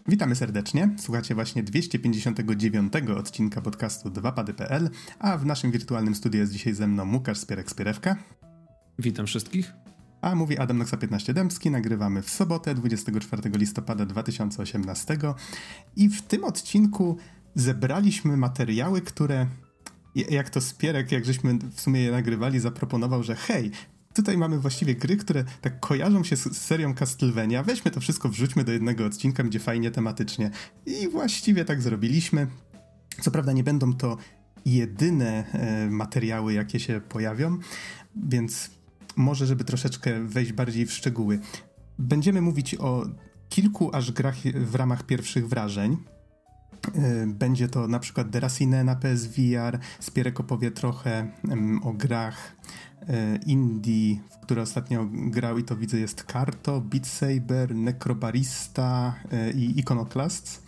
Witamy serdecznie. Słuchacie właśnie 259 odcinka podcastu 2pady.pl, a w naszym wirtualnym studiu jest dzisiaj ze mną Łukasz Spierek-Spierewka. Witam wszystkich. A mówi Adam Noxa 15 Dębski. Nagrywamy w sobotę 24 listopada 2018 i w tym odcinku zebraliśmy materiały, które, jak to Spierek, jak żeśmy w sumie je nagrywali, zaproponował, że hej, tutaj mamy właściwie gry, które tak kojarzą się z serią Castlevania. Weźmy to wszystko, wrzućmy do jednego odcinka, będzie fajnie tematycznie. I właściwie tak zrobiliśmy. Co prawda nie będą to jedyne materiały, jakie się pojawią, więc może, żeby troszeczkę wejść bardziej w szczegóły. Będziemy mówić o kilku aż grach w ramach pierwszych wrażeń. Będzie to na przykład Déraciné na PSVR. Spierek opowie trochę o grach indie, w które ostatnio grał i to widzę jest Carto, Beat Saber, Necrobarista i Iconoclasts.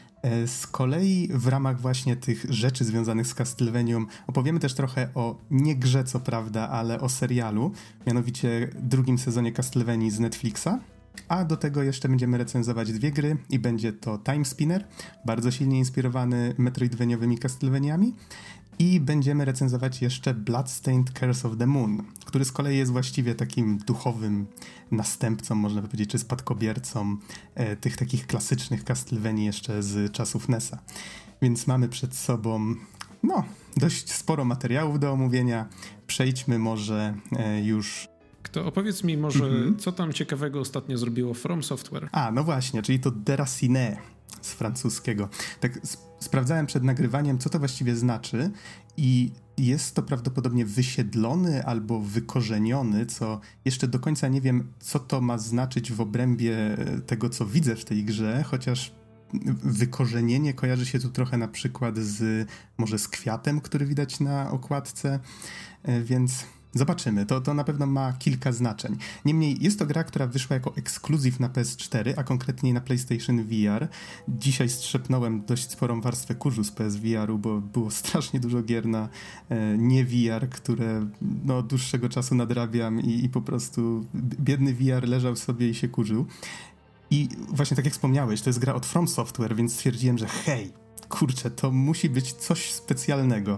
Z kolei w ramach właśnie tych rzeczy związanych z Castlevanią opowiemy też trochę o nie grze, co prawda, ale o serialu, mianowicie drugim sezonie Castlevanii z Netflixa. A do tego jeszcze będziemy recenzować dwie gry i będzie to Time Spinner, bardzo silnie inspirowany metroidvaniowymi Castlevaniami, i będziemy recenzować jeszcze Bloodstained Curse of the Moon, który z kolei jest właściwie takim duchowym następcą, można powiedzieć, czy spadkobiercą tych takich klasycznych Castlevanii jeszcze z czasów NES-a. Więc mamy przed sobą dość sporo materiałów do omówienia. Przejdźmy może już... To opowiedz mi może, co tam ciekawego ostatnio zrobiło From Software. No właśnie, czyli to Déraciné z francuskiego. Tak sprawdzałem przed nagrywaniem, co to właściwie znaczy, i jest to prawdopodobnie wysiedlony albo wykorzeniony, co jeszcze do końca nie wiem, co to ma znaczyć w obrębie tego, co widzę w tej grze, chociaż wykorzenienie kojarzy się tu trochę na przykład może z kwiatem, który widać na okładce, więc... Zobaczymy, to na pewno ma kilka znaczeń. Niemniej jest to gra, która wyszła jako ekskluzyw na PS4, a konkretnie na PlayStation VR. Dzisiaj strzepnąłem dość sporą warstwę kurzu z PSVR-u, bo było strasznie dużo gier na nie VR, które od dłuższego czasu nadrabiam i po prostu biedny VR leżał sobie i się kurzył. I właśnie tak jak wspomniałeś, to jest gra od From Software, więc stwierdziłem, że hej, kurczę, to musi być coś specjalnego.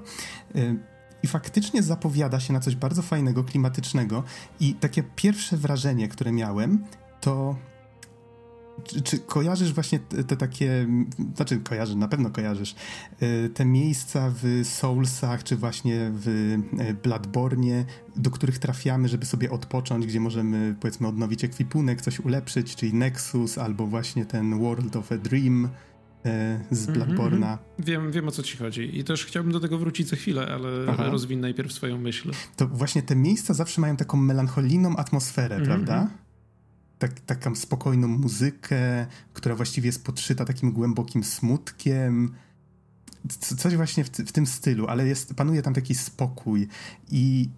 I faktycznie zapowiada się na coś bardzo fajnego, klimatycznego, i takie pierwsze wrażenie, które miałem, to... Czy kojarzysz właśnie te takie... Znaczy kojarzysz, na pewno kojarzysz. Te miejsca w Soulsach, czy właśnie w Bloodborne, do których trafiamy, żeby sobie odpocząć, gdzie możemy, powiedzmy, odnowić ekwipunek, coś ulepszyć, czyli Nexus, albo właśnie ten World of a Dream z Bloodborne'a. Wiem, o co ci chodzi. I też chciałbym do tego wrócić za chwilę, ale rozwin najpierw swoją myśl. To właśnie te miejsca zawsze mają taką melancholijną atmosferę, prawda? Taką spokojną muzykę, która właściwie jest podszyta takim głębokim smutkiem. Coś właśnie w tym stylu, ale panuje tam taki spokój i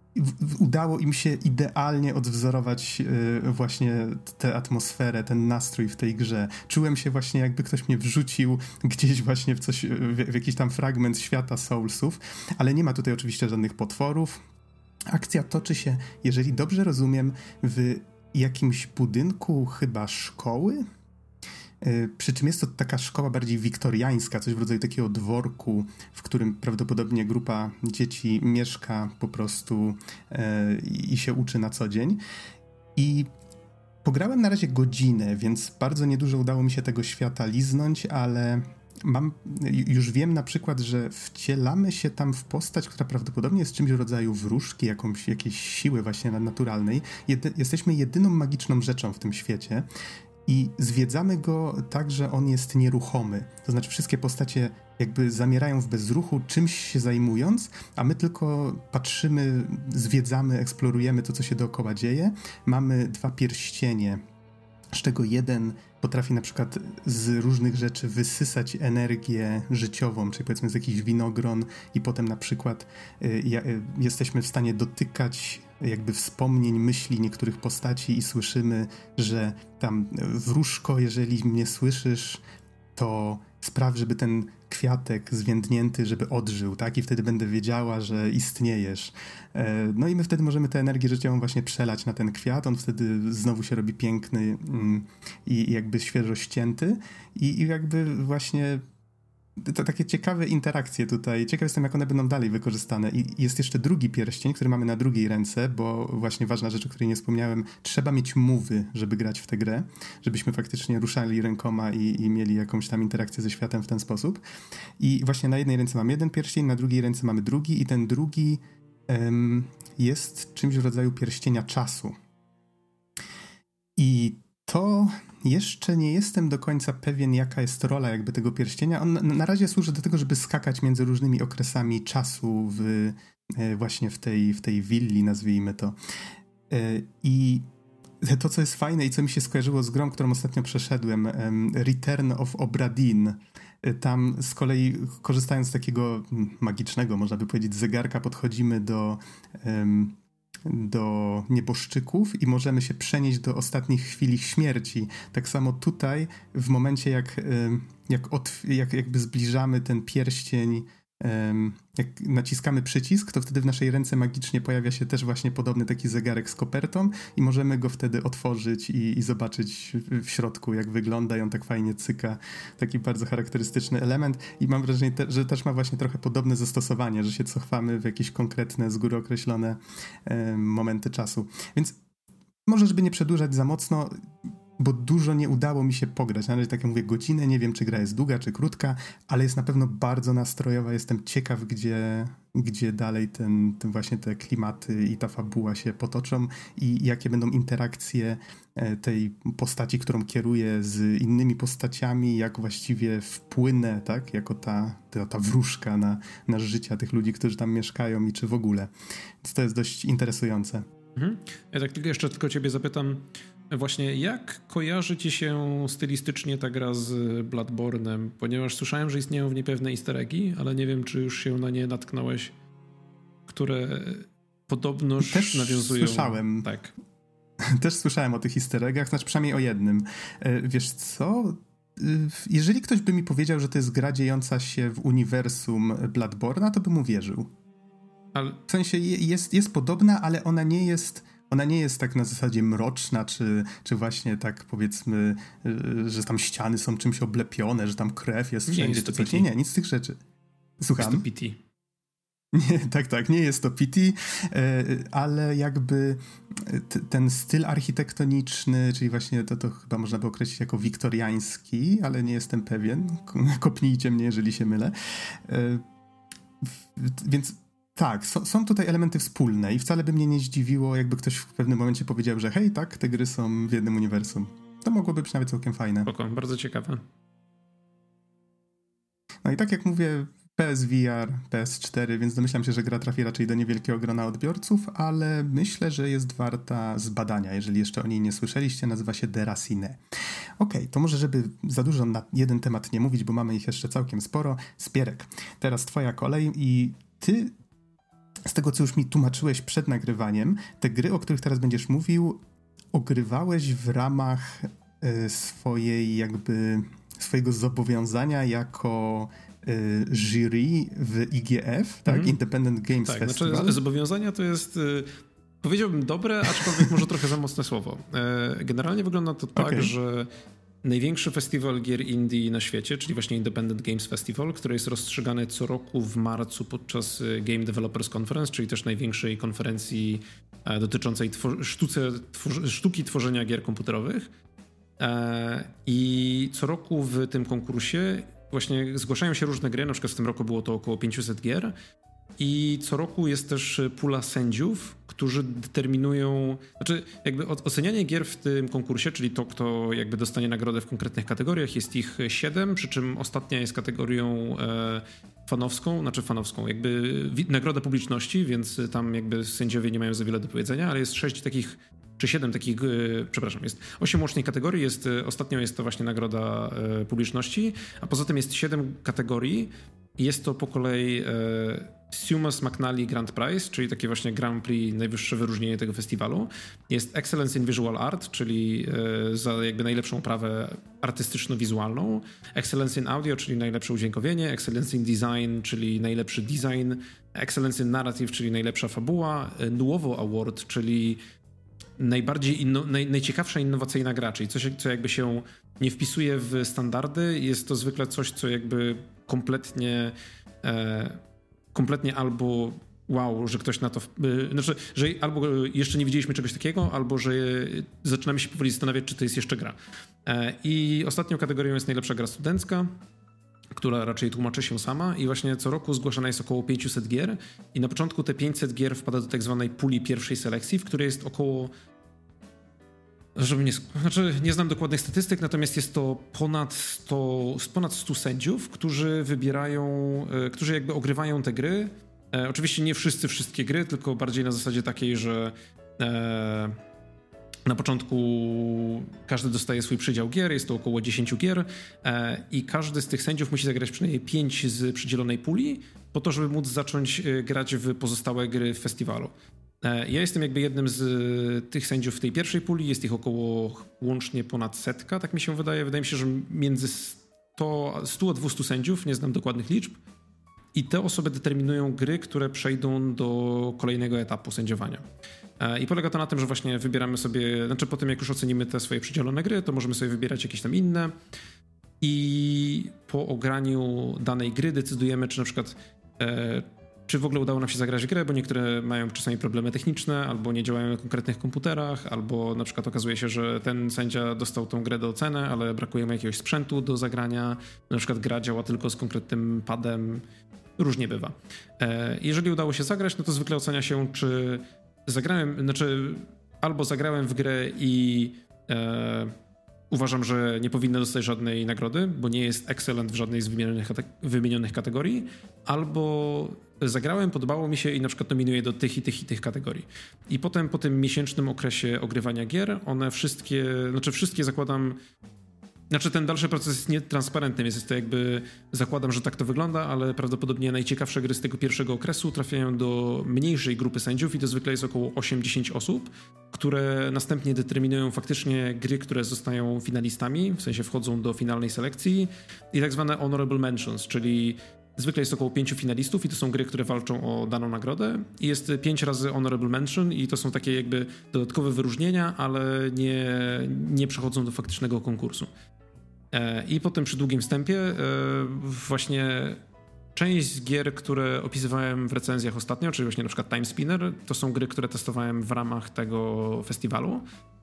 udało im się idealnie odwzorować właśnie tę atmosferę, ten nastrój w tej grze. Czułem się właśnie, jakby ktoś mnie wrzucił gdzieś właśnie w jakiś tam fragment świata Soulsów, ale nie ma tutaj oczywiście żadnych potworów. Akcja toczy się, jeżeli dobrze rozumiem, w jakimś budynku chyba szkoły. Przy czym jest to taka szkoła bardziej wiktoriańska, coś w rodzaju takiego dworku, w którym prawdopodobnie grupa dzieci mieszka po prostu i się uczy na co dzień. I pograłem na razie godzinę, więc bardzo niedużo udało mi się tego świata liznąć, ale już wiem na przykład, że wcielamy się tam w postać, która prawdopodobnie jest czymś w rodzaju wróżki, jakiejś siły właśnie nadnaturalnej. Jesteśmy jedyną magiczną rzeczą w tym świecie. I zwiedzamy go tak, że on jest nieruchomy. To znaczy wszystkie postacie jakby zamierają w bezruchu, czymś się zajmując, a my tylko patrzymy, zwiedzamy, eksplorujemy to, co się dookoła dzieje. Mamy 2 pierścienie, z czego jeden potrafi na przykład z różnych rzeczy wysysać energię życiową, czyli powiedzmy z jakichś winogron, i potem na przykład jesteśmy w stanie dotykać jakby wspomnień, myśli niektórych postaci i słyszymy, że tam wróżko, jeżeli mnie słyszysz, to spraw, żeby ten kwiatek zwiędnięty, żeby odżył, tak? I wtedy będę wiedziała, że istniejesz. No i my wtedy możemy tę energię życiową właśnie przelać na ten kwiat, on wtedy znowu się robi piękny i jakby świeżo ścięty i jakby właśnie to takie ciekawe interakcje tutaj. Ciekaw jestem, jak one będą dalej wykorzystane. I jest jeszcze drugi pierścień, który mamy na drugiej ręce, bo właśnie ważna rzecz, o której nie wspomniałem, trzeba mieć move'y, żeby grać w tę grę, żebyśmy faktycznie ruszali rękoma i mieli jakąś tam interakcję ze światem w ten sposób. I właśnie na jednej ręce mamy jeden pierścień, na drugiej ręce mamy drugi i ten drugi jest czymś w rodzaju pierścienia czasu. I to jeszcze nie jestem do końca pewien, jaka jest rola jakby tego pierścienia. On na razie służy do tego, żeby skakać między różnymi okresami czasu właśnie w tej willi, nazwijmy to. I to, co jest fajne i co mi się skojarzyło z grą, którą ostatnio przeszedłem, Return of Obra Dinn. Tam z kolei, korzystając z takiego magicznego, można by powiedzieć, zegarka, podchodzimy do nieboszczyków i możemy się przenieść do ostatnich chwil ich śmierci. Tak samo tutaj, w momencie jak jakby zbliżamy ten pierścień, jak naciskamy przycisk, to wtedy w naszej ręce magicznie pojawia się też właśnie podobny taki zegarek z kopertą i możemy go wtedy otworzyć i zobaczyć w środku, jak wygląda i on tak fajnie cyka. Taki bardzo charakterystyczny element i mam wrażenie, że też ma właśnie trochę podobne zastosowanie, że się cofamy w jakieś konkretne, z góry określone momenty czasu. Więc może, żeby nie przedłużać za mocno, bo dużo nie udało mi się pograć. Na razie, tak jak mówię, godzinę, nie wiem, czy gra jest długa, czy krótka, ale jest na pewno bardzo nastrojowa. Jestem ciekaw, gdzie dalej właśnie te klimaty i ta fabuła się potoczą i jakie będą interakcje tej postaci, którą kieruję z innymi postaciami, jak właściwie wpłynę, tak, jako ta wróżka na życia tych ludzi, którzy tam mieszkają i czy w ogóle. Więc to jest dość interesujące. Ja tak jeszcze tylko ciebie zapytam, właśnie jak kojarzy ci się stylistycznie ta gra z Bloodborne'em? Ponieważ słyszałem, że istnieją w niej pewne easter eggi, ale nie wiem, czy już się na nie natknąłeś, które podobnoż też nawiązują. Słyszałem. Tak. Też słyszałem o tych easter eggach, znaczy przynajmniej o jednym. Wiesz co? Jeżeli ktoś by mi powiedział, że to jest gra dziejąca się w uniwersum Bloodborne'a, to bym uwierzył. W sensie jest podobna, ale ona nie jest tak na zasadzie mroczna, czy właśnie tak powiedzmy, że tam ściany są czymś oblepione, że tam krew jest wszędzie. Nie, nic z tych rzeczy. Słucham? Jest to PT. Nie, tak, nie jest to PT, ale jakby ten styl architektoniczny, czyli właśnie to chyba można by określić jako wiktoriański, ale nie jestem pewien. Kopnijcie mnie, jeżeli się mylę. Więc tak, są tutaj elementy wspólne i wcale by mnie nie zdziwiło, jakby ktoś w pewnym momencie powiedział, że hej, tak, te gry są w jednym uniwersum. To mogłoby być nawet całkiem fajne. Spoko, bardzo ciekawe. No i tak jak mówię, PSVR, PS4, więc domyślam się, że gra trafi raczej do niewielkiego grona odbiorców, ale myślę, że jest warta zbadania, jeżeli jeszcze o niej nie słyszeliście, nazywa się Déraciné. Okej, to może żeby za dużo na jeden temat nie mówić, bo mamy ich jeszcze całkiem sporo. Spierek, teraz twoja kolej i ty, z tego co już mi tłumaczyłeś przed nagrywaniem, te gry, o których teraz będziesz mówił, ogrywałeś w ramach swojego zobowiązania jako jury w IGF, tak? Independent Games Festival. Znaczy zobowiązania to jest, powiedziałbym dobre, aczkolwiek może trochę za mocne słowo. Generalnie wygląda to tak, że największy festiwal gier indie na świecie, czyli właśnie Independent Games Festival, który jest rozstrzygany co roku w marcu podczas Game Developers Conference, czyli też największej konferencji dotyczącej sztuki tworzenia gier komputerowych. I co roku w tym konkursie właśnie zgłaszają się różne gry, na przykład w tym roku było to około 500 gier i co roku jest też pula sędziów, którzy determinują, znaczy jakby ocenianie gier w tym konkursie, czyli to, kto jakby dostanie nagrodę w konkretnych kategoriach, jest ich 7, przy czym ostatnia jest kategorią fanowską, jakby nagroda publiczności, więc tam jakby sędziowie nie mają za wiele do powiedzenia, ale jest 6 takich czy 7 takich, jest 8 łącznych kategorii, ostatnią jest to właśnie nagroda publiczności, a poza tym jest 7 kategorii, jest to po kolei Sumas McNally Grand Prize, czyli takie właśnie Grand Prix, najwyższe wyróżnienie tego festiwalu. Jest Excellence in Visual Art, czyli za jakby najlepszą oprawę artystyczno-wizualną. Excellence in Audio, czyli najlepsze udźwiękowienie. Excellence in Design, czyli najlepszy design. Excellence in Narrative, czyli najlepsza fabuła. Nuovo Award, czyli najciekawsza innowacyjna gra, czyli coś, co jakby się nie wpisuje w standardy. Jest to zwykle coś, co jakby kompletnie albo wow, że ktoś na to... Znaczy, że albo jeszcze nie widzieliśmy czegoś takiego, albo że zaczynamy się powoli zastanawiać, czy to jest jeszcze gra. I ostatnią kategorią jest najlepsza gra studencka, która raczej tłumaczy się sama i właśnie co roku zgłaszana jest około 500 gier i na początku te 500 gier wpada do tak zwanej puli pierwszej selekcji, w której jest około... nie znam dokładnych statystyk, natomiast jest to ponad 100 sędziów, którzy wybierają, którzy jakby ogrywają te gry. Oczywiście nie wszyscy wszystkie gry, tylko bardziej na zasadzie takiej, że na początku każdy dostaje swój przydział gier, jest to około 10 gier i każdy z tych sędziów musi zagrać przynajmniej 5 z przydzielonej puli po to, żeby móc zacząć grać w pozostałe gry w festiwalu. Ja jestem jakby jednym z tych sędziów w tej pierwszej puli, jest ich około łącznie ponad 100, tak mi się wydaje. Wydaje mi się, że między 100 a 200 sędziów, nie znam dokładnych liczb. I te osoby determinują gry, które przejdą do kolejnego etapu sędziowania. I polega to na tym, że właśnie wybieramy sobie, znaczy po tym jak już ocenimy te swoje przydzielone gry, to możemy sobie wybierać jakieś tam inne i po ograniu danej gry decydujemy, czy na przykład czy w ogóle udało nam się zagrać w grę, bo niektóre mają czasami problemy techniczne, albo nie działają na konkretnych komputerach, albo na przykład okazuje się, że ten sędzia dostał tą grę do oceny, ale brakuje mu jakiegoś sprzętu do zagrania, na przykład gra działa tylko z konkretnym padem, różnie bywa. Jeżeli udało się zagrać, no to zwykle ocenia się, czy albo zagrałem w grę i uważam, że nie powinna dostać żadnej nagrody, bo nie jest excellent w żadnej z wymienionych kategorii, albo zagrałem, podobało mi się i na przykład nominuję do tych i tych kategorii. I potem po tym miesięcznym okresie ogrywania gier, one wszystkie zakładam, ten dalszy proces jest nietransparentny, więc jest to jakby, zakładam, że tak to wygląda, ale prawdopodobnie najciekawsze gry z tego pierwszego okresu trafiają do mniejszej grupy sędziów i to zwykle jest około 8-10 osób, które następnie determinują faktycznie gry, które zostają finalistami, w sensie wchodzą do finalnej selekcji i tak zwane honorable mentions, czyli zwykle jest około 5 finalistów i to są gry, które walczą o daną nagrodę i jest 5 razy honorable mention i to są takie jakby dodatkowe wyróżnienia, ale nie przechodzą do faktycznego konkursu. I potem przy długim wstępie właśnie część z gier, które opisywałem w recenzjach ostatnio, czyli właśnie na przykład Time Spinner, to są gry, które testowałem w ramach tego festiwalu.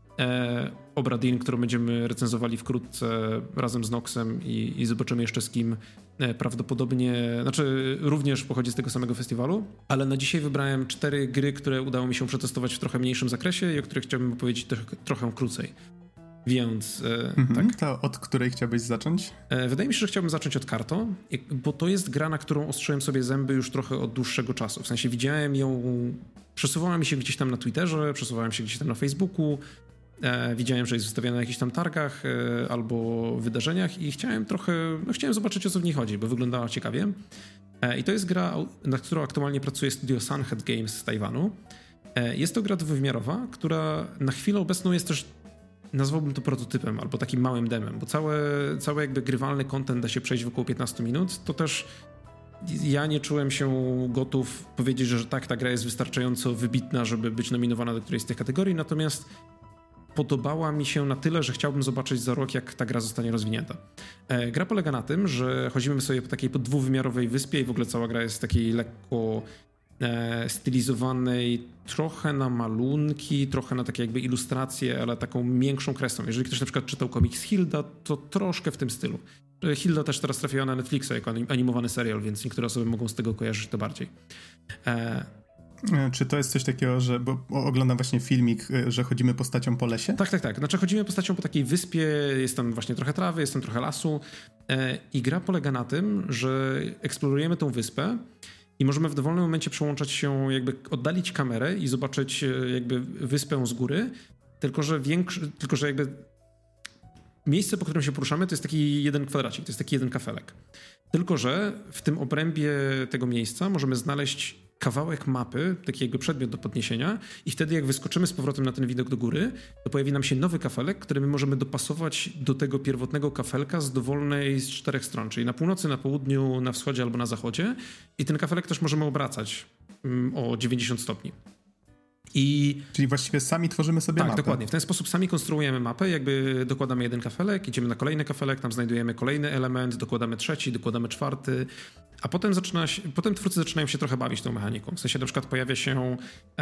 Obradin, którą będziemy recenzowali wkrótce razem z Noxem i zobaczymy jeszcze z kim prawdopodobnie, również pochodzi z tego samego festiwalu, ale na dzisiaj wybrałem 4 gry, które udało mi się przetestować w trochę mniejszym zakresie i o których chciałbym opowiedzieć trochę krócej. Więc tak. To od której chciałbyś zacząć? Wydaje mi się, że chciałbym zacząć od Carto, bo to jest gra, na którą ostrzyłem sobie zęby już trochę od dłuższego czasu. W sensie widziałem ją, przesuwała mi się gdzieś tam na Twitterze, przesuwałem się gdzieś tam na Facebooku, widziałem, że jest wystawiana na jakichś tam targach albo wydarzeniach i chciałem zobaczyć, o co w niej chodzi, bo wyglądała ciekawie. I to jest gra, nad którą aktualnie pracuje studio Sunhead Games z Tajwanu. Jest to gra dwuwymiarowa, która na chwilę obecną jest też, nazwałbym to prototypem albo takim małym demem, bo cały jakby grywalny content da się przejść w około 15 minut, to też ja nie czułem się gotów powiedzieć, że tak, ta gra jest wystarczająco wybitna, żeby być nominowana do którejś z tych kategorii, natomiast podobała mi się na tyle, że chciałbym zobaczyć za rok, jak ta gra zostanie rozwinięta. Gra polega na tym, że chodzimy sobie po takiej dwuwymiarowej wyspie i w ogóle cała gra jest takiej lekko stylizowanej trochę na malunki, trochę na takie jakby ilustracje, ale taką miększą kreską. Jeżeli ktoś na przykład czytał komiks Hilda, to troszkę w tym stylu. Hilda też teraz trafiła na Netflixa jako animowany serial, więc niektóre osoby mogą z tego kojarzyć to bardziej. Czy to jest coś takiego, że bo oglądam właśnie filmik, że chodzimy postacią po lesie? Tak. Chodzimy postacią po takiej wyspie, jest tam właśnie trochę trawy, jest tam trochę lasu i gra polega na tym, że eksplorujemy tą wyspę i możemy w dowolnym momencie przełączać się, jakby oddalić kamerę i zobaczyć jakby wyspę z góry, tylko że jakby miejsce, po którym się poruszamy, to jest taki jeden kwadracik, to jest taki jeden kafelek. Tylko że w tym obrębie tego miejsca możemy znaleźć kawałek mapy, taki jakby przedmiot do podniesienia i wtedy jak wyskoczymy z powrotem na ten widok do góry, to pojawi nam się nowy kafelek, który my możemy dopasować do tego pierwotnego kafelka z dowolnej z 4 stron, czyli na północy, na południu, na wschodzie albo na zachodzie i ten kafelek też możemy obracać o 90 stopni. Czyli właściwie sami tworzymy sobie mapę. Tak, dokładnie. W ten sposób sami konstruujemy mapę, jakby dokładamy jeden kafelek, idziemy na kolejny kafelek, tam znajdujemy kolejny element, dokładamy trzeci, dokładamy czwarty, a potem twórcy zaczynają się trochę bawić tą mechaniką. W sensie na przykład pojawia się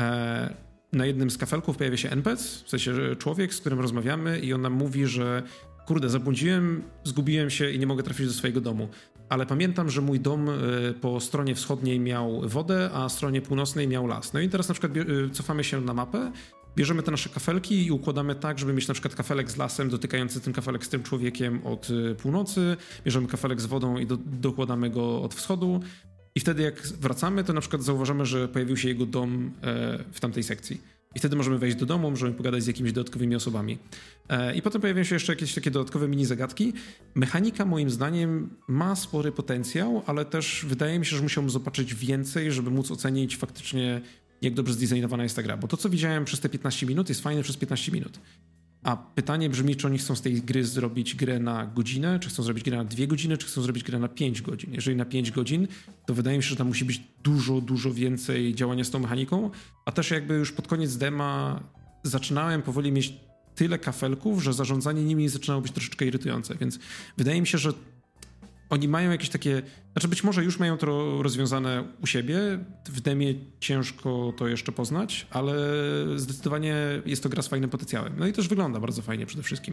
na jednym z kafelków pojawia się NPC, w sensie że człowiek, z którym rozmawiamy i on nam mówi, że kurde, zabłądziłem, zgubiłem się i nie mogę trafić do swojego domu. Ale pamiętam, że mój dom po stronie wschodniej miał wodę, a stronie północnej miał las. No i teraz na przykład cofamy się na mapę, bierzemy te nasze kafelki i układamy tak, żeby mieć na przykład kafelek z lasem dotykający ten kafelek z tym człowiekiem od północy, bierzemy kafelek z wodą i dokładamy go od wschodu. I wtedy jak wracamy, to na przykład zauważamy, że pojawił się jego dom w tamtej sekcji. I wtedy możemy wejść do domu, możemy pogadać z jakimiś dodatkowymi osobami. I potem pojawiają się jeszcze jakieś takie dodatkowe mini zagadki. Mechanika moim zdaniem ma spory potencjał, ale też wydaje mi się, że musiałbym zobaczyć więcej, żeby móc ocenić faktycznie, jak dobrze zdesignowana jest ta gra. Bo to, co widziałem przez te 15 minut, jest fajne przez 15 minut. A pytanie brzmi, czy oni chcą z tej gry zrobić grę na godzinę, czy chcą zrobić grę na 2 godziny, czy chcą zrobić grę na 5 godzin. Jeżeli na 5 godzin, to wydaje mi się, że tam musi być dużo więcej działania z tą mechaniką, a też jakby już pod koniec dema zaczynałem powoli mieć tyle kafelków, że zarządzanie nimi zaczynało być troszeczkę irytujące, więc wydaje mi się, że oni mają jakieś takie, znaczy być może już mają to rozwiązane u siebie, w demie ciężko to jeszcze poznać, ale zdecydowanie jest to gra z fajnym potencjałem. No i też wygląda bardzo fajnie przede wszystkim.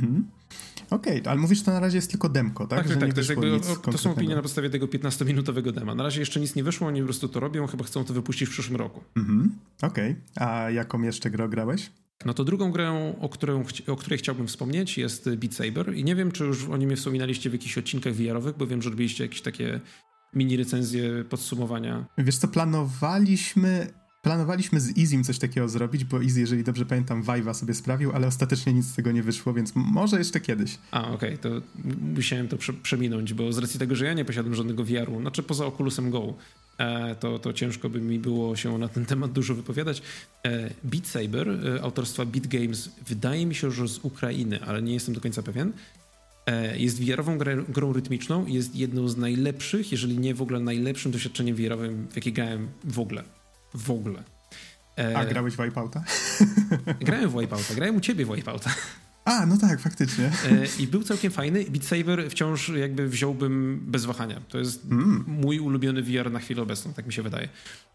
Okej, ale mówisz, że to na razie jest tylko demko, tak? Tak, to są opinie na podstawie tego 15-minutowego dema. Na razie jeszcze nic nie wyszło, oni po prostu to robią, chyba chcą to wypuścić w przyszłym roku. Okej. A jaką jeszcze grę grałeś? No to drugą grą, o której chciałbym wspomnieć, jest Beat Saber i nie wiem, czy już o nim wspominaliście w jakichś odcinkach VR-owych, bo wiem, że robiliście jakieś takie mini recenzje, podsumowania. Wiesz co, planowaliśmy z Izim coś takiego zrobić, bo Izzy, jeżeli dobrze pamiętam, Vive'a sobie sprawił, ale ostatecznie nic z tego nie wyszło, więc może jeszcze kiedyś. Okej, to musiałem to przeminąć, bo z racji tego, że ja nie posiadam żadnego VR-u, znaczy poza Oculusem Go, to ciężko by mi było się na ten temat dużo wypowiadać. Beat Saber, autorstwa Beat Games, wydaje mi się, że z Ukrainy, ale nie jestem do końca pewien, jest VR-ową grą rytmiczną i jest jedną z najlepszych, jeżeli nie w ogóle najlepszym doświadczeniem VR-owym, w jakie grałem w ogóle. A grałeś w Wipeouta? Grałem w Wipeouta, grałem u ciebie w Wipeouta. A, no tak, faktycznie. I był całkiem fajny. Beat Saber wciąż jakby wziąłbym bez wahania. To jest mój ulubiony VR na chwilę obecną, tak mi się wydaje.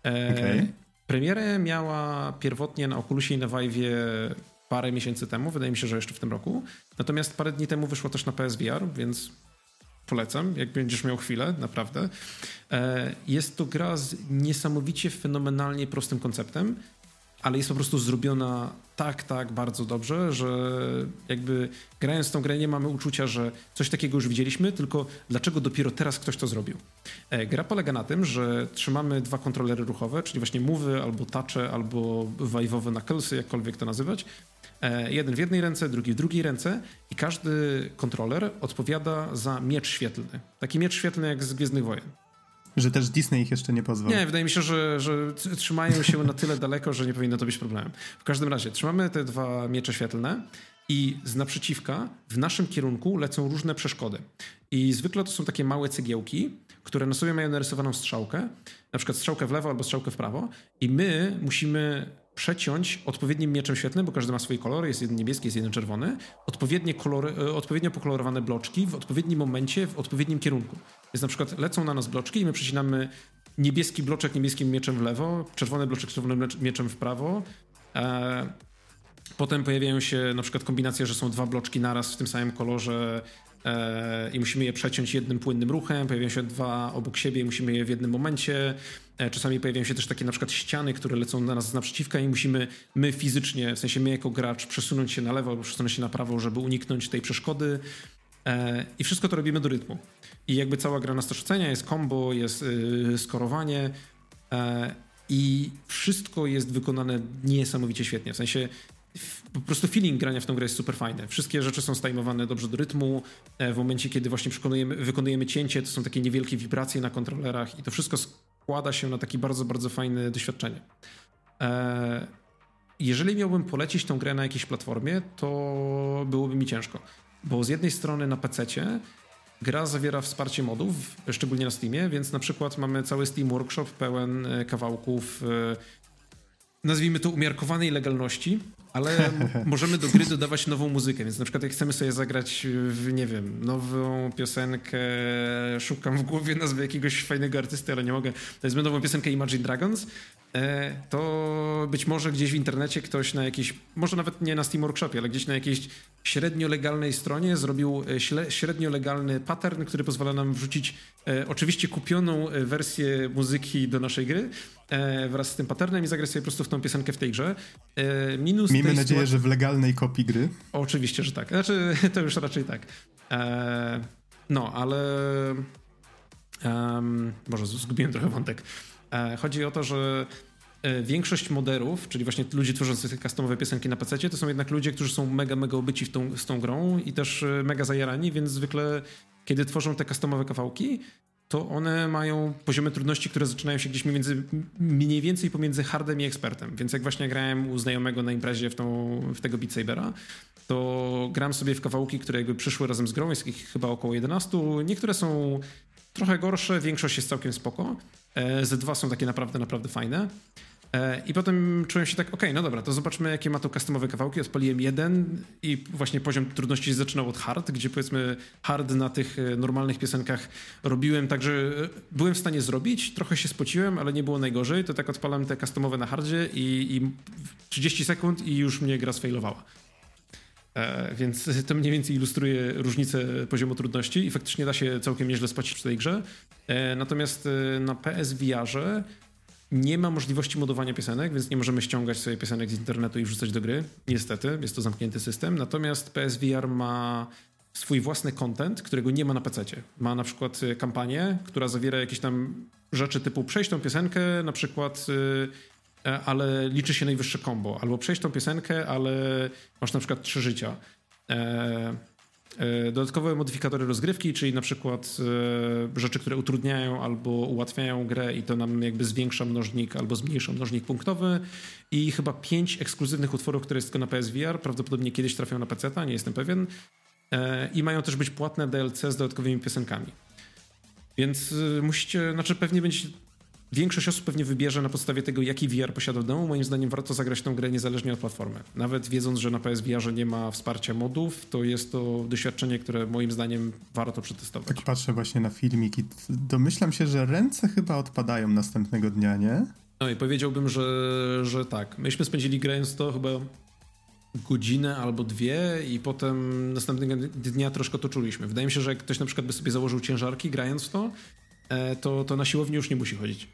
Premierę miała pierwotnie na Oculusie i na Vive'ie parę miesięcy temu, wydaje mi się, że jeszcze w tym roku. Natomiast parę dni temu wyszła też na PSVR, więc polecam, jak będziesz miał chwilę, naprawdę. Jest to gra z niesamowicie fenomenalnie prostym konceptem, ale jest po prostu zrobiona tak bardzo dobrze, że jakby grając w tą grę nie mamy uczucia, że coś takiego już widzieliśmy, tylko dlaczego dopiero teraz ktoś to zrobił. Gra polega na tym, że trzymamy 2 kontrolery ruchowe, czyli właśnie move'y, albo touch'e, albo vive'owe knucklesy, jakkolwiek to nazywać. Jeden w jednej ręce, drugi w drugiej ręce i każdy kontroler odpowiada za miecz świetlny. Taki miecz świetlny jak z Gwiezdnych Wojen. Że też Disney ich jeszcze nie pozwał. Nie, wydaje mi się, że trzymają się na tyle daleko, że nie powinno to być problemem. W każdym razie, trzymamy te 2 miecze świetlne i z naprzeciwka w naszym kierunku lecą różne przeszkody. I zwykle to są takie małe cegiełki, które na sobie mają narysowaną strzałkę, na przykład strzałkę w lewo albo strzałkę w prawo i my musimy przeciąć odpowiednim mieczem świetlnym, bo każdy ma swój kolor, jest jeden niebieski, jest jeden czerwony, odpowiednio pokolorowane bloczki w odpowiednim momencie, w odpowiednim kierunku. Więc na przykład lecą na nas bloczki i my przecinamy niebieski bloczek niebieskim mieczem w lewo, czerwony bloczek czerwonym mieczem w prawo. Potem pojawiają się na przykład kombinacje, że są 2 bloczki naraz w tym samym kolorze i musimy je przeciąć jednym płynnym ruchem, pojawiają się 2 obok siebie i musimy je w jednym momencie. Czasami pojawiają się też takie na przykład ściany, które lecą na nas z naprzeciwka i musimy my fizycznie, w sensie my jako gracz przesunąć się na lewo albo przesunąć się na prawo, żeby uniknąć tej przeszkody. I wszystko to robimy do rytmu. I jakby cała gra nas też ocenia, jest combo, jest skorowanie i wszystko jest wykonane niesamowicie świetnie. W sensie po prostu feeling grania w tą grę jest super fajny. Wszystkie rzeczy są stajmowane dobrze do rytmu. W momencie, kiedy właśnie wykonujemy cięcie, to są takie niewielkie wibracje na kontrolerach i to wszystko składa się na takie bardzo, bardzo fajne doświadczenie. Jeżeli miałbym polecić tą grę na jakiejś platformie, to byłoby mi ciężko. Bo z jednej strony na PC-cie gra zawiera wsparcie modów, szczególnie na Steamie, więc na przykład mamy cały Steam Workshop pełen kawałków, nazwijmy to umiarkowanej legalności, ale możemy do gry dodawać nową muzykę, więc na przykład jak chcemy sobie zagrać w, nie wiem, nową piosenkę, szukam w głowie nazwy jakiegoś fajnego artysty, ale nie mogę, to jest nową piosenkę Imagine Dragons, to być może gdzieś w internecie ktoś na jakiejś, może nawet nie na Steam Workshopie, ale gdzieś na jakiejś średnio legalnej stronie zrobił średnio legalny pattern, który pozwala nam wrzucić oczywiście kupioną wersję muzyki do naszej gry wraz z tym patternem i zagrać sobie po prostu w tą piosenkę w tej grze. Miejmy nadzieję, że w legalnej kopii gry. Oczywiście, że tak. Znaczy, to już raczej tak. No, ale może zgubiłem trochę wątek. Chodzi o to, że większość moderów, czyli właśnie ludzie tworzący te customowe piosenki na PC-cie, to są jednak ludzie, którzy są mega, mega obyci z tą grą i też mega zajarani, więc zwykle kiedy tworzą te customowe kawałki, to one mają poziomy trudności, które zaczynają się gdzieś mniej więcej pomiędzy hardem i ekspertem. Więc jak właśnie grałem u znajomego na imprezie w tego Beat Sabera, to gram sobie w kawałki, które jakby przyszły razem z grą, jest ich chyba około 11. Niektóre są trochę gorsze, większość jest całkiem spoko. Ze dwa są takie naprawdę, naprawdę fajne. I potem czułem się tak, okej, no dobra, to zobaczmy, jakie ma tu customowe kawałki. Odpaliłem jeden i właśnie poziom trudności się zaczynał od hard, gdzie powiedzmy hard na tych normalnych piosenkach robiłem tak, że byłem w stanie zrobić, trochę się spociłem, ale nie było najgorzej. To tak odpalam te customowe na hardzie i 30 sekund i już mnie gra sfailowała. Więc to mniej więcej ilustruje różnicę poziomu trudności i faktycznie da się całkiem nieźle spocić w tej grze. Natomiast na PSVR-ze nie ma możliwości modowania piosenek, więc nie możemy ściągać sobie piosenek z internetu i wrzucać do gry. Niestety, jest to zamknięty system. Natomiast PSVR ma swój własny content, którego nie ma na PC-cie. Ma na przykład kampanię, która zawiera jakieś tam rzeczy typu przejść tą piosenkę, na przykład ale liczy się najwyższe combo. Albo przejść tą piosenkę, ale masz na przykład 3 życia. Dodatkowe modyfikatory rozgrywki, czyli na przykład rzeczy, które utrudniają albo ułatwiają grę i to nam jakby zwiększa mnożnik albo zmniejsza mnożnik punktowy i chyba 5 ekskluzywnych utworów, które jest tylko na PSVR, prawdopodobnie kiedyś trafią na PC-ta, nie jestem pewien, i mają też być płatne DLC z dodatkowymi piosenkami. Więc musicie, znaczy pewnie będzie, większość osób pewnie wybierze na podstawie tego, jaki VR posiada w domu. Moim zdaniem warto zagrać tę grę niezależnie od platformy. Nawet wiedząc, że na PSVR-ze nie ma wsparcia modów, to jest to doświadczenie, które moim zdaniem warto przetestować. Tak patrzę właśnie na filmik i domyślam się, że ręce chyba odpadają następnego dnia, nie? No i powiedziałbym, że tak. Myśmy spędzili grając to chyba godzinę albo 2 i potem następnego dnia troszkę to czuliśmy. Wydaje mi się, że jak ktoś na przykład by sobie założył ciężarki grając w to na siłowni już nie musi chodzić.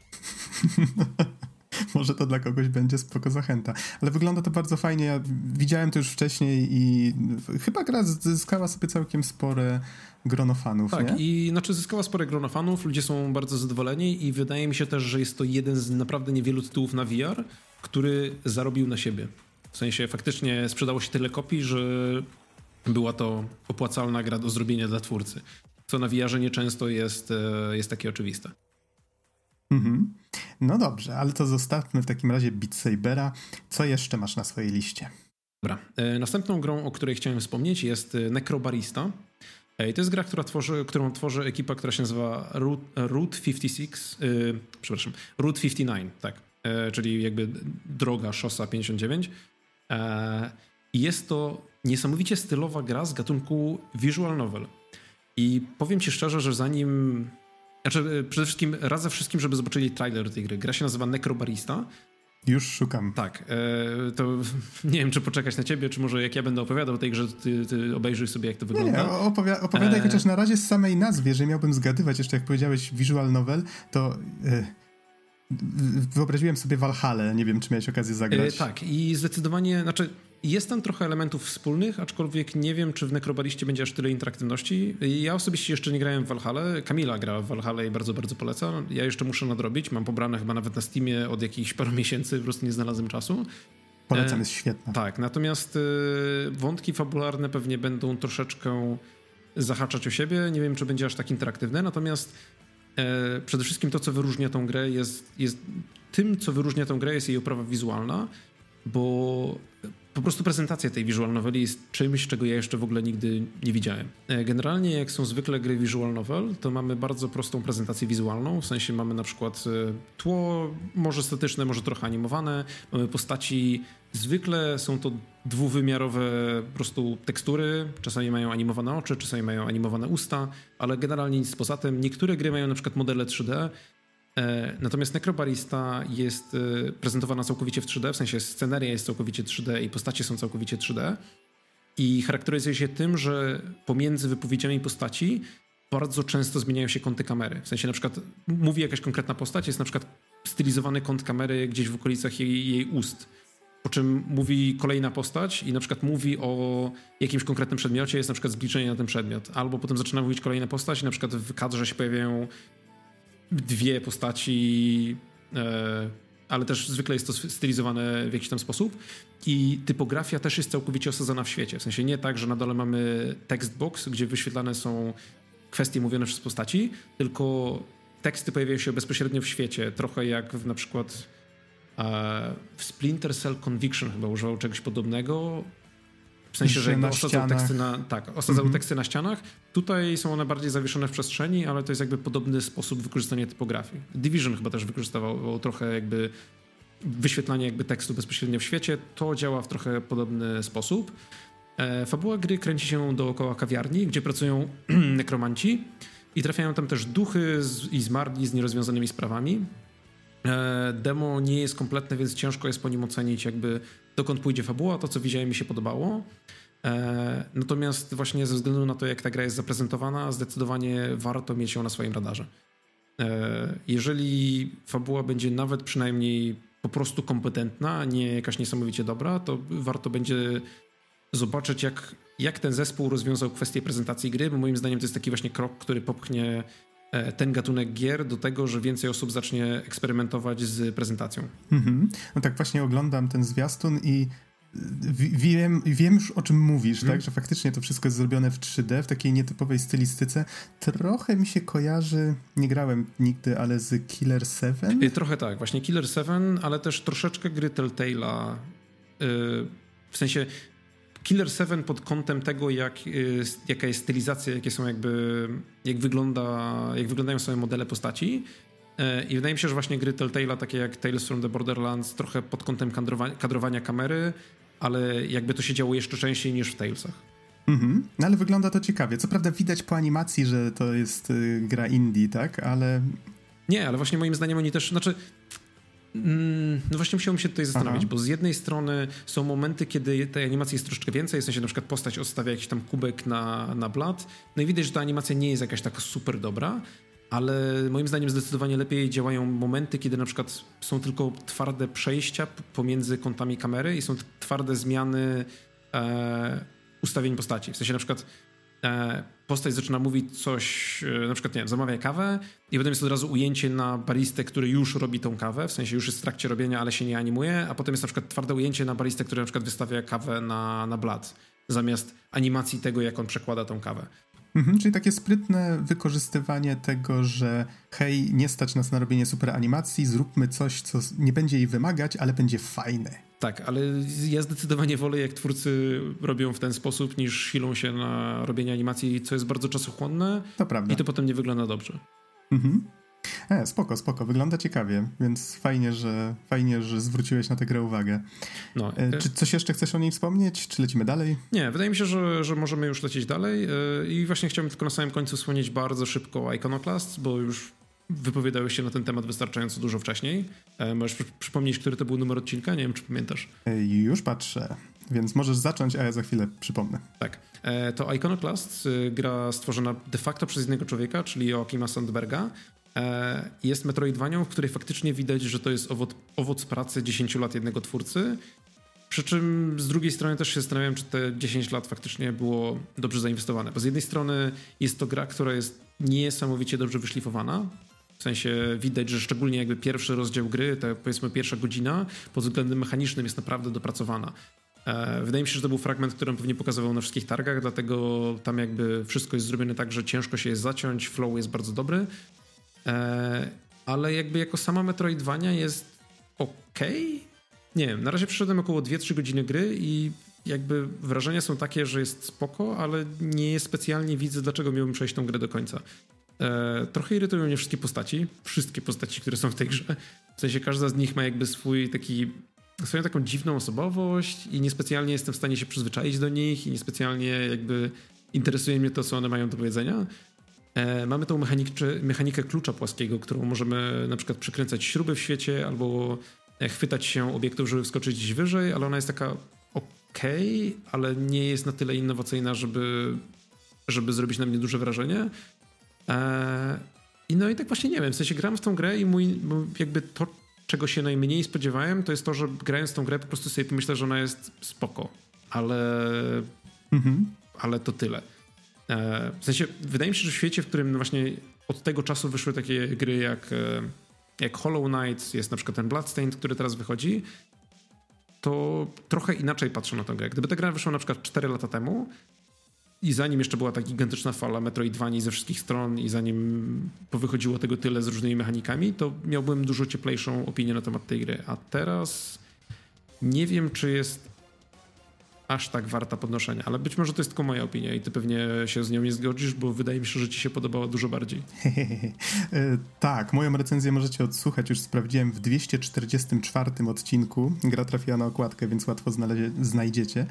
Może to dla kogoś będzie spoko zachęta. Ale wygląda to bardzo fajnie. Ja widziałem to już wcześniej i chyba gra zyskała sobie całkiem spore grono fanów, tak, nie? I znaczy zyskała spore grono fanów, ludzie są bardzo zadowoleni i wydaje mi się też, że jest to jeden z naprawdę niewielu tytułów na VR, który zarobił na siebie. W sensie faktycznie sprzedało się tyle kopii, że była to opłacalna gra do zrobienia dla twórcy. Co na VR-ze nieczęsto jest takie oczywiste. Mhm. No dobrze, ale to zostawmy w takim razie Beat Sabera. Co jeszcze masz na swojej liście? Dobra. Następną grą, o której chciałem wspomnieć, jest Necrobarista. I to jest gra, którą tworzy ekipa, która się nazywa Route 59, Route 59, tak. Czyli jakby droga, szosa 59. I jest to niesamowicie stylowa gra z gatunku visual novel. I powiem ci szczerze, że przede wszystkim radzę wszystkim, żeby zobaczyli trailer tej gry. Gra się nazywa Necrobarista. Już szukam. Tak, to nie wiem, czy poczekać na ciebie, czy może jak ja będę opowiadał o tej grze, ty obejrzyj sobie, jak to wygląda. Nie, opowiadaj chociaż na razie z samej nazwy, że miałbym zgadywać, jeszcze jak powiedziałeś visual novel, to wyobraziłem sobie Valhalla, nie wiem, czy miałeś okazję zagrać. Tak, i zdecydowanie, znaczy jest tam trochę elementów wspólnych, aczkolwiek nie wiem, czy w Necrobariście będzie aż tyle interaktywności. Ja osobiście jeszcze nie grałem w Valhalla. Kamila gra w Valhalla i bardzo, bardzo poleca. Ja jeszcze muszę nadrobić. Mam pobrane chyba nawet na Steamie od jakichś paru miesięcy, po prostu nie znalazłem czasu. Polecam, jest świetna. Tak, natomiast wątki fabularne pewnie będą troszeczkę zahaczać o siebie. Nie wiem, czy będzie aż tak interaktywne, natomiast przede wszystkim to, co wyróżnia tą grę tym, co wyróżnia tą grę jest jej oprawa wizualna, bo po prostu prezentacja tej visual noveli jest czymś, czego ja jeszcze w ogóle nigdy nie widziałem. Generalnie jak są zwykle gry visual novel, to mamy bardzo prostą prezentację wizualną, w sensie mamy na przykład tło, może statyczne, może trochę animowane, mamy postaci, zwykle są to dwuwymiarowe po prostu tekstury, czasami mają animowane oczy, czasami mają animowane usta, ale generalnie nic poza tym. Niektóre gry mają na przykład modele 3D, natomiast Necrobarista jest prezentowana całkowicie w 3D, w sensie sceneria jest całkowicie 3D i postacie są całkowicie 3D i charakteryzuje się tym, że pomiędzy wypowiedziami postaci bardzo często zmieniają się kąty kamery. W sensie na przykład mówi jakaś konkretna postać, jest na przykład stylizowany kąt kamery gdzieś w okolicach jej ust, po czym mówi kolejna postać i na przykład mówi o jakimś konkretnym przedmiocie, jest na przykład zbliżenie na ten przedmiot, albo potem zaczyna mówić kolejna postać i na przykład w kadrze się pojawiają dwie postaci, ale też zwykle jest to stylizowane w jakiś tam sposób i typografia też jest całkowicie osadzona w świecie. W sensie nie tak, że na dole mamy text box, gdzie wyświetlane są kwestie mówione przez postaci, tylko teksty pojawiają się bezpośrednio w świecie, trochę jak na przykład w Splinter Cell Conviction chyba używał czegoś podobnego. W sensie, że jakby osadzał teksty na ścianach. Tutaj są one bardziej zawieszone w przestrzeni, ale to jest jakby podobny sposób wykorzystania typografii. Division chyba też wykorzystywał trochę jakby wyświetlanie jakby tekstu bezpośrednio w świecie. To działa w trochę podobny sposób. Fabuła gry kręci się dookoła kawiarni, gdzie pracują nekromanci i trafiają tam też duchy i zmarli z nierozwiązanymi sprawami. Demo nie jest kompletne, więc ciężko jest po nim ocenić jakby dokąd pójdzie fabuła. To, co widziałem, mi się podobało. Natomiast właśnie ze względu na to, jak ta gra jest zaprezentowana, zdecydowanie warto mieć ją na swoim radarze. Jeżeli fabuła będzie nawet przynajmniej po prostu kompetentna, a nie jakaś niesamowicie dobra, to warto będzie zobaczyć, jak ten zespół rozwiązał kwestię prezentacji gry, bo moim zdaniem to jest taki właśnie krok, który popchnie ten gatunek gier do tego, że więcej osób zacznie eksperymentować z prezentacją. No tak właśnie oglądam ten zwiastun i wiem już, o czym mówisz, tak? Że faktycznie to wszystko jest zrobione w 3D, w takiej nietypowej stylistyce. Trochę mi się kojarzy, nie grałem nigdy, ale z Killer 7? Trochę tak, właśnie Killer 7, ale też troszeczkę gry Telltale'a. W sensie Killer 7 pod kątem tego, jaka jest stylizacja, jakie są jak wyglądają sobie modele postaci. I wydaje mi się, że właśnie gry Telltale'a, takie jak Tales from the Borderlands, trochę pod kątem kadrowania kamery, ale jakby to się działo jeszcze częściej niż w Talesach. No ale wygląda to ciekawie. Co prawda widać po animacji, że to jest gra indie, tak? Ale... Nie, ale właśnie moim zdaniem oni też... No właśnie musiałem się tutaj zastanowić, bo z jednej strony są momenty, kiedy tej animacji jest troszeczkę więcej, w sensie na przykład postać odstawia jakiś tam kubek na blat, no i widać, że ta animacja nie jest jakaś taka super dobra, ale moim zdaniem zdecydowanie lepiej działają momenty, kiedy na przykład są tylko twarde przejścia pomiędzy kątami kamery i są twarde zmiany ustawień postaci. W sensie na przykład postać zaczyna mówić coś, na przykład, nie wiem, zamawia kawę i potem jest od razu ujęcie na baristę, który już robi tą kawę, w sensie już jest w trakcie robienia, ale się nie animuje, a potem jest na przykład twarde ujęcie na baristę, który na przykład wystawia kawę na blat, zamiast animacji tego, jak on przekłada tą kawę. Czyli takie sprytne wykorzystywanie tego, że hej, nie stać nas na robienie super animacji, zróbmy coś, co nie będzie jej wymagać, ale będzie fajne. Tak, ale ja zdecydowanie wolę, jak twórcy robią w ten sposób, niż silą się na robienie animacji, co jest bardzo czasochłonne. To prawda. I to potem nie wygląda dobrze. Spoko. Wygląda ciekawie, więc fajnie, że zwróciłeś na tę grę uwagę. No, czy coś jeszcze chcesz o niej wspomnieć? Czy lecimy dalej? Nie, wydaje mi się, że możemy już lecieć dalej i właśnie chciałbym tylko na samym końcu wspomnieć bardzo szybko o Iconoclast, bo już wypowiadałeś się na ten temat wystarczająco dużo wcześniej. Możesz przypomnieć, który to był numer odcinka? Nie wiem, czy pamiętasz. Już patrzę, więc możesz zacząć, a ja za chwilę przypomnę. Tak. To Iconoclast, gra stworzona de facto przez jednego człowieka, czyli Joachima Sandberga. Jest Metroidvanią, w której faktycznie widać, że to jest owoc pracy 10 lat jednego twórcy. Przy czym z drugiej strony też się zastanawiam, czy te 10 lat faktycznie było dobrze zainwestowane. Bo z jednej strony jest to gra, która jest niesamowicie dobrze wyszlifowana. W W sensie widać, że szczególnie jakby pierwszy rozdział gry, ta powiedzmy pierwsza godzina, pod względem mechanicznym jest naprawdę dopracowana. Wydaje mi się, że to był fragment, który on pewnie pokazywał na wszystkich targach, dlatego tam jakby wszystko jest zrobione tak, że ciężko się jest zaciąć, flow jest bardzo dobry, ale jakby jako sama Metroidvania jest okej. Nie wiem, na razie przeszedłem około 2-3 godziny gry i jakby wrażenia są takie, że jest spoko, ale nie specjalnie widzę, dlaczego miałbym przejść tą grę do końca. Trochę irytują mnie wszystkie postaci, które są w tej grze. W sensie każda z nich ma jakby swoją taką dziwną osobowość i niespecjalnie jestem w stanie się przyzwyczaić do nich i niespecjalnie jakby interesuje mnie to, co one mają do powiedzenia. Mamy tą mechanikę klucza płaskiego, którą możemy na przykład przykręcać śruby w świecie albo chwytać się obiektów, żeby wskoczyć gdzieś wyżej, ale ona jest taka okej, ale nie jest na tyle innowacyjna, żeby zrobić na mnie duże wrażenie. I no i tak właśnie nie wiem, w sensie gram w tą grę i jakby to, czego się najmniej spodziewałem, to jest to, że grając w tą grę po prostu sobie pomyślę, że ona jest spoko, ale to tyle. W sensie wydaje mi się, że w świecie, w którym właśnie od tego czasu wyszły takie gry jak Hollow Knight, jest na przykład ten Bloodstained, który teraz wychodzi, to trochę inaczej patrzę na tę grę. Gdyby ta gra wyszła na przykład 4 lata temu i zanim jeszcze była ta gigantyczna fala Metroidvanii ze wszystkich stron i zanim powychodziło tego tyle z różnymi mechanikami, to miałbym dużo cieplejszą opinię na temat tej gry. A teraz nie wiem, czy jest aż tak warta podnoszenia, ale być może to jest tylko moja opinia i ty pewnie się z nią nie zgodzisz, bo wydaje mi się, że ci się podobała dużo bardziej. Tak, moją recenzję możecie odsłuchać, już sprawdziłem w 244 odcinku. Gra trafiła na okładkę, więc łatwo znajdziecie.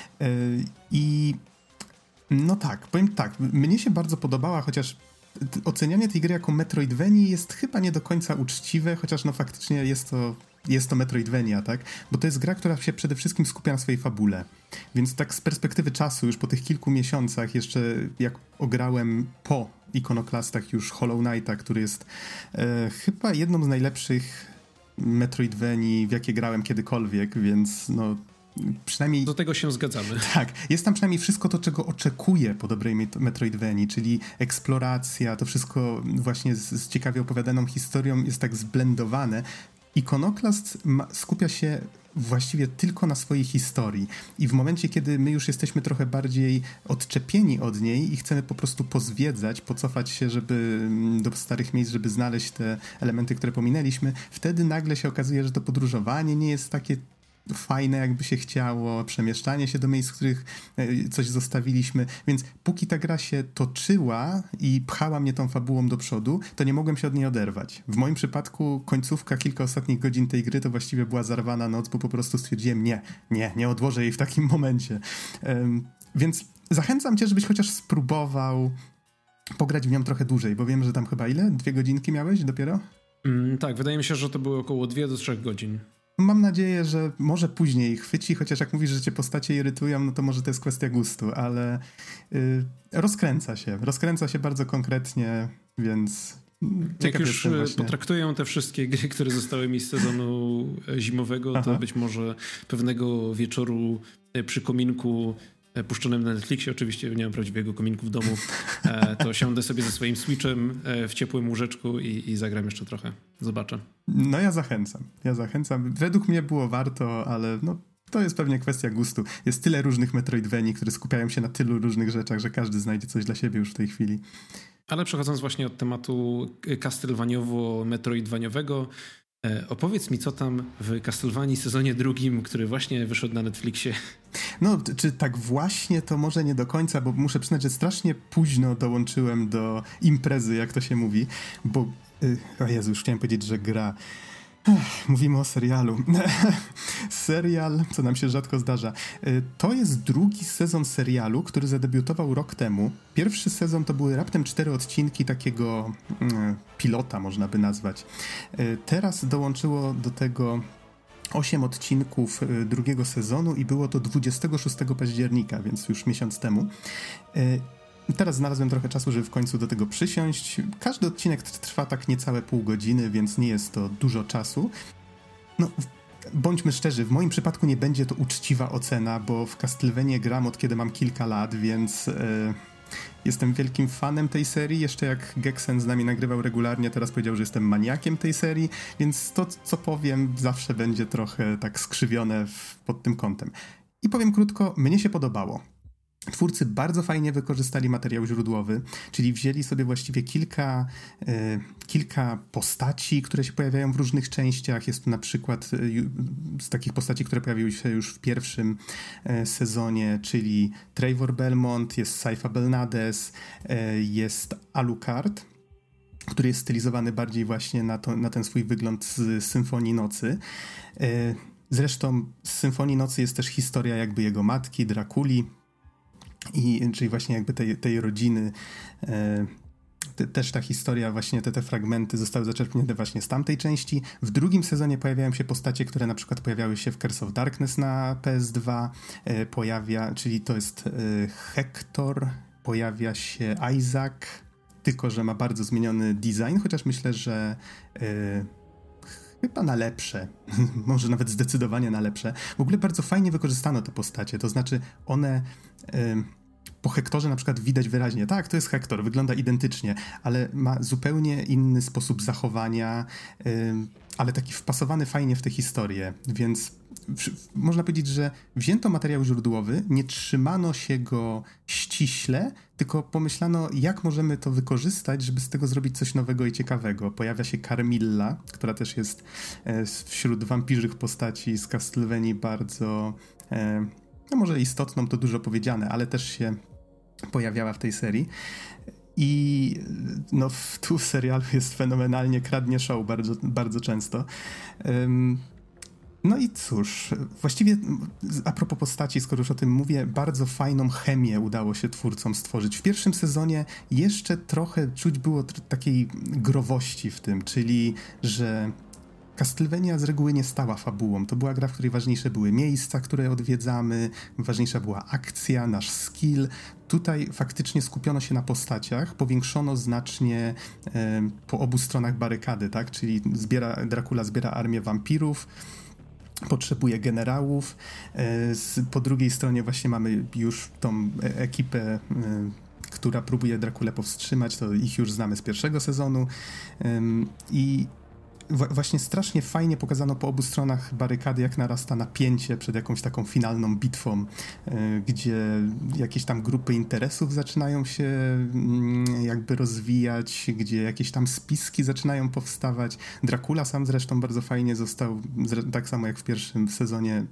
I no tak, powiem tak, mnie się bardzo podobała, chociaż ocenianie tej gry jako Metroidvanii jest chyba nie do końca uczciwe, chociaż no faktycznie jest to Metroidvania, tak? Bo to jest gra, która się przede wszystkim skupia na swojej fabule. Więc tak z perspektywy czasu, już po tych kilku miesiącach, jeszcze jak ograłem po ikonoklastach już Hollow Knighta, który jest chyba jedną z najlepszych Metroidvanii, w jakie grałem kiedykolwiek, więc no przynajmniej... Do tego się zgadzamy. Tak, jest tam przynajmniej wszystko to, czego oczekuję po dobrej Metroidvanii, czyli eksploracja, to wszystko właśnie z ciekawie opowiadaną historią jest tak zblendowane. Ikonoklast skupia się właściwie tylko na swojej historii i w momencie, kiedy my już jesteśmy trochę bardziej odczepieni od niej i chcemy po prostu pozwiedzać, pocofać się do starych miejsc, żeby znaleźć te elementy, które pominęliśmy, wtedy nagle się okazuje, że to podróżowanie nie jest takie fajne, jakby się chciało, przemieszczanie się do miejsc, w których coś zostawiliśmy, więc póki ta gra się toczyła i pchała mnie tą fabułą do przodu, to nie mogłem się od niej oderwać. W moim przypadku końcówka, kilka ostatnich godzin tej gry to właściwie była zarwana noc, bo po prostu stwierdziłem, nie odłożę jej w takim momencie. Więc zachęcam cię, żebyś chociaż spróbował pograć w nią trochę dłużej, bo wiem, że tam chyba ile? 2 godzinki miałeś dopiero? Tak, wydaje mi się, że to było około 2 do 3 godzin. Mam nadzieję, że może później chwyci, chociaż jak mówisz, że cię postacie irytują, no to może to jest kwestia gustu, ale rozkręca się bardzo konkretnie, więc jak już potraktują te wszystkie gry, które zostały mi z sezonu zimowego, to być może pewnego wieczoru przy kominku puszczonym na Netflixie, oczywiście nie mam prawdziwego kominku w domu, to siądę sobie ze swoim Switchem w ciepłym łóżeczku i zagram jeszcze trochę. Zobaczę. No ja zachęcam. Według mnie było warto, ale no to jest pewnie kwestia gustu. Jest tyle różnych Metroidvanii, które skupiają się na tylu różnych rzeczach, że każdy znajdzie coś dla siebie już w tej chwili. Ale przechodząc właśnie od tematu Castlevaniowego, opowiedz mi, co tam w Castlevanii sezonie 2, który właśnie wyszedł na Netflixie. No, czy tak właśnie, to może nie do końca, bo muszę przyznać, że strasznie późno dołączyłem do imprezy, jak to się mówi, bo... O Jezu, już chciałem powiedzieć, że gra... Mówimy o serialu. Serial, co nam się rzadko zdarza. To jest 2. sezon serialu, który zadebiutował rok temu. Pierwszy sezon to były raptem 4 odcinki takiego pilota, można by nazwać. Teraz dołączyło do tego 8 odcinków 2. sezonu i było to 26 października, więc już miesiąc temu. Teraz znalazłem trochę czasu, żeby w końcu do tego przysiąść. Każdy odcinek trwa tak niecałe pół godziny, więc nie jest to dużo czasu. No, bądźmy szczerzy, w moim przypadku nie będzie to uczciwa ocena, bo w Castlevanię gram od kiedy mam kilka lat, więc Jestem wielkim fanem tej serii, jeszcze jak Geksen z nami nagrywał regularnie, teraz powiedział, że jestem maniakiem tej serii, więc to, co powiem, zawsze będzie trochę tak skrzywione pod tym kątem. I powiem krótko, mnie się podobało. Twórcy bardzo fajnie wykorzystali materiał źródłowy, czyli wzięli sobie właściwie kilka postaci, które się pojawiają w różnych częściach. Jest tu na przykład z takich postaci, które pojawiły się już w pierwszym sezonie, czyli Trevor Belmont, jest Saifa Belnades, jest Alucard, który jest stylizowany bardziej właśnie na ten swój wygląd z Symfonii Nocy. Zresztą z Symfonii Nocy jest też historia jakby jego matki, Drakuli, czyli właśnie jakby tej rodziny, też ta historia, właśnie te fragmenty zostały zaczerpnięte właśnie z tamtej części. W drugim sezonie pojawiają się postacie, które na przykład pojawiały się w Curse of Darkness na PS2, czyli to jest Hector, pojawia się Isaac, tylko że ma bardzo zmieniony design, chociaż myślę, że chyba na lepsze, może nawet zdecydowanie na lepsze. W ogóle bardzo fajnie wykorzystano te postacie, to znaczy one po Hektorze na przykład widać wyraźnie, tak, to jest Hektor, wygląda identycznie, ale ma zupełnie inny sposób zachowania, ale taki wpasowany fajnie w tę historię, więc można powiedzieć, że wzięto materiał źródłowy, nie trzymano się go ściśle, tylko pomyślano, jak możemy to wykorzystać, żeby z tego zrobić coś nowego i ciekawego. Pojawia się Carmilla, która też jest wśród wampirzych postaci z Castlevanii bardzo, no może istotną, to dużo powiedziane, ale też się pojawiała w tej serii. I no, tu w serialu jest fenomenalnie, kradnie show bardzo, bardzo często. No i cóż, właściwie a propos postaci, skoro już o tym mówię, bardzo fajną chemię udało się twórcom stworzyć. W pierwszym sezonie jeszcze trochę czuć było takiej growości w tym, czyli że Castlevania z reguły nie stała fabułą. To była gra, w której ważniejsze były miejsca, które odwiedzamy, ważniejsza była akcja, nasz skill. Tutaj faktycznie skupiono się na postaciach, powiększono znacznie po obu stronach barykady, tak? Czyli Dracula zbiera armię wampirów, potrzebuje generałów. Po drugiej stronie właśnie mamy już tą ekipę, która próbuje Draculę powstrzymać, to ich już znamy z pierwszego sezonu. I właśnie strasznie fajnie pokazano po obu stronach barykady, jak narasta napięcie przed jakąś taką finalną bitwą, gdzie jakieś tam grupy interesów zaczynają się jakby rozwijać, gdzie jakieś tam spiski zaczynają powstawać. Dracula sam zresztą bardzo fajnie został, tak samo jak w pierwszym sezonie,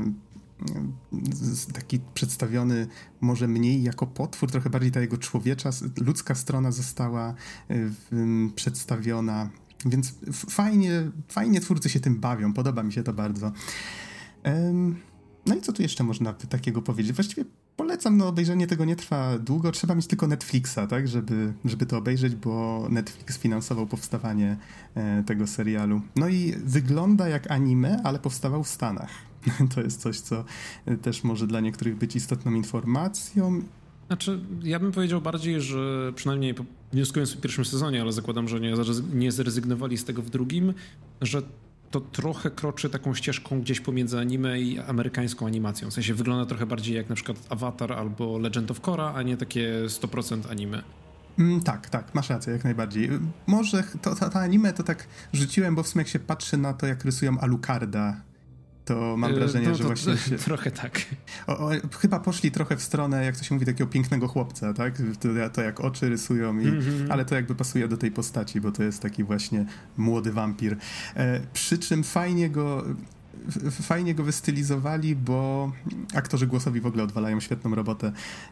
taki przedstawiony może mniej jako potwór, trochę bardziej ta jego człowiecza, ludzka strona została przedstawiona. Więc fajnie twórcy się tym bawią, podoba mi się to bardzo. No i co tu jeszcze można takiego powiedzieć? Właściwie polecam, no obejrzenie tego nie trwa długo, trzeba mieć tylko Netflixa, tak, żeby to obejrzeć, bo Netflix finansował powstawanie tego serialu. No i wygląda jak anime, ale powstawał w Stanach. To jest coś, co też może dla niektórych być istotną informacją. Znaczy, ja bym powiedział bardziej, że przynajmniej wnioskując w pierwszym sezonie, ale zakładam, że nie zrezygnowali z tego w drugim, że to trochę kroczy taką ścieżką gdzieś pomiędzy anime i amerykańską animacją. W sensie wygląda trochę bardziej jak na przykład Avatar albo Legend of Korra, a nie takie 100% anime. Tak, masz rację, jak najbardziej. Może to anime to tak rzuciłem, bo w sumie jak się patrzy na to, jak rysują Alucarda, to mam wrażenie, że właśnie się... Trochę tak. Chyba poszli trochę w stronę, jak to się mówi, takiego pięknego chłopca, tak? To jak oczy rysują, ale to jakby pasuje do tej postaci, bo to jest taki właśnie młody wampir. Przy czym fajnie go wystylizowali, bo aktorzy głosowi w ogóle odwalają świetną robotę.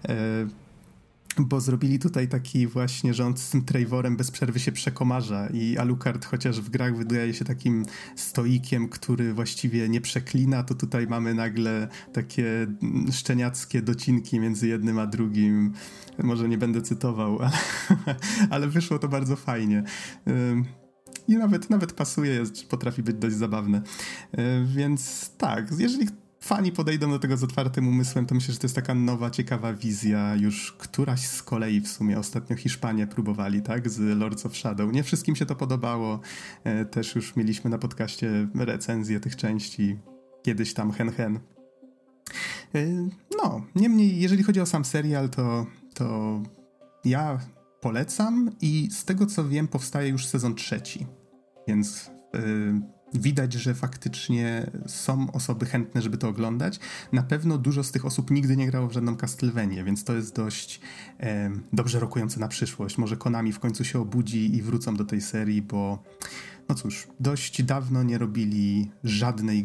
Bo zrobili tutaj taki właśnie, że on z tym Trevorem bez przerwy się przekomarza i Alucard, chociaż w grach wydaje się takim stoikiem, który właściwie nie przeklina, to tutaj mamy nagle takie szczeniackie docinki między jednym a drugim. Może nie będę cytował, ale wyszło to bardzo fajnie. I nawet pasuje, potrafi być dość zabawne. Więc tak, jeżeli fani podejdą do tego z otwartym umysłem, to myślę, że to jest taka nowa, ciekawa wizja. Już któraś z kolei w sumie ostatnio Hiszpanie próbowali, tak? Z Lords of Shadow. Nie wszystkim się to podobało. Też już mieliśmy na podcaście recenzję tych części. Kiedyś tam hen. No, niemniej, jeżeli chodzi o sam serial, to Ja polecam i z tego co wiem powstaje już sezon 3, więc widać, że faktycznie są osoby chętne, żeby to oglądać. Na pewno dużo z tych osób nigdy nie grało w żadną Castlevanię, więc to jest dość dobrze rokujące na przyszłość. Może Konami w końcu się obudzi i wrócą do tej serii, bo no cóż, dość dawno nie robili żadnej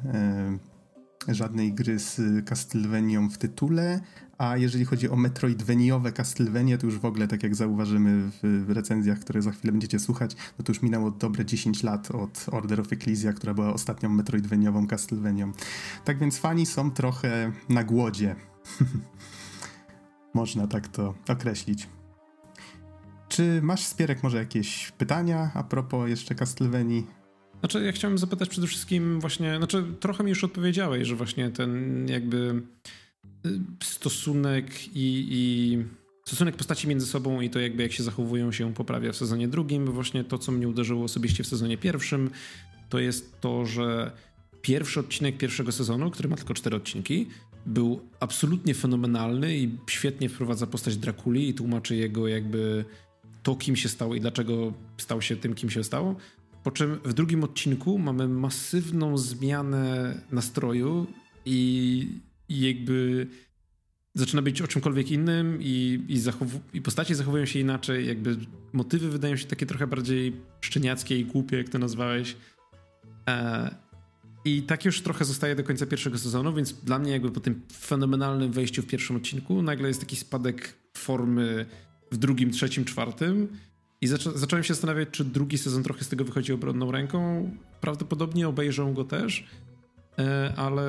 gry z Castlevanią w tytule, a jeżeli chodzi o metroidveniowe Castlevanie, to już w ogóle, tak jak zauważymy w recenzjach, które za chwilę będziecie słuchać, no to już minęło dobre 10 lat od Order of Ecclesia, która była ostatnią metroidveniową Castlevanią. Tak więc fani są trochę na głodzie. Można tak to określić. Czy masz, Spierek, może jakieś pytania a propos jeszcze Castlevanii? Znaczy, ja chciałem zapytać przede wszystkim właśnie, trochę mi już odpowiedziałeś, że właśnie ten jakby stosunek i stosunek postaci między sobą i to jakby jak się zachowują się poprawia w sezonie drugim, bo właśnie to, co mnie uderzyło osobiście w sezonie pierwszym, to jest to, że pierwszy odcinek pierwszego sezonu, który ma tylko 4 odcinki, był absolutnie fenomenalny i świetnie wprowadza postać Drakuli i tłumaczy jego jakby to, kim się stał i dlaczego stał się tym, kim się stał. Po czym w drugim odcinku mamy masywną zmianę nastroju i jakby zaczyna być o czymkolwiek innym i postacie zachowują się inaczej, jakby motywy wydają się takie trochę bardziej szczeniackie i głupie, jak to nazwałeś. I tak już trochę zostaje do końca pierwszego sezonu, więc dla mnie jakby po tym fenomenalnym wejściu w pierwszym odcinku nagle jest taki spadek formy w drugim, trzecim, czwartym. I zacząłem się zastanawiać, czy drugi sezon trochę z tego wychodzi obronną ręką. Prawdopodobnie obejrzą go też, ale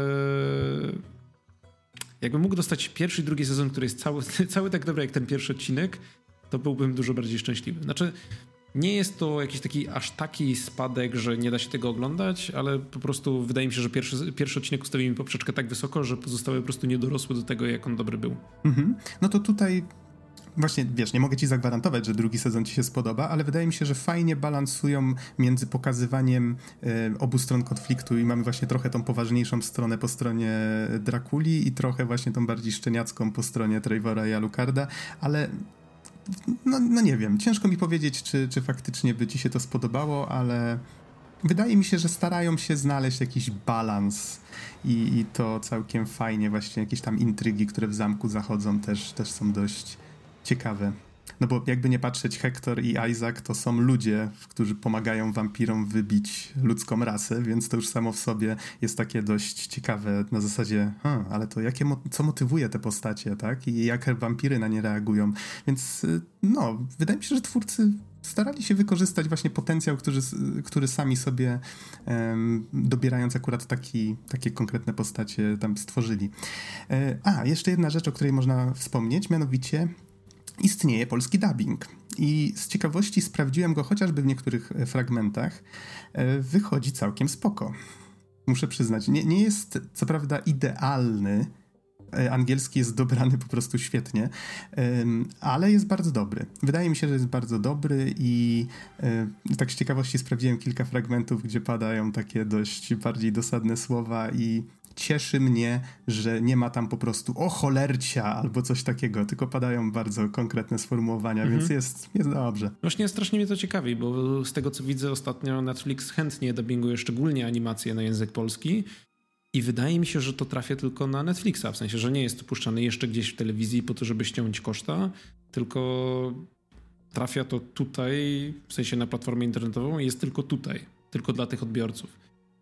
jakbym mógł dostać pierwszy i drugi sezon, który jest cały tak dobry jak ten pierwszy odcinek, to byłbym dużo bardziej szczęśliwy. Znaczy, nie jest to jakiś aż taki spadek, że nie da się tego oglądać, ale po prostu wydaje mi się, że pierwszy odcinek ustawił mi poprzeczkę tak wysoko, że pozostałe po prostu nie dorosły do tego, jak on dobry był. No to tutaj właśnie, wiesz, nie mogę ci zagwarantować, że drugi sezon ci się spodoba, ale wydaje mi się, że fajnie balansują między pokazywaniem obu stron konfliktu i mamy właśnie trochę tą poważniejszą stronę po stronie Drakuli i trochę właśnie tą bardziej szczeniacką po stronie Treivora i Alucarda, ale no nie wiem, ciężko mi powiedzieć, czy faktycznie by ci się to spodobało, ale wydaje mi się, że starają się znaleźć jakiś balans i to całkiem fajnie, właśnie jakieś tam intrygi, które w zamku zachodzą też są dość ciekawe. No bo jakby nie patrzeć, Hector i Isaac to są ludzie, którzy pomagają wampirom wybić ludzką rasę, więc to już samo w sobie jest takie dość ciekawe na zasadzie, ale to co motywuje te postacie, tak? I jak wampiry na nie reagują. Więc no, wydaje mi się, że twórcy starali się wykorzystać właśnie potencjał, który sami sobie dobierając akurat takie konkretne postacie tam stworzyli. Jeszcze jedna rzecz, o której można wspomnieć, mianowicie istnieje polski dubbing i z ciekawości sprawdziłem go chociażby w niektórych fragmentach. Wychodzi całkiem spoko. Muszę przyznać, nie jest co prawda idealny, angielski jest dobrany po prostu świetnie, ale jest bardzo dobry. Wydaje mi się, że jest bardzo dobry i tak z ciekawości sprawdziłem kilka fragmentów, gdzie padają takie dość bardziej dosadne słowa i cieszy mnie, że nie ma tam po prostu o cholercia albo coś takiego, tylko padają bardzo konkretne sformułowania, więc jest dobrze. Właśnie strasznie mnie to ciekawi, bo z tego co widzę ostatnio Netflix chętnie dubbinguje szczególnie animacje na język polski i wydaje mi się, że to trafia tylko na Netflixa, w sensie, że nie jest puszczany jeszcze gdzieś w telewizji po to, żeby ściąć koszta, tylko trafia to tutaj, w sensie na platformę internetową i jest tylko tutaj, tylko dla tych odbiorców.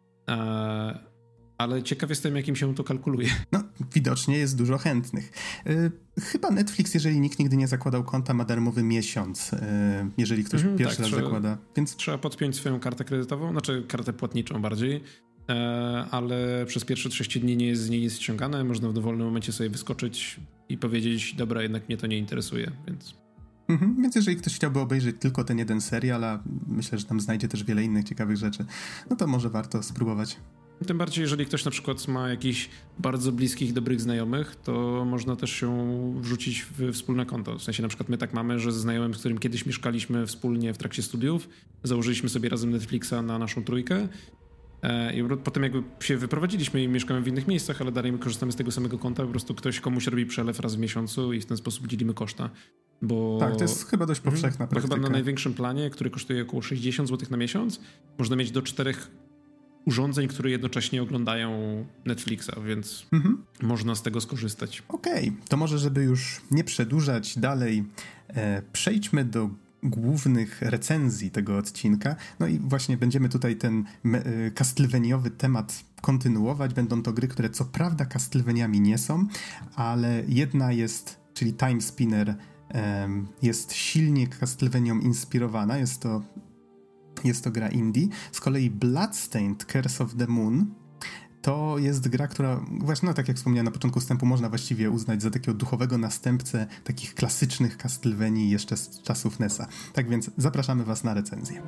Ale ciekaw jestem, jakim się to kalkuluje. No, widocznie jest dużo chętnych. Chyba Netflix, jeżeli nikt nigdy nie zakładał konta, ma darmowy miesiąc, jeżeli ktoś pierwszy raz zakłada. Więc trzeba podpiąć swoją kartę kredytową, znaczy kartę płatniczą bardziej, ale przez pierwsze 30 dni nie jest z niej nic ściągane. Można w dowolnym momencie sobie wyskoczyć i powiedzieć, dobra, jednak mnie to nie interesuje, więc... Więc jeżeli ktoś chciałby obejrzeć tylko ten jeden serial, a myślę, że tam znajdzie też wiele innych ciekawych rzeczy, no to może warto spróbować. Tym bardziej, jeżeli ktoś na przykład ma jakichś bardzo bliskich, dobrych znajomych, to można też się wrzucić w wspólne konto. W sensie na przykład my tak mamy, że ze znajomym, z którym kiedyś mieszkaliśmy wspólnie w trakcie studiów, założyliśmy sobie razem Netflixa na naszą trójkę i potem jakby się wyprowadziliśmy i mieszkamy w innych miejscach, ale dalej my korzystamy z tego samego konta, po prostu ktoś komuś robi przelew raz w miesiącu i w ten sposób dzielimy koszta. Bo, tak, to jest chyba dość powszechna praktyka. Bo chyba na największym planie, który kosztuje około 60 zł na miesiąc, można mieć do 4 urządzeń, które jednocześnie oglądają Netflixa, więc można z tego skorzystać. Okej, to może żeby już nie przedłużać dalej, przejdźmy do głównych recenzji tego odcinka. No i właśnie będziemy tutaj ten Castlevaniaowy temat kontynuować. Będą to gry, które co prawda Castlevaniami nie są, ale jedna jest, czyli Time Spinner, jest silnie Castlevanią inspirowana. Jest to gra indie. Z kolei Bloodstained Curse of the Moon to jest gra, która właśnie, no tak jak wspomniałem na początku wstępu, można właściwie uznać za takiego duchowego następcę takich klasycznych Castlevanii jeszcze z czasów NES-a. Tak więc zapraszamy was na recenzję.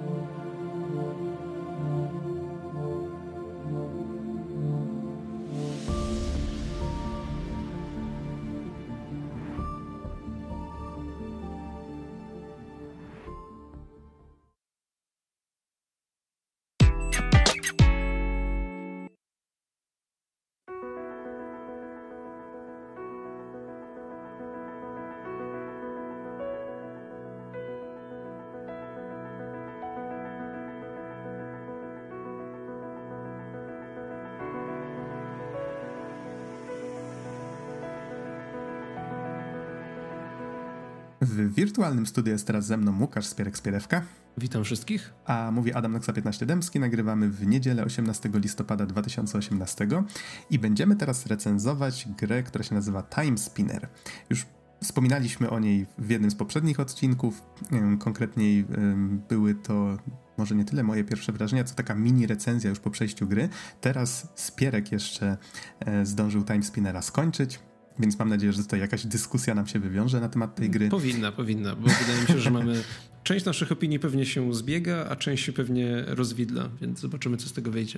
W wirtualnym studiu jest teraz ze mną Łukasz Spierek-Spierewka. Witam wszystkich. A mówi Adam Noxa 15 Dębski. Nagrywamy w niedzielę 18 listopada 2018 i będziemy teraz recenzować grę, która się nazywa Time Spinner. Już wspominaliśmy o niej w jednym z poprzednich odcinków. Konkretniej były to może nie tyle moje pierwsze wrażenia, co taka mini recenzja już po przejściu gry. Teraz Spierek jeszcze zdążył Time Spinnera skończyć. Więc mam nadzieję, że tutaj jakaś dyskusja nam się wywiąże na temat tej gry. Powinna, bo wydaje mi się, że mamy... Część naszych opinii pewnie się zbiega, a część się pewnie rozwidla, więc zobaczymy, co z tego wyjdzie.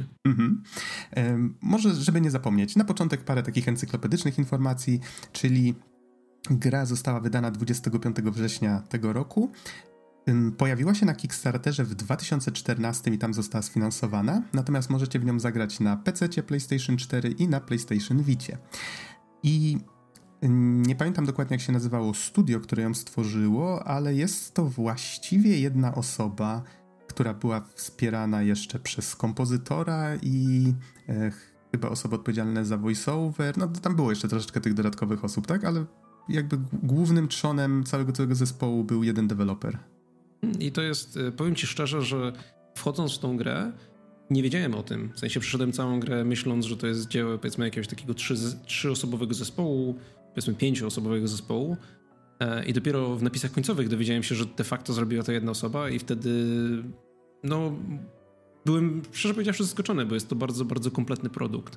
Może, żeby nie zapomnieć, na początek parę takich encyklopedycznych informacji, czyli gra została wydana 25 września tego roku. Pojawiła się na Kickstarterze w 2014 i tam została sfinansowana, natomiast możecie w nią zagrać na PC-cie, PlayStation 4 i na PlayStation Vicie. I nie pamiętam dokładnie, jak się nazywało studio, które ją stworzyło, ale jest to właściwie jedna osoba, która była wspierana jeszcze przez kompozytora i chyba osoby odpowiedzialne za voiceover. No tam było jeszcze troszeczkę tych dodatkowych osób, tak? Ale jakby głównym trzonem całego tego zespołu był jeden deweloper. I to jest, powiem ci szczerze, że wchodząc w tą grę, nie wiedziałem o tym. W sensie przyszedłem całą grę myśląc, że to jest dzieło, powiedzmy, jakiegoś takiego trzyosobowego zespołu, powiedzmy 5-osobowego zespołu. I dopiero w napisach końcowych dowiedziałem się, że de facto zrobiła to jedna osoba i wtedy no byłem, szczerze powiedziawszy, zaskoczony, bo jest to bardzo, bardzo kompletny produkt.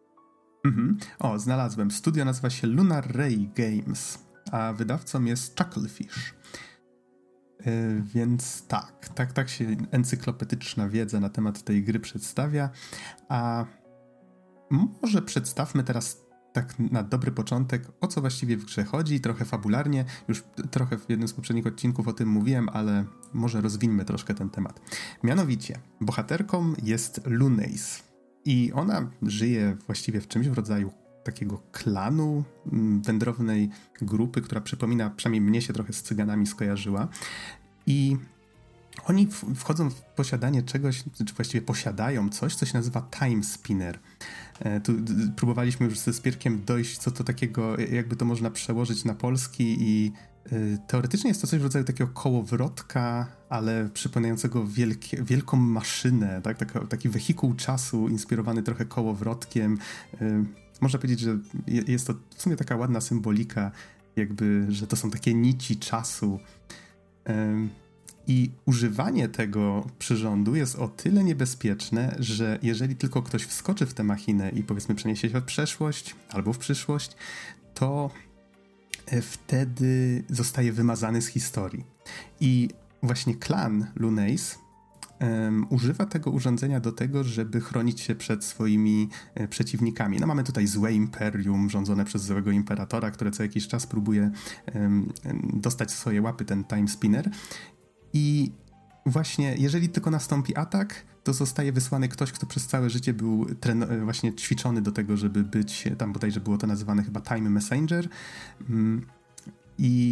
O, znalazłem. Studio nazywa się Lunar Ray Games, a wydawcą jest Chucklefish. Więc tak się encyklopedyczna wiedza na temat tej gry przedstawia. A może przedstawmy teraz tak na dobry początek, o co właściwie w grze chodzi, trochę fabularnie. Już trochę w jednym z poprzednich odcinków o tym mówiłem, ale może rozwińmy troszkę ten temat. Mianowicie, bohaterką jest Lunace i ona żyje właściwie w czymś w rodzaju takiego klanu, wędrownej grupy, która przypomina, przynajmniej mnie się trochę z cyganami skojarzyła. I oni wchodzą w posiadanie czegoś, czy właściwie posiadają coś, co się nazywa Time Spinner. Tu próbowaliśmy już ze Spierkiem dojść, co to takiego, jakby to można przełożyć na polski i teoretycznie jest to coś w rodzaju takiego kołowrotka, ale przypominającego wielką maszynę, tak? Taki wehikuł czasu inspirowany trochę kołowrotkiem. Można powiedzieć, że jest to w sumie taka ładna symbolika, jakby, że to są takie nici czasu. I używanie tego przyrządu jest o tyle niebezpieczne, że jeżeli tylko ktoś wskoczy w tę machinę i powiedzmy przeniesie się w przeszłość albo w przyszłość, to wtedy zostaje wymazany z historii. I właśnie klan Lunace używa tego urządzenia do tego, żeby chronić się przed swoimi przeciwnikami. No mamy tutaj złe imperium rządzone przez złego imperatora, które co jakiś czas próbuje dostać w swoje łapy ten Time Spinner. I właśnie jeżeli tylko nastąpi atak, to zostaje wysłany ktoś, kto przez całe życie był właśnie ćwiczony do tego, żeby być, tam bodajże było to nazywane chyba Time Messenger. I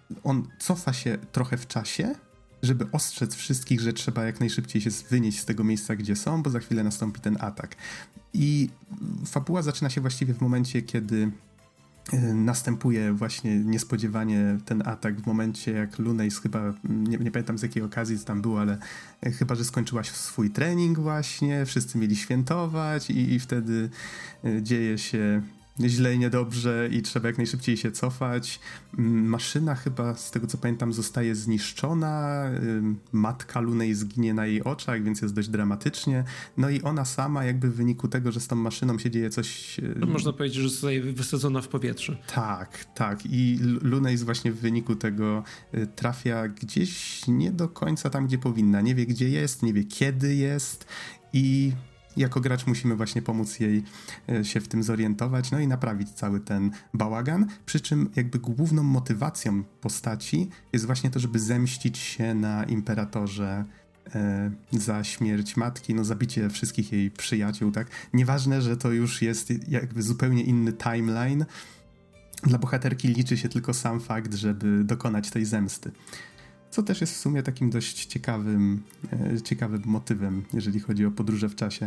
on cofa się trochę w czasie, żeby ostrzec wszystkich, że trzeba jak najszybciej się wynieść z tego miejsca, gdzie są, bo za chwilę nastąpi ten atak. I fabuła zaczyna się właściwie w momencie, kiedy następuje właśnie niespodziewanie ten atak, w momencie jak Lunase chyba, nie pamiętam z jakiej okazji to tam było, ale chyba, że skończyła swój trening właśnie, wszyscy mieli świętować i wtedy dzieje się źle i niedobrze i trzeba jak najszybciej się cofać. Maszyna chyba, z tego co pamiętam, zostaje zniszczona, matka Lunase zginie na jej oczach, więc jest dość dramatycznie. No i ona sama jakby w wyniku tego, że z tą maszyną się dzieje coś... Można powiedzieć, że zostaje wysadzona w powietrze. Tak. I Lunase właśnie w wyniku tego trafia gdzieś nie do końca tam, gdzie powinna. Nie wie, gdzie jest, nie wie, kiedy jest i... Jako gracz musimy właśnie pomóc jej się w tym zorientować, no i naprawić cały ten bałagan, przy czym jakby główną motywacją postaci jest właśnie to, żeby zemścić się na Imperatorze za śmierć matki, no zabicie wszystkich jej przyjaciół, tak? Nieważne, że to już jest jakby zupełnie inny timeline, dla bohaterki liczy się tylko sam fakt, żeby dokonać tej zemsty. Co też jest w sumie takim dość ciekawym motywem, jeżeli chodzi o podróże w czasie.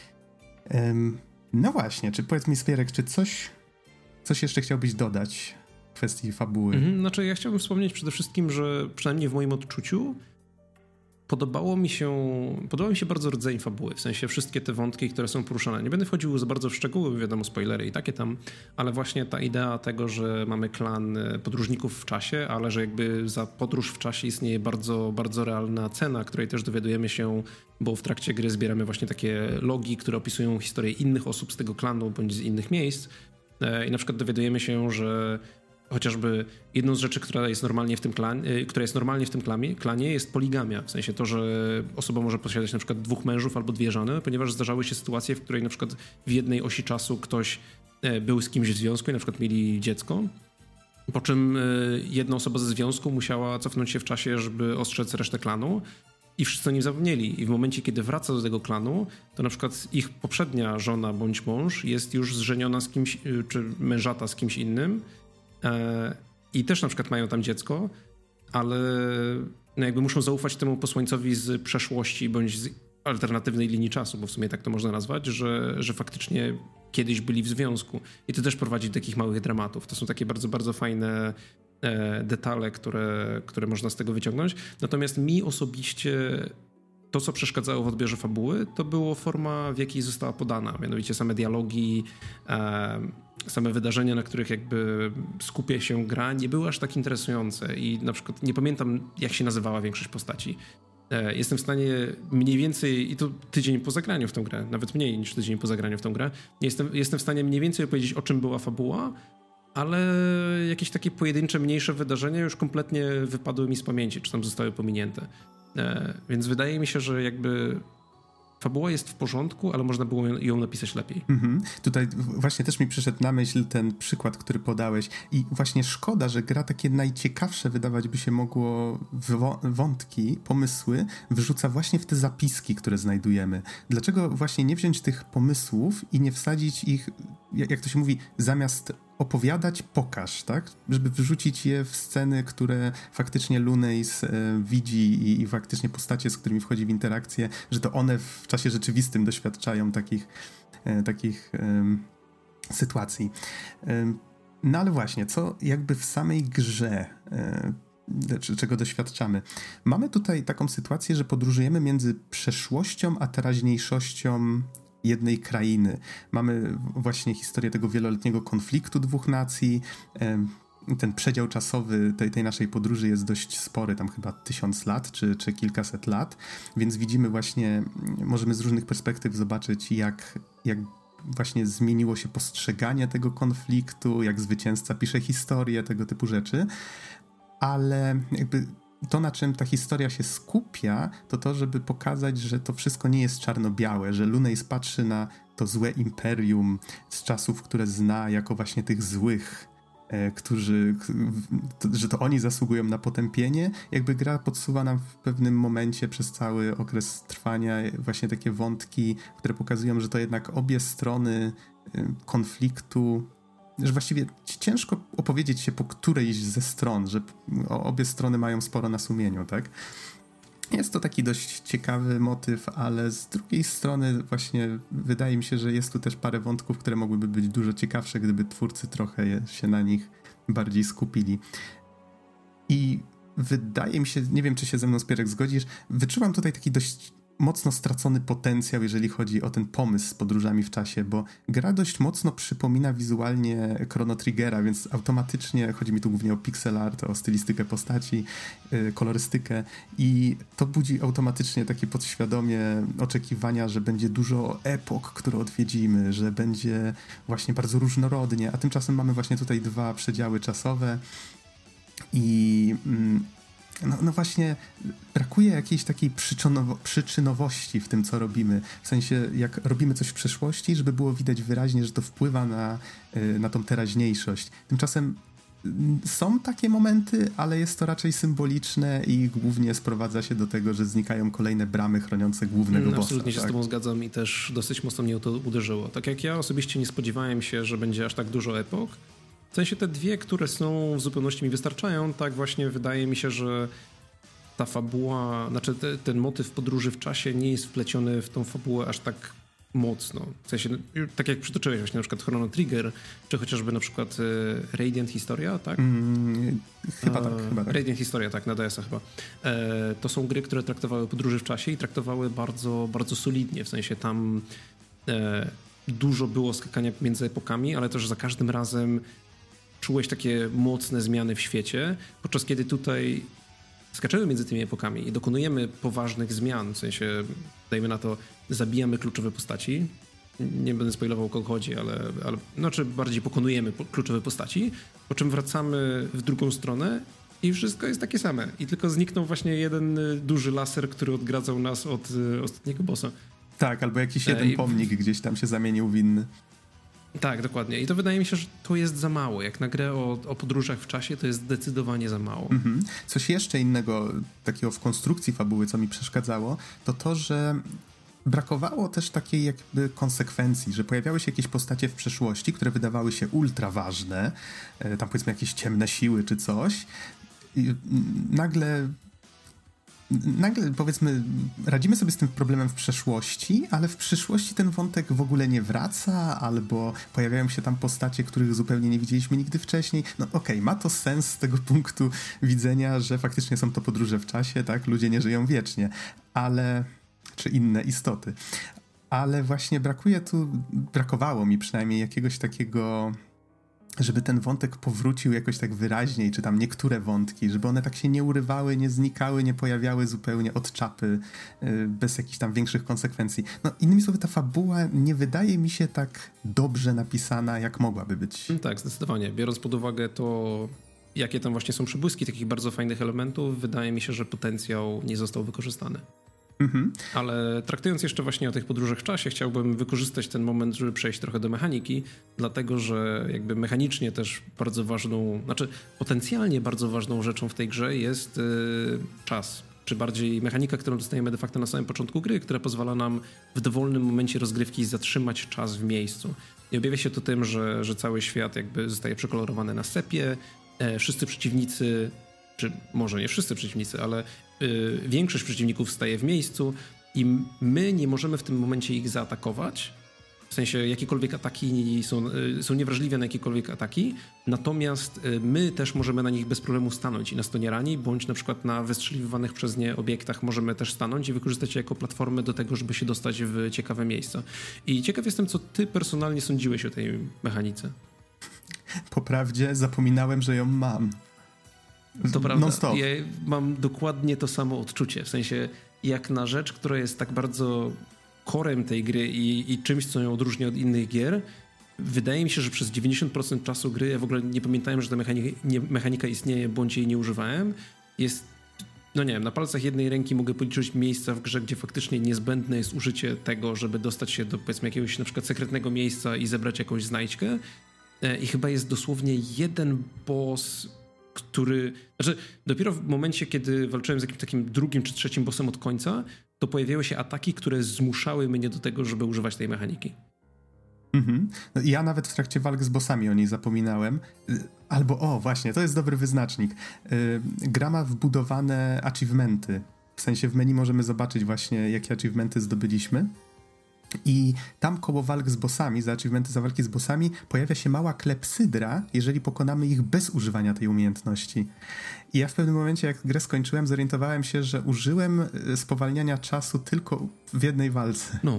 No właśnie, czy powiedz mi, Sfierek, czy coś jeszcze chciałbyś dodać w kwestii fabuły? Znaczy ja chciałbym wspomnieć przede wszystkim, że przynajmniej w moim odczuciu podobał mi się bardzo rodzaj fabuły, w sensie wszystkie te wątki, które są poruszane. Nie będę wchodził za bardzo w szczegóły, wiadomo, spoilery i takie tam, ale właśnie ta idea tego, że mamy klan podróżników w czasie, ale że jakby za podróż w czasie istnieje bardzo, bardzo realna cena, której też dowiadujemy się, bo w trakcie gry zbieramy właśnie takie logi, które opisują historię innych osób z tego klanu bądź z innych miejsc i na przykład dowiadujemy się, że chociażby jedną z rzeczy, która jest normalnie w tym klanie jest poligamia. W sensie to, że osoba może posiadać na przykład 2 mężów albo 2 żony, ponieważ zdarzały się sytuacje, w której na przykład w jednej osi czasu ktoś był z kimś w związku i na przykład mieli dziecko, po czym jedna osoba ze związku musiała cofnąć się w czasie, żeby ostrzec resztę klanu i wszyscy o nim zapomnieli. I w momencie, kiedy wraca do tego klanu, to na przykład ich poprzednia żona bądź mąż jest już zżeniona z kimś, czy mężata z kimś innym, i też na przykład mają tam dziecko, ale no jakby muszą zaufać temu posłańcowi z przeszłości bądź z alternatywnej linii czasu, bo w sumie tak to można nazwać, że faktycznie kiedyś byli w związku. I to też prowadzi do takich małych dramatów. To są takie bardzo, bardzo fajne detale, które można z tego wyciągnąć. Natomiast mi osobiście to, co przeszkadzało w odbiorze fabuły, to było forma, w jakiej została podana. Mianowicie same dialogi, same wydarzenia, na których jakby skupia się gra, nie były aż tak interesujące i na przykład nie pamiętam, jak się nazywała większość postaci. Jestem w stanie mniej więcej, i to tydzień po zagraniu w tą grę, nawet mniej niż tydzień po zagraniu w tą grę, jestem w stanie mniej więcej opowiedzieć, o czym była fabuła, ale jakieś takie pojedyncze, mniejsze wydarzenia już kompletnie wypadły mi z pamięci, czy tam zostały pominięte. Więc wydaje mi się, że jakby fabuła jest w porządku, ale można było ją napisać lepiej. Tutaj właśnie też mi przyszedł na myśl ten przykład, który podałeś i właśnie szkoda, że gra takie najciekawsze wydawać by się mogło wątki, pomysły wyrzuca właśnie w te zapiski, które znajdujemy. Dlaczego właśnie nie wziąć tych pomysłów i nie wsadzić ich, jak to się mówi, zamiast opowiadać, pokaż, tak? Żeby wrzucić je w sceny, które faktycznie Lunase widzi i faktycznie postacie, z którymi wchodzi w interakcję, że to one w czasie rzeczywistym doświadczają takich sytuacji. No ale właśnie, co jakby w samej grze, czego doświadczamy? Mamy tutaj taką sytuację, że podróżujemy między przeszłością a teraźniejszością jednej krainy. Mamy właśnie historię tego wieloletniego konfliktu 2 nacji. Ten przedział czasowy tej naszej podróży jest dość spory, tam chyba 1000 lat czy kilkaset lat, więc widzimy właśnie, możemy z różnych perspektyw zobaczyć, jak właśnie zmieniło się postrzeganie tego konfliktu, jak zwycięzca pisze historię, tego typu rzeczy, ale jakby to, na czym ta historia się skupia, to, żeby pokazać, że to wszystko nie jest czarno-białe, że Lunase patrzy na to złe imperium z czasów, które zna, jako właśnie tych złych, że to oni zasługują na potępienie. Jakby gra podsuwa nam w pewnym momencie przez cały okres trwania właśnie takie wątki, które pokazują, że to jednak obie strony konfliktu że właściwie ciężko opowiedzieć się po którejś ze stron, że obie strony mają sporo na sumieniu, tak? Jest to taki dość ciekawy motyw, ale z drugiej strony właśnie wydaje mi się, że jest tu też parę wątków, które mogłyby być dużo ciekawsze, gdyby twórcy trochę się na nich bardziej skupili. I wydaje mi się, nie wiem, czy się ze mną, Spierek, zgodzisz, wyczuwam tutaj taki dość mocno stracony potencjał, jeżeli chodzi o ten pomysł z podróżami w czasie, bo gra dość mocno przypomina wizualnie Chrono Triggera, więc automatycznie chodzi mi tu głównie o pixel art, o stylistykę postaci, kolorystykę i to budzi automatycznie takie podświadomie oczekiwania, że będzie dużo epok, które odwiedzimy, że będzie właśnie bardzo różnorodnie, a tymczasem mamy właśnie tutaj 2 przedziały czasowe i no właśnie brakuje jakiejś takiej przyczynowości w tym, co robimy. W sensie, jak robimy coś w przeszłości, żeby było widać wyraźnie, że to wpływa na tą teraźniejszość. Tymczasem są takie momenty, ale jest to raczej symboliczne i głównie sprowadza się do tego, że znikają kolejne bramy chroniące głównego bossa. Absolutnie się tak? z tobą zgadzam i też dosyć mocno mnie to uderzyło. Tak jak ja osobiście nie spodziewałem się, że będzie aż tak dużo epok. W sensie te 2, które są w zupełności mi wystarczają, tak właśnie wydaje mi się, że ta fabuła, znaczy ten motyw podróży w czasie nie jest wpleciony w tą fabułę aż tak mocno. W sensie, tak jak przytoczyłeś właśnie na przykład Chrono Trigger, czy chociażby na przykład Radiant Historia, tak? Chyba tak. Radiant Historia, tak, na DS-a chyba. To są gry, które traktowały podróży w czasie i traktowały bardzo, bardzo solidnie, w sensie tam dużo było skakania między epokami, ale też za każdym razem czułeś takie mocne zmiany w świecie, podczas kiedy tutaj skaczemy między tymi epokami i dokonujemy poważnych zmian, w sensie, dajmy na to, zabijamy kluczowe postaci. Nie będę spoilował, o kogo chodzi, ale znaczy bardziej pokonujemy kluczowe postaci, po czym wracamy w drugą stronę i wszystko jest takie same. I tylko zniknął właśnie jeden duży laser, który odgradzał nas od ostatniego bossa. Tak, albo jakiś jeden pomnik gdzieś tam się zamienił w inny. Tak, dokładnie. I to wydaje mi się, że to jest za mało. Jak na grę o podróżach w czasie, to jest zdecydowanie za mało. Coś jeszcze innego takiego w konstrukcji fabuły, co mi przeszkadzało, to, że brakowało też takiej jakby konsekwencji, że pojawiały się jakieś postacie w przeszłości, które wydawały się ultra ważne, tam powiedzmy jakieś ciemne siły czy coś. I nagle powiedzmy radzimy sobie z tym problemem w przeszłości, ale w przyszłości ten wątek w ogóle nie wraca, albo pojawiają się tam postacie, których zupełnie nie widzieliśmy nigdy wcześniej. No okej, ma to sens z tego punktu widzenia, że faktycznie są to podróże w czasie, tak? Ludzie nie żyją wiecznie, czy inne istoty. Ale właśnie brakowało mi przynajmniej jakiegoś takiego, żeby ten wątek powrócił jakoś tak wyraźniej, czy tam niektóre wątki, żeby one tak się nie urywały, nie znikały, nie pojawiały zupełnie od czapy, bez jakichś tam większych konsekwencji. No innymi słowy, ta fabuła nie wydaje mi się tak dobrze napisana, jak mogłaby być. Tak, zdecydowanie. Biorąc pod uwagę to, jakie tam właśnie są przebłyski takich bardzo fajnych elementów, wydaje mi się, że potencjał nie został wykorzystany. Ale traktując jeszcze właśnie o tych podróżach w czasie, chciałbym wykorzystać ten moment, żeby przejść trochę do mechaniki, dlatego że jakby mechanicznie też bardzo ważną, znaczy potencjalnie bardzo ważną rzeczą w tej grze jest czas, czy bardziej mechanika, którą dostajemy de facto na samym początku gry, która pozwala nam w dowolnym momencie rozgrywki zatrzymać czas w miejscu. I objawia się to tym, że cały świat jakby zostaje przekolorowany na sepie, wszyscy przeciwnicy, czy może nie wszyscy przeciwnicy, ale większość przeciwników staje w miejscu i my nie możemy w tym momencie ich zaatakować. W sensie jakiekolwiek ataki są niewrażliwe na jakiekolwiek ataki, natomiast my też możemy na nich bez problemu stanąć i nas to nie rani, bądź na przykład na wystrzeliwanych przez nie obiektach możemy też stanąć i wykorzystać je jako platformę do tego, żeby się dostać w ciekawe miejsca. I ciekaw jestem, co ty personalnie sądziłeś o tej mechanice. Po prawdzie zapominałem, że ją mam. To prawda, ja mam dokładnie to samo odczucie, w sensie jak na rzecz, która jest tak bardzo korem tej gry i czymś, co ją odróżnia od innych gier, wydaje mi się, że przez 90% czasu gry ja w ogóle nie pamiętałem, że ta mechanika istnieje, bądź jej nie używałem. Jest, no nie wiem, na palcach jednej ręki mogę policzyć miejsca w grze, gdzie faktycznie niezbędne jest użycie tego, żeby dostać się do powiedzmy jakiegoś na przykład sekretnego miejsca i zebrać jakąś znajdźkę. I chyba jest dosłownie jeden boss, który... Znaczy, dopiero w momencie, kiedy walczyłem z jakimś takim drugim czy trzecim bossem od końca, to pojawiały się ataki, które zmuszały mnie do tego, żeby używać tej mechaniki. No, ja nawet w trakcie walk z bossami o niej zapominałem. Albo, właśnie, to jest dobry wyznacznik. Gra ma wbudowane achievementy. W sensie w menu możemy zobaczyć właśnie, jakie achievementy zdobyliśmy. I tam koło walk z bossami, za achievementy za walki z bossami, pojawia się mała klepsydra, jeżeli pokonamy ich bez używania tej umiejętności. I ja w pewnym momencie, jak grę skończyłem, zorientowałem się, że użyłem spowalniania czasu tylko w jednej walce. No.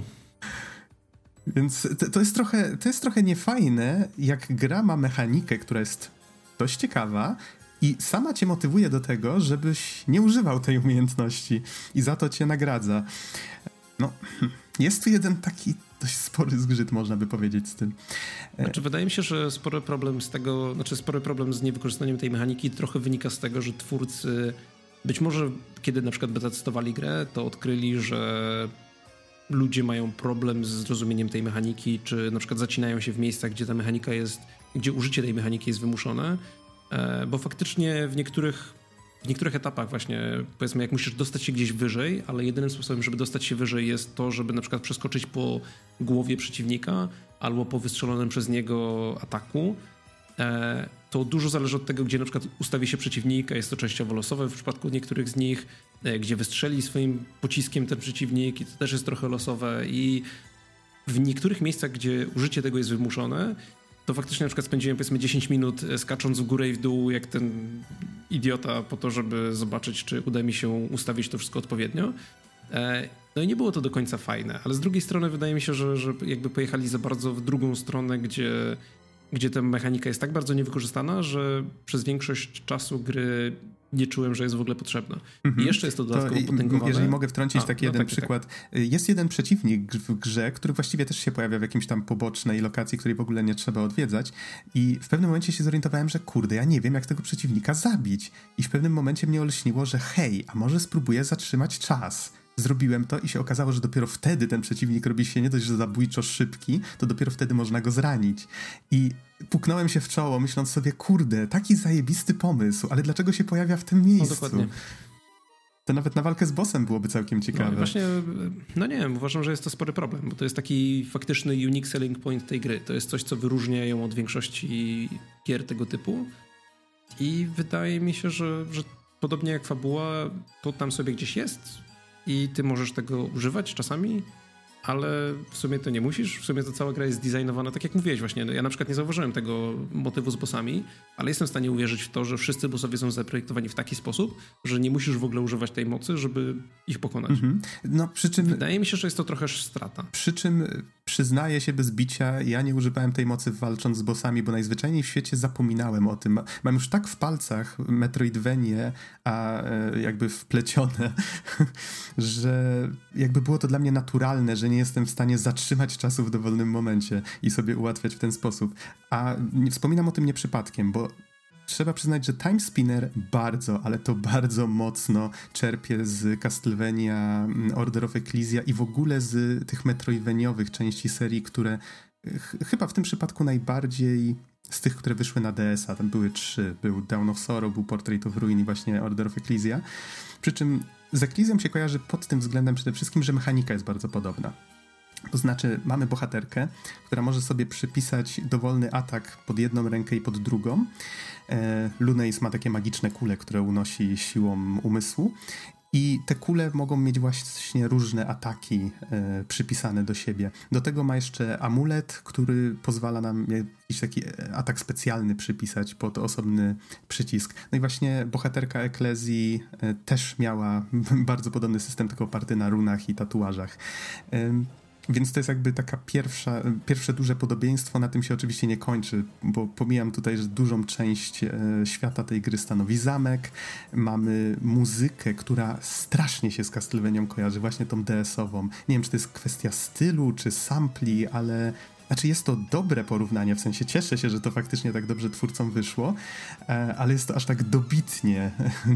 Więc to jest trochę niefajne, jak gra ma mechanikę, która jest dość ciekawa i sama cię motywuje do tego, żebyś nie używał tej umiejętności i za to cię nagradza. No, jest tu jeden taki dość spory zgrzyt, można by powiedzieć, z tym. Znaczy, wydaje mi się, że spory problem z niewykorzystaniem tej mechaniki trochę wynika z tego, że twórcy być może, kiedy na przykład beta testowali grę, to odkryli, że ludzie mają problem z zrozumieniem tej mechaniki, czy na przykład zacinają się w miejscach, gdzie ta mechanika jest, gdzie użycie tej mechaniki jest wymuszone, bo faktycznie w niektórych etapach właśnie, powiedzmy, jak musisz dostać się gdzieś wyżej, ale jedynym sposobem, żeby dostać się wyżej jest to, żeby na przykład przeskoczyć po głowie przeciwnika albo po wystrzelonym przez niego ataku, to dużo zależy od tego, gdzie na przykład ustawi się przeciwnik, a jest to częściowo losowe w przypadku niektórych z nich, gdzie wystrzeli swoim pociskiem ten przeciwnik i to też jest trochę losowe i w niektórych miejscach, gdzie użycie tego jest wymuszone, to faktycznie na przykład spędziłem powiedzmy 10 minut skacząc w górę i w dół jak ten idiota po to, żeby zobaczyć, czy uda mi się ustawić to wszystko odpowiednio. No i nie było to do końca fajne, ale z drugiej strony wydaje mi się, że jakby pojechali za bardzo w drugą stronę, gdzie ta mechanika jest tak bardzo niewykorzystana, że przez większość czasu gry nie czułem, że jest w ogóle potrzebna. I jeszcze jest to dodatkowo potęgowane. Jeżeli mogę wtrącić taki jeden przykład. Tak. Jest jeden przeciwnik w grze, który właściwie też się pojawia w jakimś tam pobocznej lokacji, której w ogóle nie trzeba odwiedzać i w pewnym momencie się zorientowałem, że kurde, ja nie wiem, jak tego przeciwnika zabić. I w pewnym momencie mnie olśniło, że hej, a może spróbuję zatrzymać czas. Zrobiłem to i się okazało, że dopiero wtedy ten przeciwnik robi się nie dość, że zabójczo szybki, to dopiero wtedy można go zranić. I puknąłem się w czoło, myśląc sobie, kurde, taki zajebisty pomysł, ale dlaczego się pojawia w tym miejscu? No dokładnie. To nawet na walkę z bossem byłoby całkiem ciekawe. No właśnie, no nie wiem, uważam, że jest to spory problem, bo to jest taki faktyczny unique selling point tej gry. To jest coś, co wyróżnia ją od większości gier tego typu i wydaje mi się, że podobnie jak fabuła, to tam sobie gdzieś jest i ty możesz tego używać czasami, ale w sumie to nie musisz. W sumie to cała gra jest designowana, tak jak mówiłeś właśnie. Ja na przykład nie zauważyłem tego motywu z bossami, ale jestem w stanie uwierzyć w to, że wszyscy bossowie są zaprojektowani w taki sposób, że nie musisz w ogóle używać tej mocy, żeby ich pokonać. No, przy czym... Wydaje mi się, że jest to trochę strata. Przy czym przyznaję się bez bicia, ja nie używałem tej mocy walcząc z bossami, bo najzwyczajniej w świecie zapominałem o tym. Mam już tak w palcach Metroidvanie, a jakby wplecione, że jakby było to dla mnie naturalne, że nie jestem w stanie zatrzymać czasu w dowolnym momencie i sobie ułatwiać w ten sposób. A nie wspominam o tym nie przypadkiem, bo trzeba przyznać, że Time Spinner bardzo, ale to bardzo mocno czerpie z Castlevania Order of Ecclesia i w ogóle z tych metroidvaniowych części serii, które chyba w tym przypadku najbardziej z tych, które wyszły na DS-a. Tam były 3. Był Dawn of Sorrow, był Portrait of Ruin i właśnie Order of Ecclesia. Przy czym z Ecclesią się kojarzy pod tym względem przede wszystkim, że mechanika jest bardzo podobna. To znaczy, mamy bohaterkę, która może sobie przypisać dowolny atak pod jedną rękę i pod drugą. Luneis ma takie magiczne kule, które unosi siłą umysłu. I te kule mogą mieć właśnie różne ataki przypisane do siebie. Do tego ma jeszcze amulet, który pozwala nam jakiś taki atak specjalny przypisać pod osobny przycisk. No i właśnie bohaterka Eklezji też miała bardzo podobny system, tylko oparty na runach i tatuażach. Więc to jest jakby taka pierwsze duże podobieństwo. Na tym się oczywiście nie kończy, bo pomijam tutaj, że dużą część świata tej gry stanowi zamek. Mamy muzykę, która strasznie się z Castlevanią kojarzy, właśnie tą DS-ową. Nie wiem, czy to jest kwestia stylu, czy sampli, ale... Znaczy jest to dobre porównanie, w sensie cieszę się, że to faktycznie tak dobrze twórcom wyszło, ale jest to aż tak dobitnie,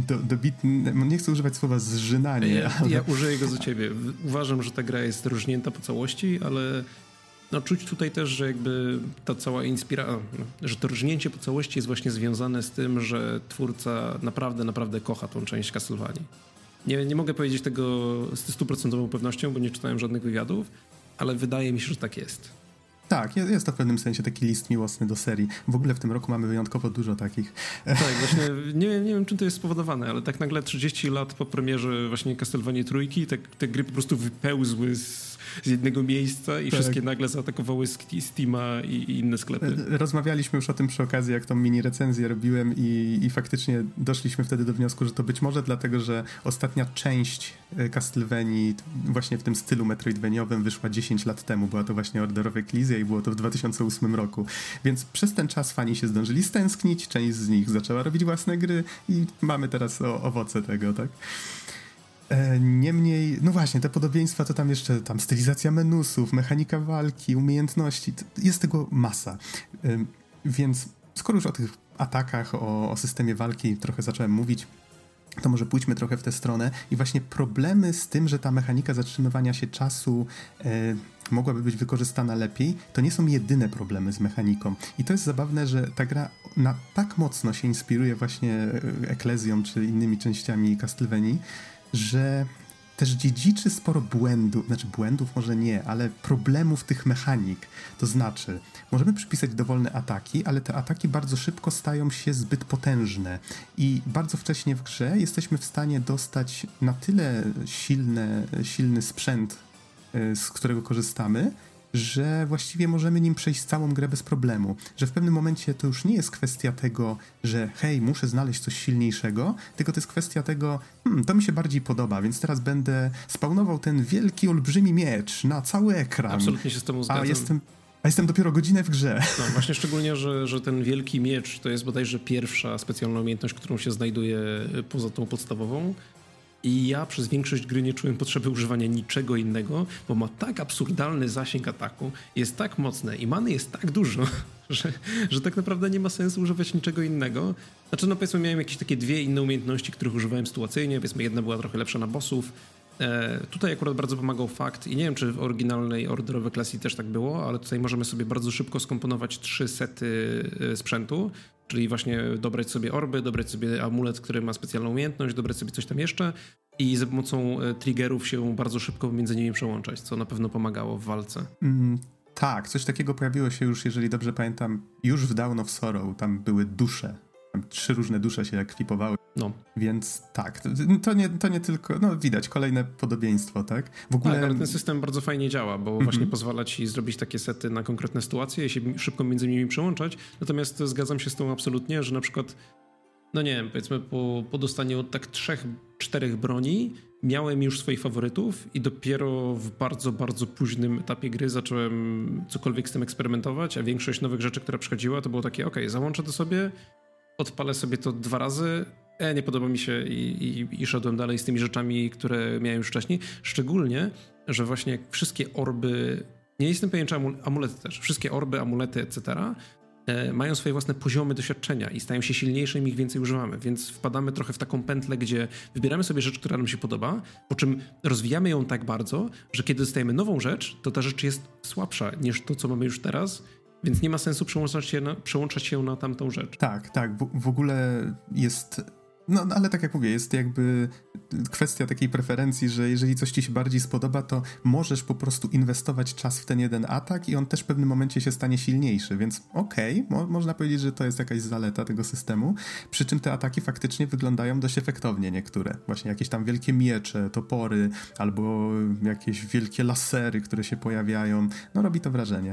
nie chcę używać słowa zżynanie. Ja użyję go za ciebie. Uważam, że ta gra jest różnięta po całości, ale no, czuć tutaj też, że jakby ta cała że to rżnięcie po całości jest właśnie związane z tym, że twórca naprawdę kocha tą część Castlevanii. Nie mogę powiedzieć tego z 100% pewnością, bo nie czytałem żadnych wywiadów, ale wydaje mi się, że tak jest. Tak, jest to w pewnym sensie taki list miłosny do serii. W ogóle w tym roku mamy wyjątkowo dużo takich. Tak, właśnie nie wiem, czym to jest spowodowane, ale tak nagle 30 lat po premierze właśnie Castlevanii trójki, te gry po prostu wypełzły z jednego miejsca i wszystkie nagle zaatakowały Steama i inne sklepy. Rozmawialiśmy już o tym przy okazji, jak tą mini recenzję robiłem i faktycznie doszliśmy wtedy do wniosku, że to być może dlatego, że ostatnia część Castlevanii właśnie w tym stylu metroidvaniowym wyszła 10 lat temu. Była to właśnie Order of Ecclesia i było to w 2008 roku. Więc przez ten czas fani się zdążyli stęsknić, część z nich zaczęła robić własne gry i mamy teraz owoce tego, tak? Niemniej, no właśnie, te podobieństwa to tam jeszcze stylizacja menusów, mechanika walki, umiejętności, jest tego masa. Więc skoro już o tych atakach, o systemie walki trochę zacząłem mówić, to może pójdźmy trochę w tę stronę i właśnie problemy z tym, że ta mechanika zatrzymywania się czasu mogłaby być wykorzystana lepiej, to nie są jedyne problemy z mechaniką. I to jest zabawne, że ta gra tak mocno się inspiruje właśnie Ecclesią czy innymi częściami Castlevanii, że też dziedziczy sporo błędów może nie, ale problemów tych mechanik. To znaczy, możemy przypisać dowolne ataki, ale te ataki bardzo szybko stają się zbyt potężne i bardzo wcześnie w grze jesteśmy w stanie dostać na tyle silny sprzęt, z którego korzystamy, że właściwie możemy nim przejść całą grę bez problemu. Że w pewnym momencie to już nie jest kwestia tego, że hej, muszę znaleźć coś silniejszego, tylko to jest kwestia tego, to mi się bardziej podoba, więc teraz będę spawnował ten wielki, olbrzymi miecz na cały ekran. Absolutnie się z tobą zgadzam. A jestem dopiero godzinę w grze. No właśnie, szczególnie, że ten wielki miecz to jest bodajże pierwsza specjalna umiejętność, którą się znajduje poza tą podstawową. I ja przez większość gry nie czułem potrzeby używania niczego innego, bo ma tak absurdalny zasięg ataku, jest tak mocne i many jest tak dużo, że tak naprawdę nie ma sensu używać niczego innego. Znaczy, no powiedzmy, miałem jakieś takie dwie inne umiejętności, których używałem sytuacyjnie, powiedzmy, jedna była trochę lepsza na bossów. Tutaj akurat bardzo pomagał fakt, i nie wiem, czy w oryginalnej Order of Ecclesia też tak było, ale tutaj możemy sobie bardzo szybko skomponować 3 sety sprzętu, czyli właśnie dobrać sobie orby, dobrać sobie amulet, który ma specjalną umiejętność, dobrać sobie coś tam jeszcze i za pomocą triggerów się bardzo szybko między nimi przełączać, co na pewno pomagało w walce. Tak, coś takiego pojawiło się już, jeżeli dobrze pamiętam, już w Dawn of Sorrow, tam były dusze. Tam 3 różne dusze się ekwipowały. No. Więc tak, to nie tylko, no widać, kolejne podobieństwo, tak? W ogóle... Tak, ale ten system bardzo fajnie działa, bo właśnie pozwala ci zrobić takie sety na konkretne sytuacje i się szybko między nimi przełączać. Natomiast zgadzam się z tą absolutnie, że na przykład, no nie wiem, powiedzmy po dostaniu tak 3-4 broni miałem już swoich faworytów i dopiero w bardzo, bardzo późnym etapie gry zacząłem cokolwiek z tym eksperymentować, a większość nowych rzeczy, która przychodziła, to było takie, załączę to sobie, odpalę sobie to 2 razy, nie podoba mi się i szedłem dalej z tymi rzeczami, które miałem już wcześniej. Szczególnie, że właśnie wszystkie orby, nie jestem pewien, czy amulety też, wszystkie orby, amulety, etc. Mają swoje własne poziomy doświadczenia i stają się silniejsze, im ich więcej używamy, więc wpadamy trochę w taką pętlę, gdzie wybieramy sobie rzecz, która nam się podoba, po czym rozwijamy ją tak bardzo, że kiedy dostajemy nową rzecz, to ta rzecz jest słabsza niż to, co mamy już teraz, więc nie ma sensu przełączać się na tamtą rzecz. Tak, w ogóle jest... No, ale tak jak mówię, jest jakby kwestia takiej preferencji, że jeżeli coś ci się bardziej spodoba, to możesz po prostu inwestować czas w ten jeden atak i on też w pewnym momencie się stanie silniejszy, więc można powiedzieć, że to jest jakaś zaleta tego systemu, przy czym te ataki faktycznie wyglądają dość efektownie niektóre. Właśnie jakieś tam wielkie miecze, topory, albo jakieś wielkie lasery, które się pojawiają. No robi to wrażenie.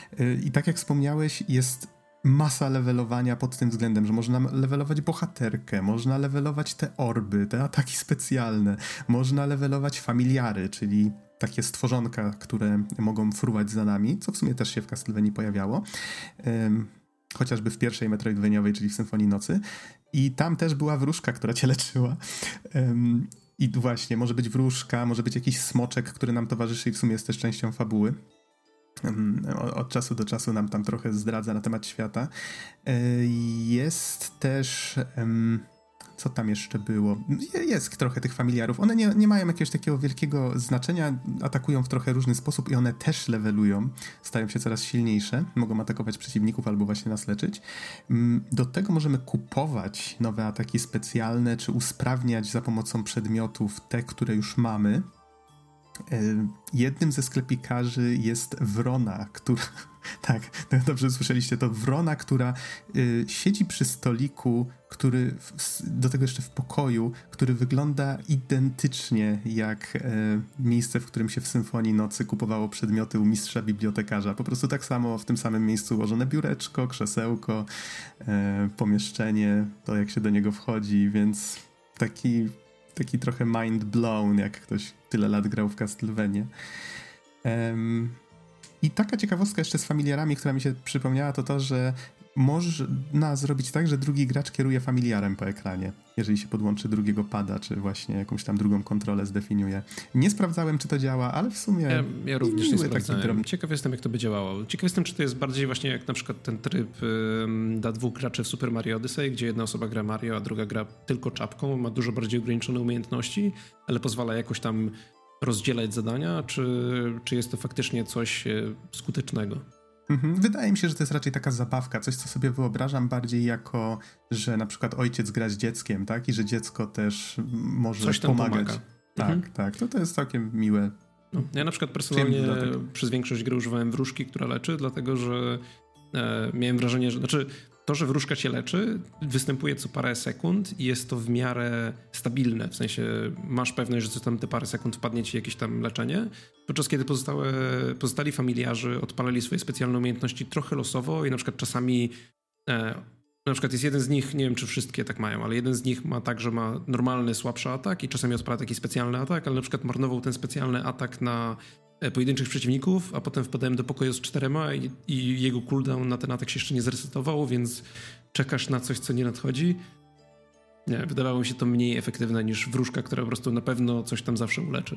I tak jak wspomniałeś, jest masa levelowania pod tym względem, że można levelować bohaterkę, można levelować te orby, te ataki specjalne, można levelować familiary, czyli takie stworzonka, które mogą fruwać za nami, co w sumie też się w Castlevanii pojawiało, chociażby w pierwszej Metroidvaniowej, czyli w Symfonii Nocy. I tam też była wróżka, która cię leczyła. I właśnie, może być wróżka, może być jakiś smoczek, który nam towarzyszy i w sumie jest też częścią fabuły. Od czasu do czasu nam tam trochę zdradza na temat świata. Jest też... Co tam jeszcze było? Jest trochę tych familiarów. One nie mają jakiegoś takiego wielkiego znaczenia, atakują w trochę różny sposób i one też levelują, stają się coraz silniejsze, mogą atakować przeciwników albo właśnie nas leczyć. Do tego możemy kupować nowe ataki specjalne, czy usprawniać za pomocą przedmiotów te, które już mamy. Jednym ze sklepikarzy jest Wrona, Tak, dobrze słyszeliście, to wrona, która siedzi przy stoliku, który do tego jeszcze w pokoju, który wygląda identycznie jak miejsce, w którym się w Symfonii Nocy kupowało przedmioty u mistrza bibliotekarza. Po prostu tak samo w tym samym miejscu ułożone biureczko, krzesełko, pomieszczenie, to jak się do niego wchodzi, więc taki trochę mind blown, jak ktoś tyle lat grał w Castlevanię. I taka ciekawostka jeszcze z familiarami, która mi się przypomniała, to, że można zrobić tak, że drugi gracz kieruje familiarem po ekranie, jeżeli się podłączy drugiego pada, czy właśnie jakąś tam drugą kontrolę zdefiniuje. Nie sprawdzałem, czy to działa, ale w sumie... Ja również nie sprawdzałem. Ciekaw jestem, jak to by działało. Ciekaw jestem, czy to jest bardziej właśnie jak na przykład ten tryb dla 2 graczy w Super Mario Odyssey, gdzie jedna osoba gra Mario, a druga gra tylko czapką, ma dużo bardziej ograniczone umiejętności, ale pozwala jakoś tam rozdzielać zadania, czy jest to faktycznie coś skutecznego? Wydaje mi się, że to jest raczej taka zabawka, coś, co sobie wyobrażam bardziej jako, że na przykład ojciec gra z dzieckiem, tak? I że dziecko też może coś tam pomagać. Pomaga. Tak. To jest całkiem miłe. No, ja na przykład personalnie przez większość gry używałem wróżki, która leczy, dlatego że miałem wrażenie, że to, że wróżka cię leczy, występuje co parę sekund i jest to w miarę stabilne, w sensie masz pewność, że co tam te parę sekund wpadnie ci jakieś tam leczenie, podczas kiedy pozostali familiarzy odpalali swoje specjalne umiejętności trochę losowo i na przykład czasami na przykład jest jeden z nich, nie wiem czy wszystkie tak mają, ale jeden z nich ma tak, że ma normalny, słabszy atak i czasami odpala taki specjalny atak, ale na przykład marnował ten specjalny atak na pojedynczych przeciwników, a potem wpadałem do pokoju z 4 i jego cooldown na ten atak się jeszcze nie zresetował, więc czekasz na coś, co nie nadchodzi. Nie, wydawało mi się to mniej efektywne niż wróżka, która po prostu na pewno coś tam zawsze uleczy.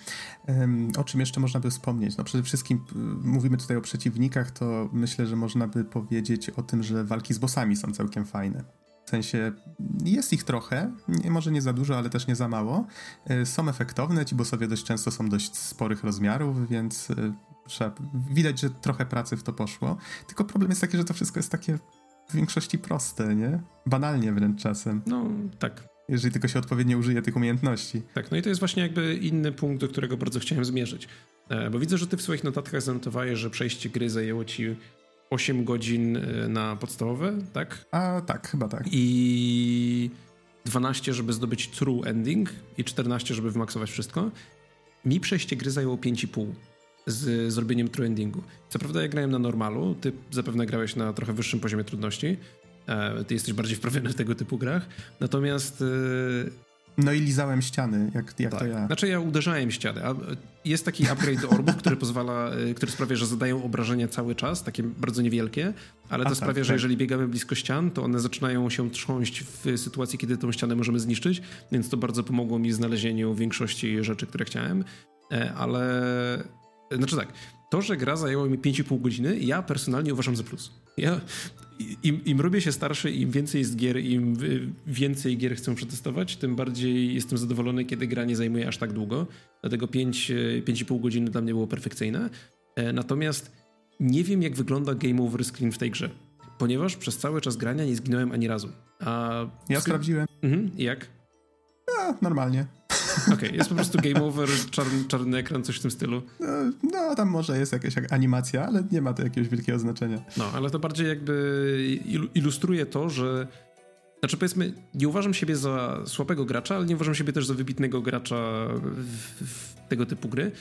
O czym jeszcze można by wspomnieć? No przede wszystkim mówimy tutaj o przeciwnikach, to myślę, że można by powiedzieć o tym, że walki z bossami są całkiem fajne. W sensie jest ich trochę, może nie za dużo, ale też nie za mało. Są efektowne, ci bossowie dość często są dość sporych rozmiarów, więc widać, że trochę pracy w to poszło. Tylko problem jest taki, że to wszystko jest takie w większości proste, nie? Banalnie wręcz czasem. No, tak. Jeżeli tylko się odpowiednio użyje tych umiejętności. Tak, no i to jest właśnie jakby inny punkt, do którego bardzo chciałem zmierzyć. Bo widzę, że ty w swoich notatkach zanotowałeś, że przejście gry zajęło ci 8 godzin na podstawowe, tak? A tak, chyba tak. I 12, żeby zdobyć true ending i 14, żeby wymaksować wszystko. Mi przejście gry zajęło 5,5 z zrobieniem true endingu. Co prawda ja grałem na normalu, ty zapewne grałeś na trochę wyższym poziomie trudności. Ty jesteś bardziej wprawiony w tego typu grach. Natomiast... No i lizałem ściany, jak tak. To ja. Znaczy ja uderzałem ściany. Jest taki upgrade do orbów, który sprawia, że zadają obrażenia cały czas, takie bardzo niewielkie, ale to sprawia, że jeżeli biegamy blisko ścian, to one zaczynają się trząść w sytuacji, kiedy tą ścianę możemy zniszczyć, więc to bardzo pomogło mi w znalezieniu większości rzeczy, które chciałem. Ale... Znaczy tak, to, że gra zajęła mi 5,5 godziny, ja personalnie uważam za plus. Im robię się starszy, im więcej jest gier, im więcej gier chcę przetestować, tym bardziej jestem zadowolony, kiedy gra nie zajmuje aż tak długo. Dlatego 5,5 godziny dla mnie było perfekcyjne. Natomiast nie wiem, jak wygląda game over screen w tej grze, ponieważ przez cały czas grania nie zginąłem ani razu. Ja sprawdziłem. Jak? Normalnie. Okej, jest po prostu game over, czarny ekran, coś w tym stylu. No, tam może jest jakaś animacja, ale nie ma to jakiegoś wielkiego znaczenia. No, ale to bardziej jakby ilustruje to, że... Znaczy powiedzmy, nie uważam siebie za słabego gracza, ale nie uważam siebie też za wybitnego gracza w tego typu gry.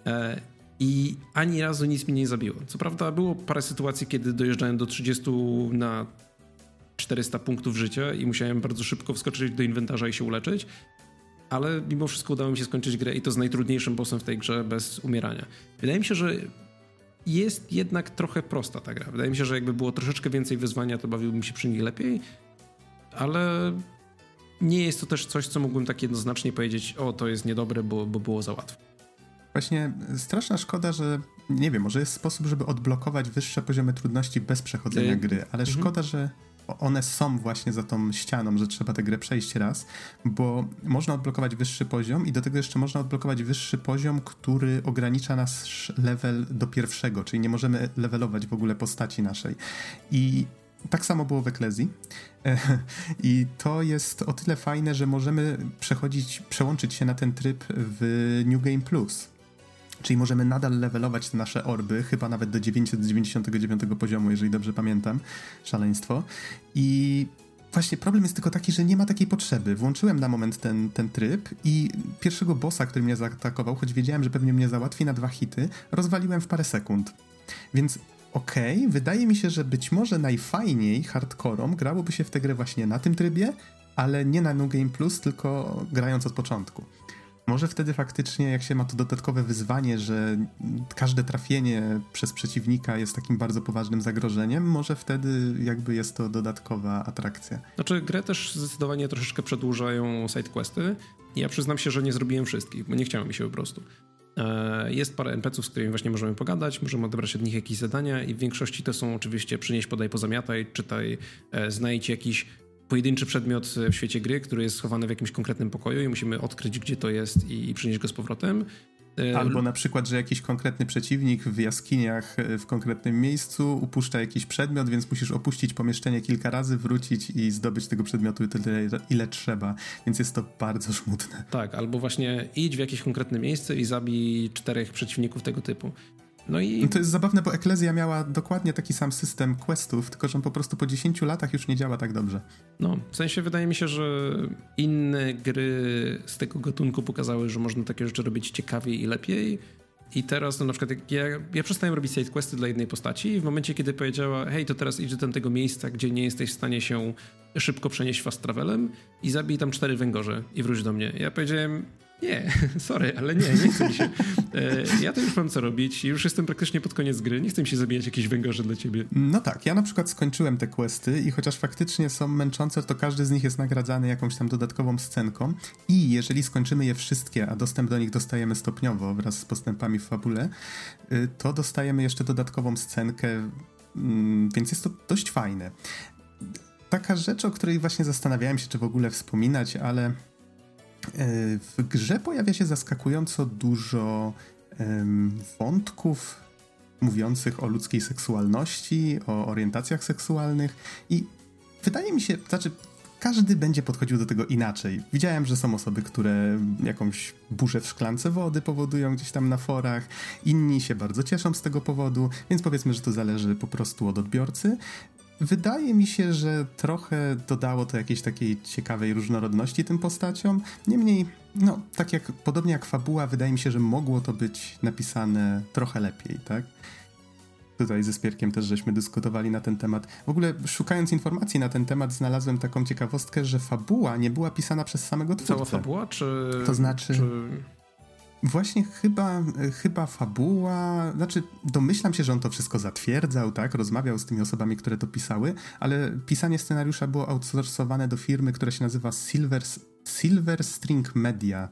I ani razu nic mnie nie zabiło. Co prawda było parę sytuacji, kiedy dojeżdżałem do 30 na 400 punktów życia i musiałem bardzo szybko wskoczyć do inwentarza i się uleczyć, ale mimo wszystko udało mi się skończyć grę i to z najtrudniejszym bossem w tej grze bez umierania. Wydaje mi się, że jest jednak trochę prosta ta gra. Wydaje mi się, że jakby było troszeczkę więcej wyzwania, to bawiłbym się przy niej lepiej, ale nie jest to też coś, co mógłbym tak jednoznacznie powiedzieć, to jest niedobre, bo było za łatwo. Właśnie straszna szkoda, że nie wiem, może jest sposób, żeby odblokować wyższe poziomy trudności bez przechodzenia gry, ale szkoda, że one są właśnie za tą ścianą, że trzeba tę grę przejść raz, bo można odblokować wyższy poziom i do tego jeszcze można odblokować wyższy poziom, który ogranicza nasz level do 1, czyli nie możemy levelować w ogóle postaci naszej. I tak samo było w Eklezji. I to jest o tyle fajne, że możemy przełączyć się na ten tryb w New Game Plus. Czyli możemy nadal levelować te nasze orby, chyba nawet do 999 poziomu, jeżeli dobrze pamiętam. Szaleństwo. I właśnie problem jest tylko taki, że nie ma takiej potrzeby. Włączyłem na moment ten tryb i pierwszego bossa, który mnie zaatakował, choć wiedziałem, że pewnie mnie załatwi na 2 hity, rozwaliłem w parę sekund. Więc wydaje mi się, że być może najfajniej hardcore'om grałoby się w tę grę właśnie na tym trybie, ale nie na New Game Plus, tylko grając od początku. Może wtedy faktycznie, jak się ma to dodatkowe wyzwanie, że każde trafienie przez przeciwnika jest takim bardzo poważnym zagrożeniem, może wtedy jakby jest to dodatkowa atrakcja. Znaczy, grę też zdecydowanie troszeczkę przedłużają sidequesty. Ja przyznam się, że nie zrobiłem wszystkich, bo nie chciało mi się po prostu. Jest parę NPC-ów, z którymi właśnie możemy pogadać, możemy odebrać od nich jakieś zadania i w większości to są oczywiście przynieś, podaj, pozamiataj, czytaj, znajdź jakiś pojedynczy przedmiot w świecie gry, który jest schowany w jakimś konkretnym pokoju i musimy odkryć, gdzie to jest i przynieść go z powrotem. Albo na przykład, że jakiś konkretny przeciwnik w jaskiniach w konkretnym miejscu upuszcza jakiś przedmiot, więc musisz opuścić pomieszczenie kilka razy, wrócić i zdobyć tego przedmiotu tyle, ile trzeba. Więc jest to bardzo żmudne. Tak, albo właśnie idź w jakieś konkretne miejsce i zabij 4 przeciwników tego typu. No i to jest zabawne, bo Eklezja miała dokładnie taki sam system questów, tylko że on po prostu po 10 latach już nie działa tak dobrze. No, w sensie wydaje mi się, że inne gry z tego gatunku pokazały, że można takie rzeczy robić ciekawiej i lepiej. I teraz na przykład ja przestałem robić sidequesty dla jednej postaci i w momencie, kiedy powiedziała, hej, to teraz idź do tamtego miejsca, gdzie nie jesteś w stanie się szybko przenieść fast travelem i zabij tam 4 węgorze i wróć do mnie. Ja powiedziałem, nie, sorry, ale nie chce mi się. Ja to już mam co robić, już jestem praktycznie pod koniec gry, nie chcę mi się zabijać jakieś węgorze dla ciebie. No tak, ja na przykład skończyłem te questy i chociaż faktycznie są męczące, to każdy z nich jest nagradzany jakąś tam dodatkową scenką i jeżeli skończymy je wszystkie, a dostęp do nich dostajemy stopniowo wraz z postępami w fabule, to dostajemy jeszcze dodatkową scenkę, więc jest to dość fajne. Taka rzecz, o której właśnie zastanawiałem się, czy w ogóle wspominać, ale w grze pojawia się zaskakująco dużo wątków mówiących o ludzkiej seksualności, o orientacjach seksualnych i wydaje mi się, każdy będzie podchodził do tego inaczej. Widziałem, że są osoby, które jakąś burzę w szklance wody powodują gdzieś tam na forach, inni się bardzo cieszą z tego powodu, więc powiedzmy, że to zależy po prostu od odbiorcy. Wydaje mi się, że trochę dodało to jakiejś takiej ciekawej różnorodności tym postaciom. Niemniej, podobnie jak fabuła, wydaje mi się, że mogło to być napisane trochę lepiej, tak? Tutaj ze Spierkiem też żeśmy dyskutowali na ten temat. W ogóle szukając informacji na ten temat znalazłem taką ciekawostkę, że fabuła nie była pisana przez samego twórcę. Cała fabuła, czy... To znaczy... Właśnie chyba fabuła, domyślam się, że on to wszystko zatwierdzał, tak, rozmawiał z tymi osobami, które to pisały, ale pisanie scenariusza było outsourcowane do firmy, która się nazywa Silver String Media.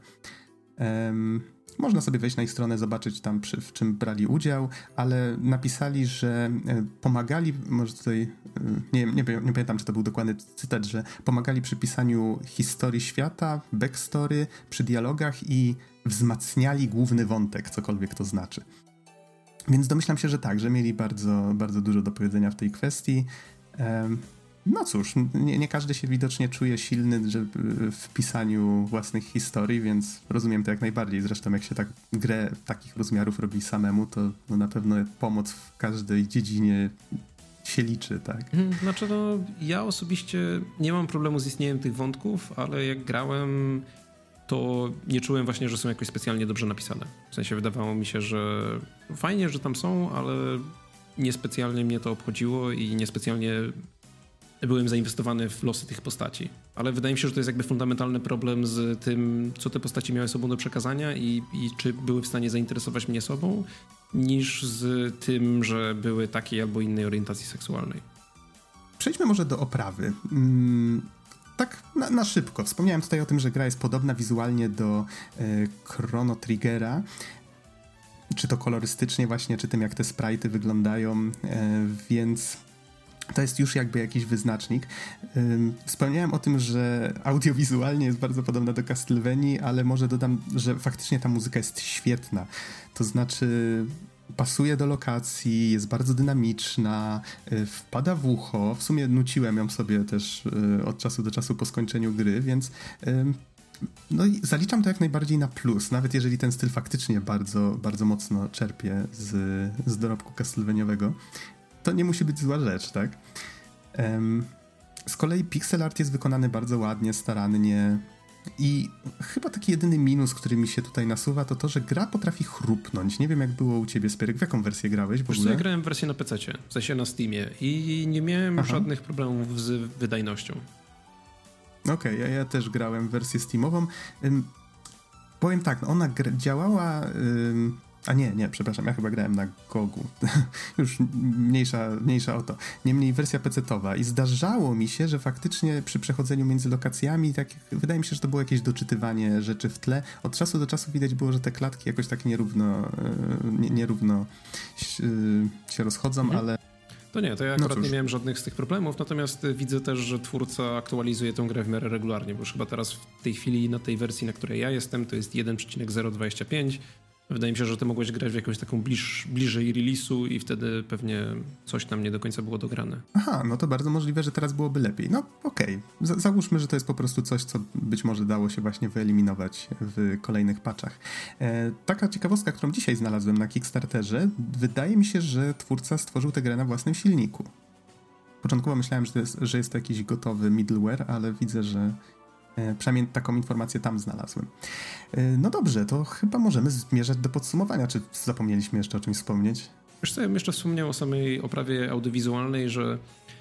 Można sobie wejść na ich stronę, zobaczyć tam w czym brali udział, ale napisali, że pomagali, może tutaj, nie pamiętam, czy to był dokładny cytat, że pomagali przy pisaniu historii świata, backstory, przy dialogach i wzmacniali główny wątek, cokolwiek to znaczy. Więc domyślam się, że tak, że mieli bardzo, bardzo dużo do powiedzenia w tej kwestii. No cóż, nie każdy się widocznie czuje silny w pisaniu własnych historii, więc rozumiem to jak najbardziej. Zresztą jak się tak grę takich rozmiarów robi samemu, to na pewno pomoc w każdej dziedzinie się liczy, tak? Znaczy, ja osobiście nie mam problemu z istnieniem tych wątków, ale jak grałem, to nie czułem właśnie, że są jakoś specjalnie dobrze napisane. W sensie wydawało mi się, że fajnie, że tam są, ale niespecjalnie mnie to obchodziło i niespecjalnie byłem zainwestowany w losy tych postaci. Ale wydaje mi się, że to jest jakby fundamentalny problem z tym, co te postaci miały sobą do przekazania i czy były w stanie zainteresować mnie sobą, niż z tym, że były takiej albo innej orientacji seksualnej. Przejdźmy może do oprawy. Tak na szybko. Wspomniałem tutaj o tym, że gra jest podobna wizualnie do Chrono Triggera. Czy to kolorystycznie właśnie, czy tym jak te sprite'y wyglądają, więc to jest już jakby jakiś wyznacznik. Wspomniałem o tym, że audiowizualnie jest bardzo podobna do Castlevanii, ale może dodam, że faktycznie ta muzyka jest świetna. To znaczy pasuje do lokacji, jest bardzo dynamiczna, wpada w ucho. W sumie nuciłem ją sobie też od czasu do czasu po skończeniu gry, więc No i zaliczam to jak najbardziej na plus, nawet jeżeli ten styl faktycznie bardzo, bardzo mocno czerpie z dorobku castlevaniowego, to nie musi być zła rzecz, tak? Z kolei pixel art jest wykonany bardzo ładnie, starannie i chyba taki jedyny minus, który mi się tutaj nasuwa, to to, że gra potrafi chrupnąć. Nie wiem, jak było u ciebie, Spyrek. W jaką wersję grałeś w ogóle? Ja grałem w wersję na PC-cie, w sensie na Steamie i nie miałem żadnych problemów z wydajnością. Okej, ja też grałem w wersję Steamową. Powiem tak, ona działała... przepraszam, ja chyba grałem na GOG-u. Już mniejsza o to. Niemniej wersja PC-towa. I zdarzało mi się, że faktycznie przy przechodzeniu między lokacjami, tak, wydaje mi się, że to było jakieś doczytywanie rzeczy w tle. Od czasu do czasu widać było, że te klatki jakoś tak nierówno się rozchodzą, ale... To nie, to ja akurat nie miałem żadnych z tych problemów, natomiast widzę też, że twórca aktualizuje tę grę w miarę regularnie, bo już chyba teraz w tej chwili na tej wersji, na której ja jestem, to jest 1.025. Wydaje mi się, że ty mogłeś grać w jakąś taką bliżej release'u i wtedy pewnie coś tam nie do końca było dograne. Aha, no to bardzo możliwe, że teraz byłoby lepiej. No okej. Załóżmy, że to jest po prostu coś, co być może dało się właśnie wyeliminować w kolejnych patchach. Taka ciekawostka, którą dzisiaj znalazłem na Kickstarterze, wydaje mi się, że twórca stworzył tę grę na własnym silniku. Początkowo myślałem, że jest to jakiś gotowy middleware, ale widzę, że przynajmniej taką informację tam znalazłem. No dobrze, to chyba możemy zmierzać do podsumowania. Czy zapomnieliśmy jeszcze o czymś wspomnieć? Wiesz co, ja bym jeszcze wspomniał o samej oprawie audiowizualnej, że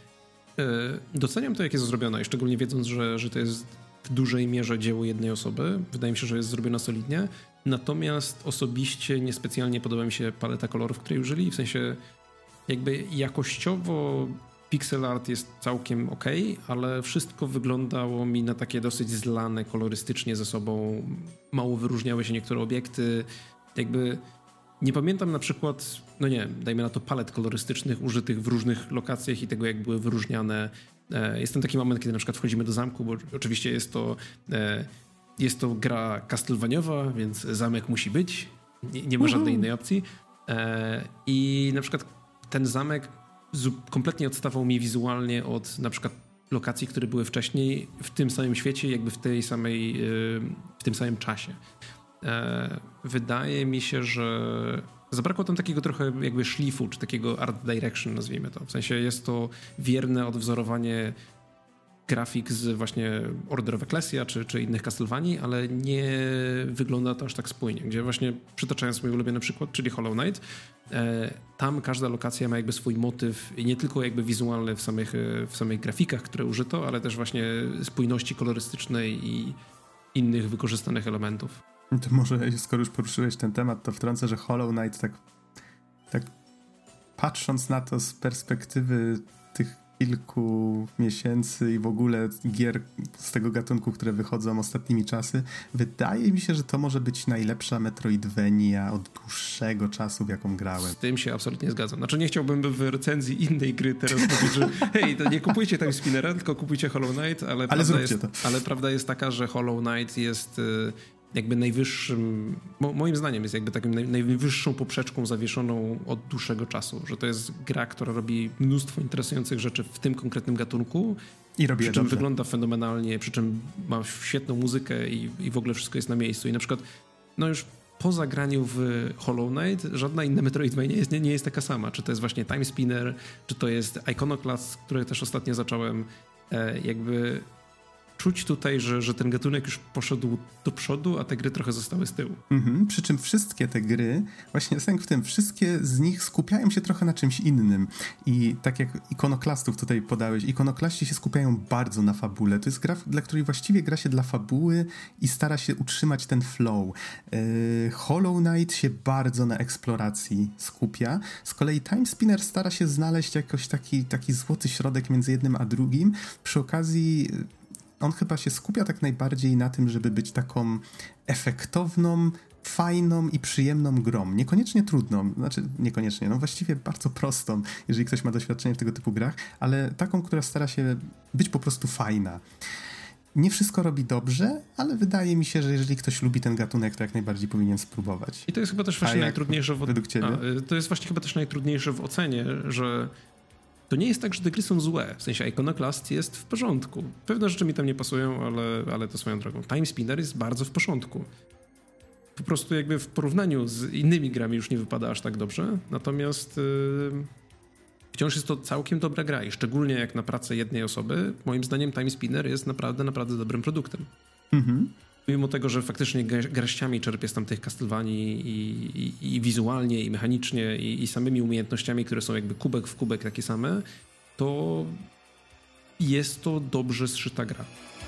doceniam to, jak jest zrobiona i szczególnie wiedząc, że to jest w dużej mierze dzieło jednej osoby. Wydaje mi się, że jest zrobiona solidnie. Natomiast osobiście niespecjalnie podoba mi się paleta kolorów, której użyli. W sensie jakby jakościowo pixel art jest całkiem okej, ale wszystko wyglądało mi na takie dosyć zlane kolorystycznie ze sobą. Mało wyróżniały się niektóre obiekty. Jakby nie pamiętam na przykład, dajmy na to palet kolorystycznych użytych w różnych lokacjach i tego, jak były wyróżniane. Jest ten taki moment, kiedy na przykład wchodzimy do zamku, bo oczywiście jest to gra castlevaniova, więc zamek musi być. Nie ma żadnej innej opcji. I na przykład ten zamek kompletnie odstawał mi wizualnie od na przykład lokacji, które były wcześniej w tym samym świecie, jakby w tym samym czasie. Wydaje mi się, że zabrakło tam takiego trochę jakby szlifu, czy takiego art direction, nazwijmy to. W sensie jest to wierne odwzorowanie grafik z właśnie Order of Ecclesia czy innych Castlevanii, ale nie wygląda to aż tak spójnie. Gdzie właśnie, przytaczając mój ulubiony przykład, czyli Hollow Knight, tam każda lokacja ma jakby swój motyw i nie tylko jakby wizualny w samych grafikach, które użyto, ale też właśnie spójności kolorystycznej i innych wykorzystanych elementów. To może, skoro już poruszyłeś ten temat, to wtrącę, że Hollow Knight tak patrząc na to z perspektywy tych kilku miesięcy i w ogóle gier z tego gatunku, które wychodzą ostatnimi czasy, wydaje mi się, że to może być najlepsza Metroidvania od dłuższego czasu, w jaką grałem. Z tym się absolutnie zgadzam. Znaczy nie chciałbym w recenzji innej gry teraz mówić, że hej, to nie kupujcie Time Spinnera, tylko kupujcie Hollow Knight, ale prawda jest taka, że Hollow Knight jest jakby najwyższym, moim zdaniem jest jakby taką najwyższą poprzeczką zawieszoną od dłuższego czasu, że to jest gra, która robi mnóstwo interesujących rzeczy w tym konkretnym gatunku i robi przy czym dobrze. Wygląda fenomenalnie, przy czym ma świetną muzykę i w ogóle wszystko jest na miejscu i na przykład już po zagraniu w Hollow Knight żadna inna Metroidvania nie jest taka sama, czy to jest właśnie Time Spinner, czy to jest Iconoclast, który też ostatnio zacząłem, jakby czuć tutaj, że ten gatunek już poszedł do przodu, a te gry trochę zostały z tyłu. Przy czym wszystkie te gry, właśnie sęk w tym, wszystkie z nich skupiają się trochę na czymś innym. I tak jak Ikonoklastów tutaj podałeś, Ikonoklaści się skupiają bardzo na fabule. To jest gra, dla której właściwie gra się dla fabuły i stara się utrzymać ten flow. Hollow Knight się bardzo na eksploracji skupia. Z kolei Time Spinner stara się znaleźć jakoś taki złoty środek między jednym a drugim. Przy okazji on chyba się skupia tak najbardziej na tym, żeby być taką efektowną, fajną i przyjemną grą. Niekoniecznie trudną, niekoniecznie, właściwie bardzo prostą, jeżeli ktoś ma doświadczenie w tego typu grach, ale taką, która stara się być po prostu fajna. Nie wszystko robi dobrze, ale wydaje mi się, że jeżeli ktoś lubi ten gatunek, to jak najbardziej powinien spróbować. I to jest chyba też właśnie najtrudniejsze według ciebie? To jest właśnie chyba też najtrudniejsze w ocenie, że to nie jest tak, że te gry są złe. W sensie Iconoclast jest w porządku. Pewne rzeczy mi tam nie pasują, ale to swoją drogą. Time Spinner jest bardzo w porządku. Po prostu jakby w porównaniu z innymi grami już nie wypada aż tak dobrze. Natomiast wciąż jest to całkiem dobra gra i szczególnie jak na pracę jednej osoby, moim zdaniem Time Spinner jest naprawdę, naprawdę dobrym produktem. Mimo tego, że faktycznie garściami czerpie z tamtych Castlevanii i wizualnie, i mechanicznie, i samymi umiejętnościami, które są jakby kubek w kubek takie same, to jest to dobrze zszyta gra.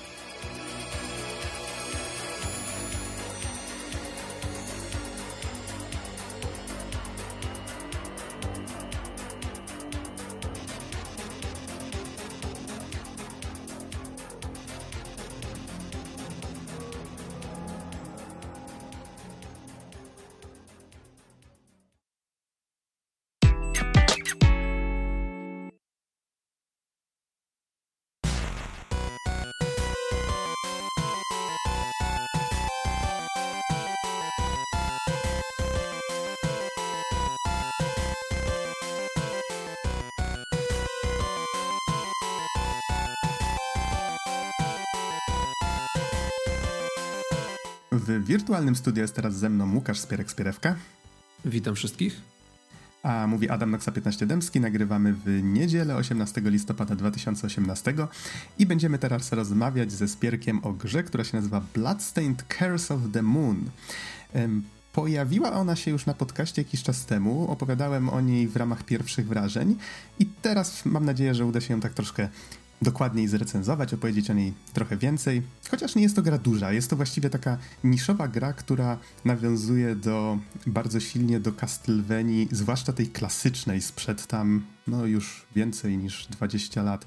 W wirtualnym studiu jest teraz ze mną Łukasz Spierek-Spierewka. Witam wszystkich. A mówi Adam Noxa 15 Dębski. Nagrywamy w niedzielę 18 listopada 2018 i będziemy teraz rozmawiać ze Spierkiem o grze, która się nazywa Bloodstained Curse of the Moon. Pojawiła ona się już na podcaście jakiś czas temu, opowiadałem o niej w ramach pierwszych wrażeń i teraz mam nadzieję, że uda się ją tak troszkę dokładniej zrecenzować, opowiedzieć o niej trochę więcej. Chociaż nie jest to gra duża, jest to właściwie taka niszowa gra, która nawiązuje bardzo silnie do Castlevanii, zwłaszcza tej klasycznej sprzed tam, już więcej niż 20 lat.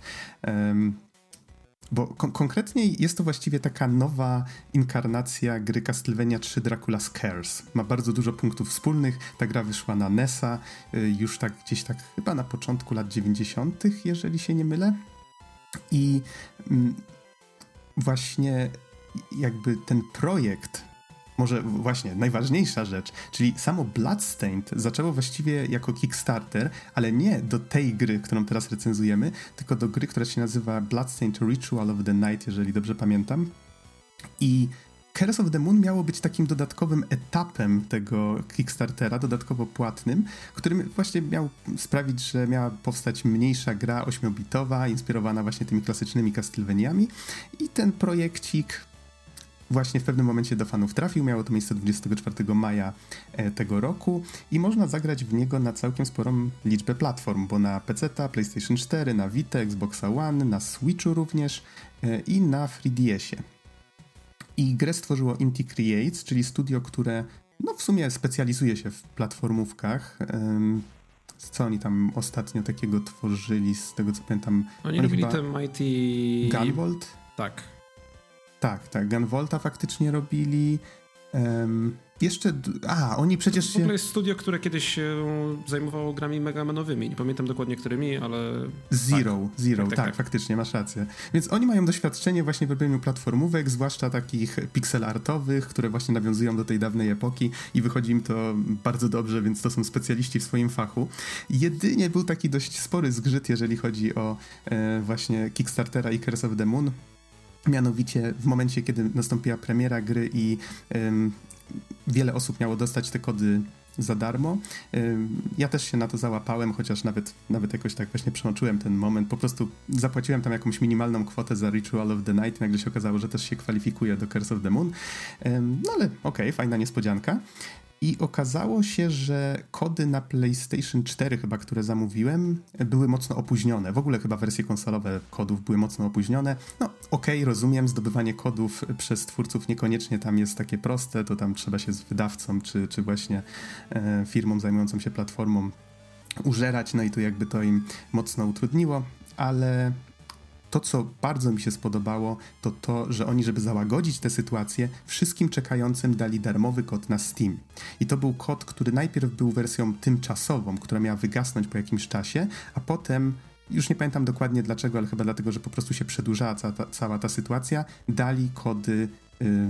Bo konkretnie jest to właściwie taka nowa inkarnacja gry Castlevania 3 Dracula's Curse. Ma bardzo dużo punktów wspólnych. Ta gra wyszła na NES-a już tak gdzieś tak chyba na początku lat 90., jeżeli się nie mylę. I właśnie jakby ten projekt, może właśnie najważniejsza rzecz, czyli samo Bloodstained zaczęło właściwie jako Kickstarter, ale nie do tej gry, którą teraz recenzujemy, tylko do gry, która się nazywa Bloodstained Ritual of the Night, jeżeli dobrze pamiętam. I Curse of the Moon miało być takim dodatkowym etapem tego Kickstartera, dodatkowo płatnym, którym właśnie miał sprawić, że miała powstać mniejsza gra 8-bitowa, inspirowana właśnie tymi klasycznymi Castlevaniami. I ten projekcik właśnie w pewnym momencie do fanów trafił. Miało to miejsce 24 maja tego roku i można zagrać w niego na całkiem sporą liczbę platform, bo na PC-ta, PlayStation 4, na Vita, Xboxa One, na Switchu również i na 3DS-ie. I grę stworzyło Inti Creates, czyli studio, które w sumie specjalizuje się w platformówkach. Co oni tam ostatnio takiego tworzyli, z tego co pamiętam? Oni robili te Mighty... Gunvolt? Tak. Tak, Gunvolta faktycznie robili. Jeszcze... oni przecież w ogóle jest studio, które kiedyś się zajmowało grami megamanowymi. Nie pamiętam dokładnie którymi, ale... Zero, tak, faktycznie, masz rację. Więc oni mają doświadczenie właśnie w robieniu platformówek, zwłaszcza takich pixel artowych, które właśnie nawiązują do tej dawnej epoki i wychodzi im to bardzo dobrze, więc to są specjaliści w swoim fachu. Jedynie był taki dość spory zgrzyt, jeżeli chodzi o właśnie Kickstartera i Curse of the Moon. Mianowicie w momencie, kiedy nastąpiła premiera gry i wiele osób miało dostać te kody za darmo. Ja też się na to załapałem, chociaż nawet jakoś tak właśnie przeoczyłem ten moment. Po prostu zapłaciłem tam jakąś minimalną kwotę za Ritual of the Night. Nagle się okazało, że też się kwalifikuje do Curse of the Moon. Ale okej, fajna niespodzianka. I okazało się, że kody na PlayStation 4 chyba, które zamówiłem, były mocno opóźnione. W ogóle chyba wersje konsolowe kodów były mocno opóźnione. Rozumiem, zdobywanie kodów przez twórców niekoniecznie tam jest takie proste, to tam trzeba się z wydawcą czy właśnie firmą zajmującą się platformą użerać, i tu jakby to im mocno utrudniło, ale... To, co bardzo mi się spodobało, to to, że oni, żeby załagodzić tę sytuację, wszystkim czekającym dali darmowy kod na Steam. I to był kod, który najpierw był wersją tymczasową, która miała wygasnąć po jakimś czasie, a potem, już nie pamiętam dokładnie dlaczego, ale chyba dlatego, że po prostu się przedłużała cała ta sytuacja, dali kody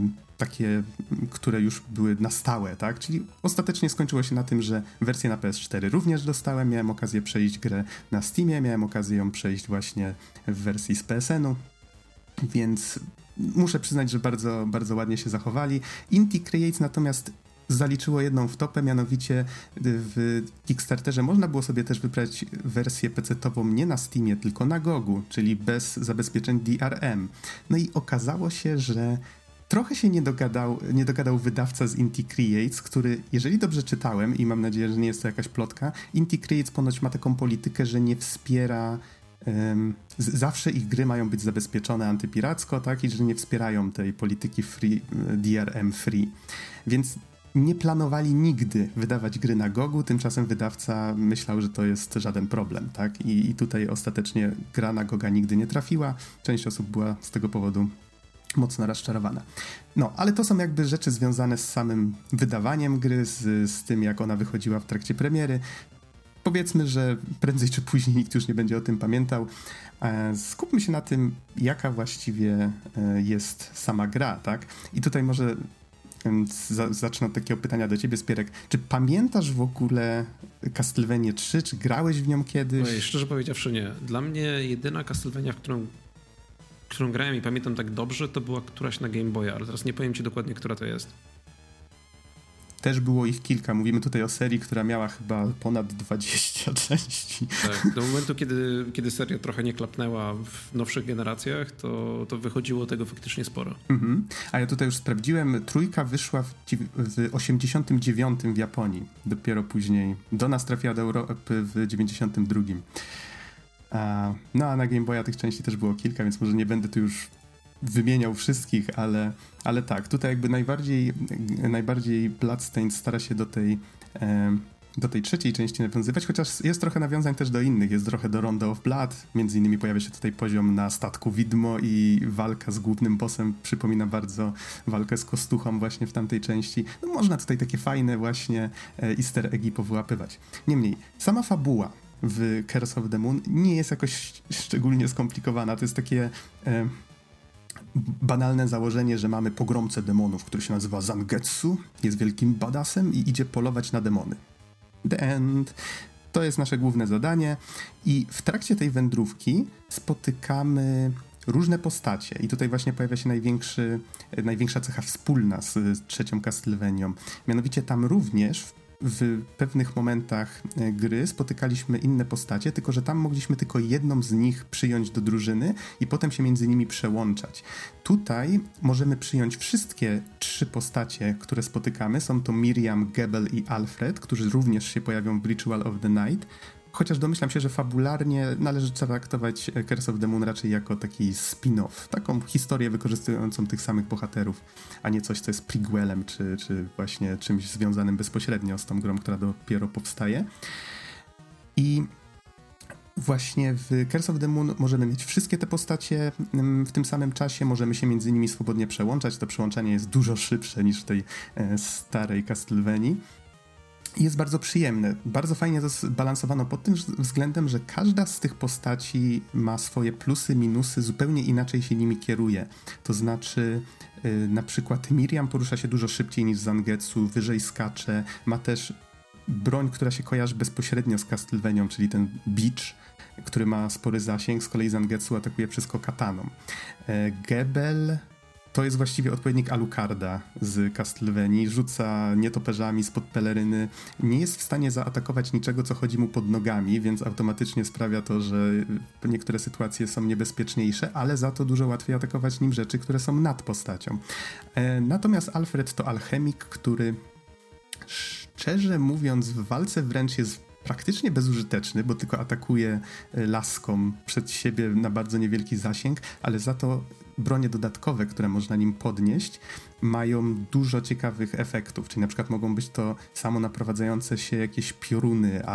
takie, które już były na stałe, tak? Czyli ostatecznie skończyło się na tym, że wersję na PS4 również dostałem, miałem okazję przejść grę na Steamie, miałem okazję ją przejść właśnie w wersji z PSN-u, więc muszę przyznać, że bardzo, bardzo ładnie się zachowali. Inti Creates natomiast zaliczyło jedną wtopę, mianowicie w Kickstarterze można było sobie też wybrać wersję PC-tową nie na Steamie, tylko na GOG-u, czyli bez zabezpieczeń DRM. No i okazało się, że trochę się nie dogadał wydawca z Inti Creates, który, jeżeli dobrze czytałem i mam nadzieję, że nie jest to jakaś plotka, Inti Creates ponoć ma taką politykę, że nie wspiera zawsze ich gry mają być zabezpieczone antypiracko, tak, i że nie wspierają tej polityki DRM free. Więc nie planowali nigdy wydawać gry na GOG-u, tymczasem wydawca myślał, że to jest żaden problem, tak? I tutaj ostatecznie gra na GOG-a nigdy nie trafiła. Część osób była z tego powodu mocno rozczarowana. No, ale to są jakby rzeczy związane z samym wydawaniem gry, z tym, jak ona wychodziła w trakcie premiery. Powiedzmy, że prędzej czy później nikt już nie będzie o tym pamiętał. Skupmy się na tym, jaka właściwie jest sama gra, tak? I tutaj może zacznę od takiego pytania do ciebie, Spierek. Czy pamiętasz w ogóle Castlevanię 3? Czy grałeś w nią kiedyś? Ojej, szczerze powiedziawszy nie. Dla mnie jedyna Castlevania, w którą grałem i pamiętam tak dobrze, to była któraś na Game Boya, ale teraz nie powiem ci dokładnie, która to jest. Też było ich kilka. Mówimy tutaj o serii, która miała chyba ponad 20 części. Tak, do momentu, kiedy seria trochę nie klapnęła w nowszych generacjach, to wychodziło tego faktycznie sporo. A ja tutaj już sprawdziłem. Trójka wyszła w 89 w Japonii. Dopiero później do nas trafiła do Europy w 92. No a na Game Boya tych części też było kilka, więc może nie będę tu już wymieniał wszystkich, ale tak, tutaj jakby najbardziej Bloodstained stara się do tej trzeciej części nawiązywać, chociaż jest trochę nawiązań też do innych, jest trochę do Rondo of Blood, między innymi pojawia się tutaj poziom na statku widmo i walka z głównym bossem przypomina bardzo walkę z Kostuchą właśnie w tamtej części. No można tutaj takie fajne właśnie easter eggi powyłapywać. Niemniej, sama fabuła w Curse of the Moon nie jest jakoś szczególnie skomplikowana, to jest takie banalne założenie, że mamy pogromcę demonów, który się nazywa Zangetsu, jest wielkim badassem i idzie polować na demony. The end. To jest nasze główne zadanie i w trakcie tej wędrówki spotykamy różne postacie i tutaj właśnie pojawia się największa cecha wspólna z trzecią Castlevanią. Mianowicie tam również w pewnych momentach gry spotykaliśmy inne postacie, tylko że tam mogliśmy tylko jedną z nich przyjąć do drużyny i potem się między nimi przełączać. Tutaj możemy przyjąć wszystkie 3 postacie, które spotykamy. Są to Miriam, Gebel i Alfred, którzy również się pojawią w Ritual of the Night. Chociaż domyślam się, że fabularnie należy traktować Curse of the Moon raczej jako taki spin-off, taką historię wykorzystującą tych samych bohaterów, a nie coś, co jest prequelem, czy właśnie czymś związanym bezpośrednio z tą grą, która dopiero powstaje. I właśnie w Curse of the Moon możemy mieć wszystkie te postacie w tym samym czasie, możemy się między nimi swobodnie przełączać, to przełączanie jest dużo szybsze niż w tej starej Castlevanii. Jest bardzo przyjemne. Bardzo fajnie to zbalansowano pod tym względem, że każda z tych postaci ma swoje plusy, minusy, zupełnie inaczej się nimi kieruje. To znaczy na przykład Miriam porusza się dużo szybciej niż Zangetsu, wyżej skacze, ma też broń, która się kojarzy bezpośrednio z Castlevanią, czyli ten Beach, który ma spory zasięg, z kolei Zangetsu atakuje wszystko kataną. Gebel to jest właściwie odpowiednik Alucarda z Castlevanii, rzuca nietoperzami spod peleryny, nie jest w stanie zaatakować niczego, co chodzi mu pod nogami, więc automatycznie sprawia to, że niektóre sytuacje są niebezpieczniejsze, ale za to dużo łatwiej atakować nim rzeczy, które są nad postacią. Natomiast Alfred to alchemik, który szczerze mówiąc w walce wręcz jest praktycznie bezużyteczny, bo tylko atakuje laską przed siebie na bardzo niewielki zasięg, ale za to bronie dodatkowe, które można nim podnieść, mają dużo ciekawych efektów, czyli na przykład mogą być to samo naprowadzające się jakieś pioruny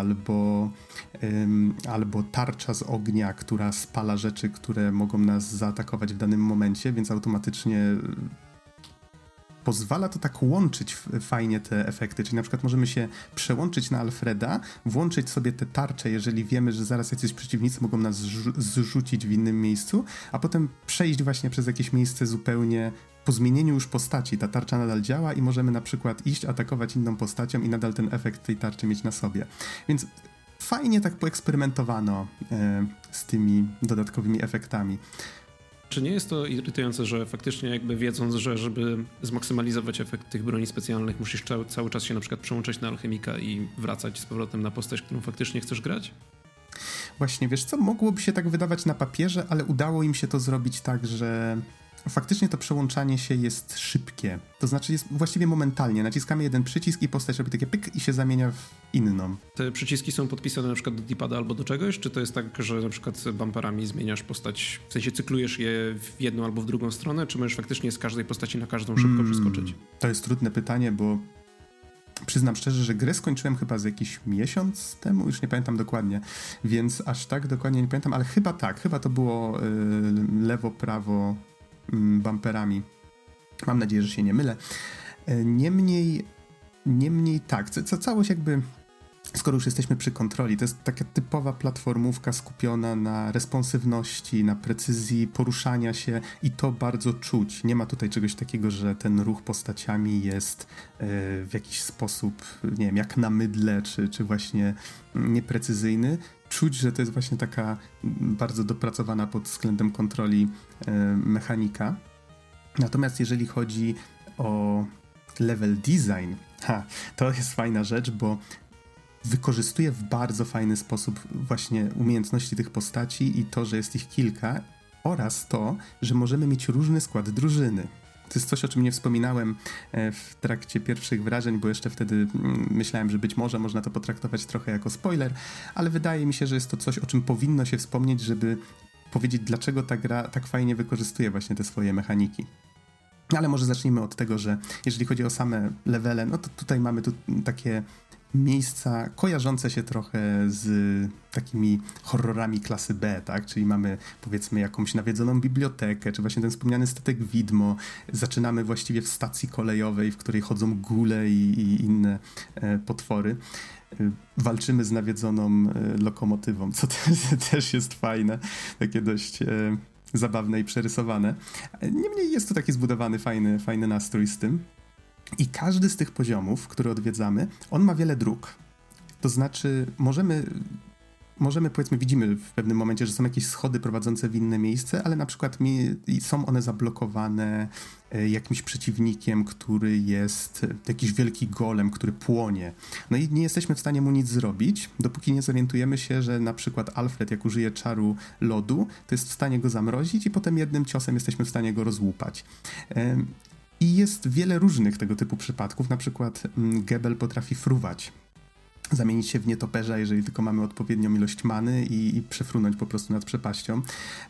albo tarcza z ognia, która spala rzeczy, które mogą nas zaatakować w danym momencie, więc automatycznie pozwala to tak łączyć fajnie te efekty, czyli na przykład możemy się przełączyć na Alfreda, włączyć sobie te tarcze, jeżeli wiemy, że zaraz jacyś przeciwnicy mogą nas zrzucić w innym miejscu, a potem przejść właśnie przez jakieś miejsce zupełnie po zmienieniu już postaci ta tarcza nadal działa i możemy na przykład iść, atakować inną postacią i nadal ten efekt tej tarczy mieć na sobie. Więc fajnie tak poeksperymentowano z tymi dodatkowymi efektami. Czy nie jest to irytujące, że faktycznie jakby wiedząc, że żeby zmaksymalizować efekt tych broni specjalnych musisz cały czas się na przykład przełączać na alchemika i wracać z powrotem na postać, którą faktycznie chcesz grać? Właśnie, wiesz co, mogłoby się tak wydawać na papierze, ale udało im się to zrobić tak, że faktycznie to przełączanie się jest szybkie. To znaczy jest właściwie momentalnie. Naciskamy jeden przycisk i postać robi takie pyk i się zamienia w inną. Te przyciski są podpisane na przykład do D-pada albo do czegoś? Czy to jest tak, że na przykład bumperami zmieniasz postać, w sensie cyklujesz je w jedną albo w drugą stronę, czy możesz faktycznie z każdej postaci na każdą szybko przeskoczyć? To jest trudne pytanie, bo przyznam szczerze, że grę skończyłem chyba z jakiś miesiąc temu, już nie pamiętam dokładnie, więc aż tak dokładnie nie pamiętam, ale chyba tak, chyba to było lewo, prawo bumperami. Mam nadzieję, że się nie mylę. Niemniej tak, całość jakby, skoro już jesteśmy przy kontroli, to jest taka typowa platformówka skupiona na responsywności, na precyzji poruszania się i to bardzo czuć. Nie ma tutaj czegoś takiego, że ten ruch postaciami jest w jakiś sposób, nie wiem, jak na mydle, czy właśnie nieprecyzyjny. Czuć, że to jest właśnie taka bardzo dopracowana pod względem kontroli mechanika. Natomiast jeżeli chodzi o level design, to jest fajna rzecz, bo wykorzystuje w bardzo fajny sposób właśnie umiejętności tych postaci i to, że jest ich kilka oraz to, że możemy mieć różny skład drużyny. To jest coś, o czym nie wspominałem w trakcie pierwszych wrażeń, bo jeszcze wtedy myślałem, że być może można to potraktować trochę jako spoiler, ale wydaje mi się, że jest to coś, o czym powinno się wspomnieć, żeby powiedzieć, dlaczego ta gra tak fajnie wykorzystuje właśnie te swoje mechaniki. Ale może zacznijmy od tego, że jeżeli chodzi o same levele, no to tutaj mamy takie miejsca kojarzące się trochę z takimi horrorami klasy B, tak? Czyli mamy powiedzmy jakąś nawiedzoną bibliotekę, czy właśnie ten wspomniany statek widmo. Zaczynamy właściwie w stacji kolejowej, w której chodzą gule i inne potwory. Walczymy z nawiedzoną lokomotywą, co też jest fajne, takie dość zabawne i przerysowane. Niemniej jest to taki zbudowany, fajny nastrój z tym. I każdy z tych poziomów, które odwiedzamy, on ma wiele dróg. To znaczy możemy powiedzmy, widzimy w pewnym momencie, że są jakieś schody prowadzące w inne miejsce, ale na przykład są one zablokowane jakimś przeciwnikiem, który jest jakiś wielki golem, który płonie. No i nie jesteśmy w stanie mu nic zrobić, dopóki nie zorientujemy się, że na przykład Alfred, jak użyje czaru lodu, to jest w stanie go zamrozić i potem jednym ciosem jesteśmy w stanie go rozłupać. I jest wiele różnych tego typu przypadków, na przykład Gebel potrafi fruwać, zamienić się w nietoperza, jeżeli tylko mamy odpowiednią ilość many i przefrunąć po prostu nad przepaścią.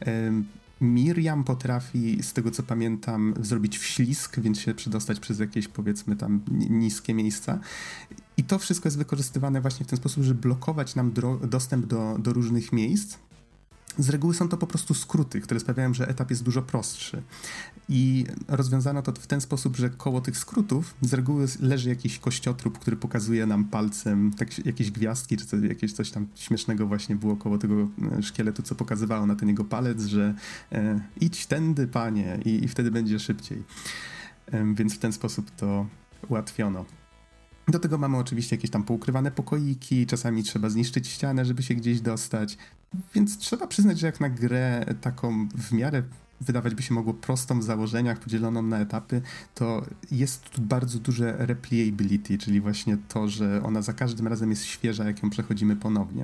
Miriam potrafi, z tego co pamiętam, zrobić wślizg, więc się przedostać przez jakieś, powiedzmy, tam niskie miejsca. I to wszystko jest wykorzystywane właśnie w ten sposób, żeby blokować nam dostęp do różnych miejsc. Z reguły są to po prostu skróty, które sprawiają, że etap jest dużo prostszy. I rozwiązano to w ten sposób, że koło tych skrótów z reguły leży jakiś kościotrup, który pokazuje nam palcem jakieś gwiazdki, czy jakieś coś tam śmiesznego właśnie było koło tego szkieletu, co pokazywało na ten jego palec, że idź tędy, panie, i wtedy będzie szybciej. Więc w ten sposób to ułatwiono. Do tego mamy oczywiście jakieś tam poukrywane pokoiki, czasami trzeba zniszczyć ścianę, żeby się gdzieś dostać, więc trzeba przyznać, że jak na grę taką w miarę wydawać by się mogło prostą w założeniach, podzieloną na etapy, to jest tu bardzo duże replayability, czyli właśnie to, że ona za każdym razem jest świeża, jak ją przechodzimy ponownie.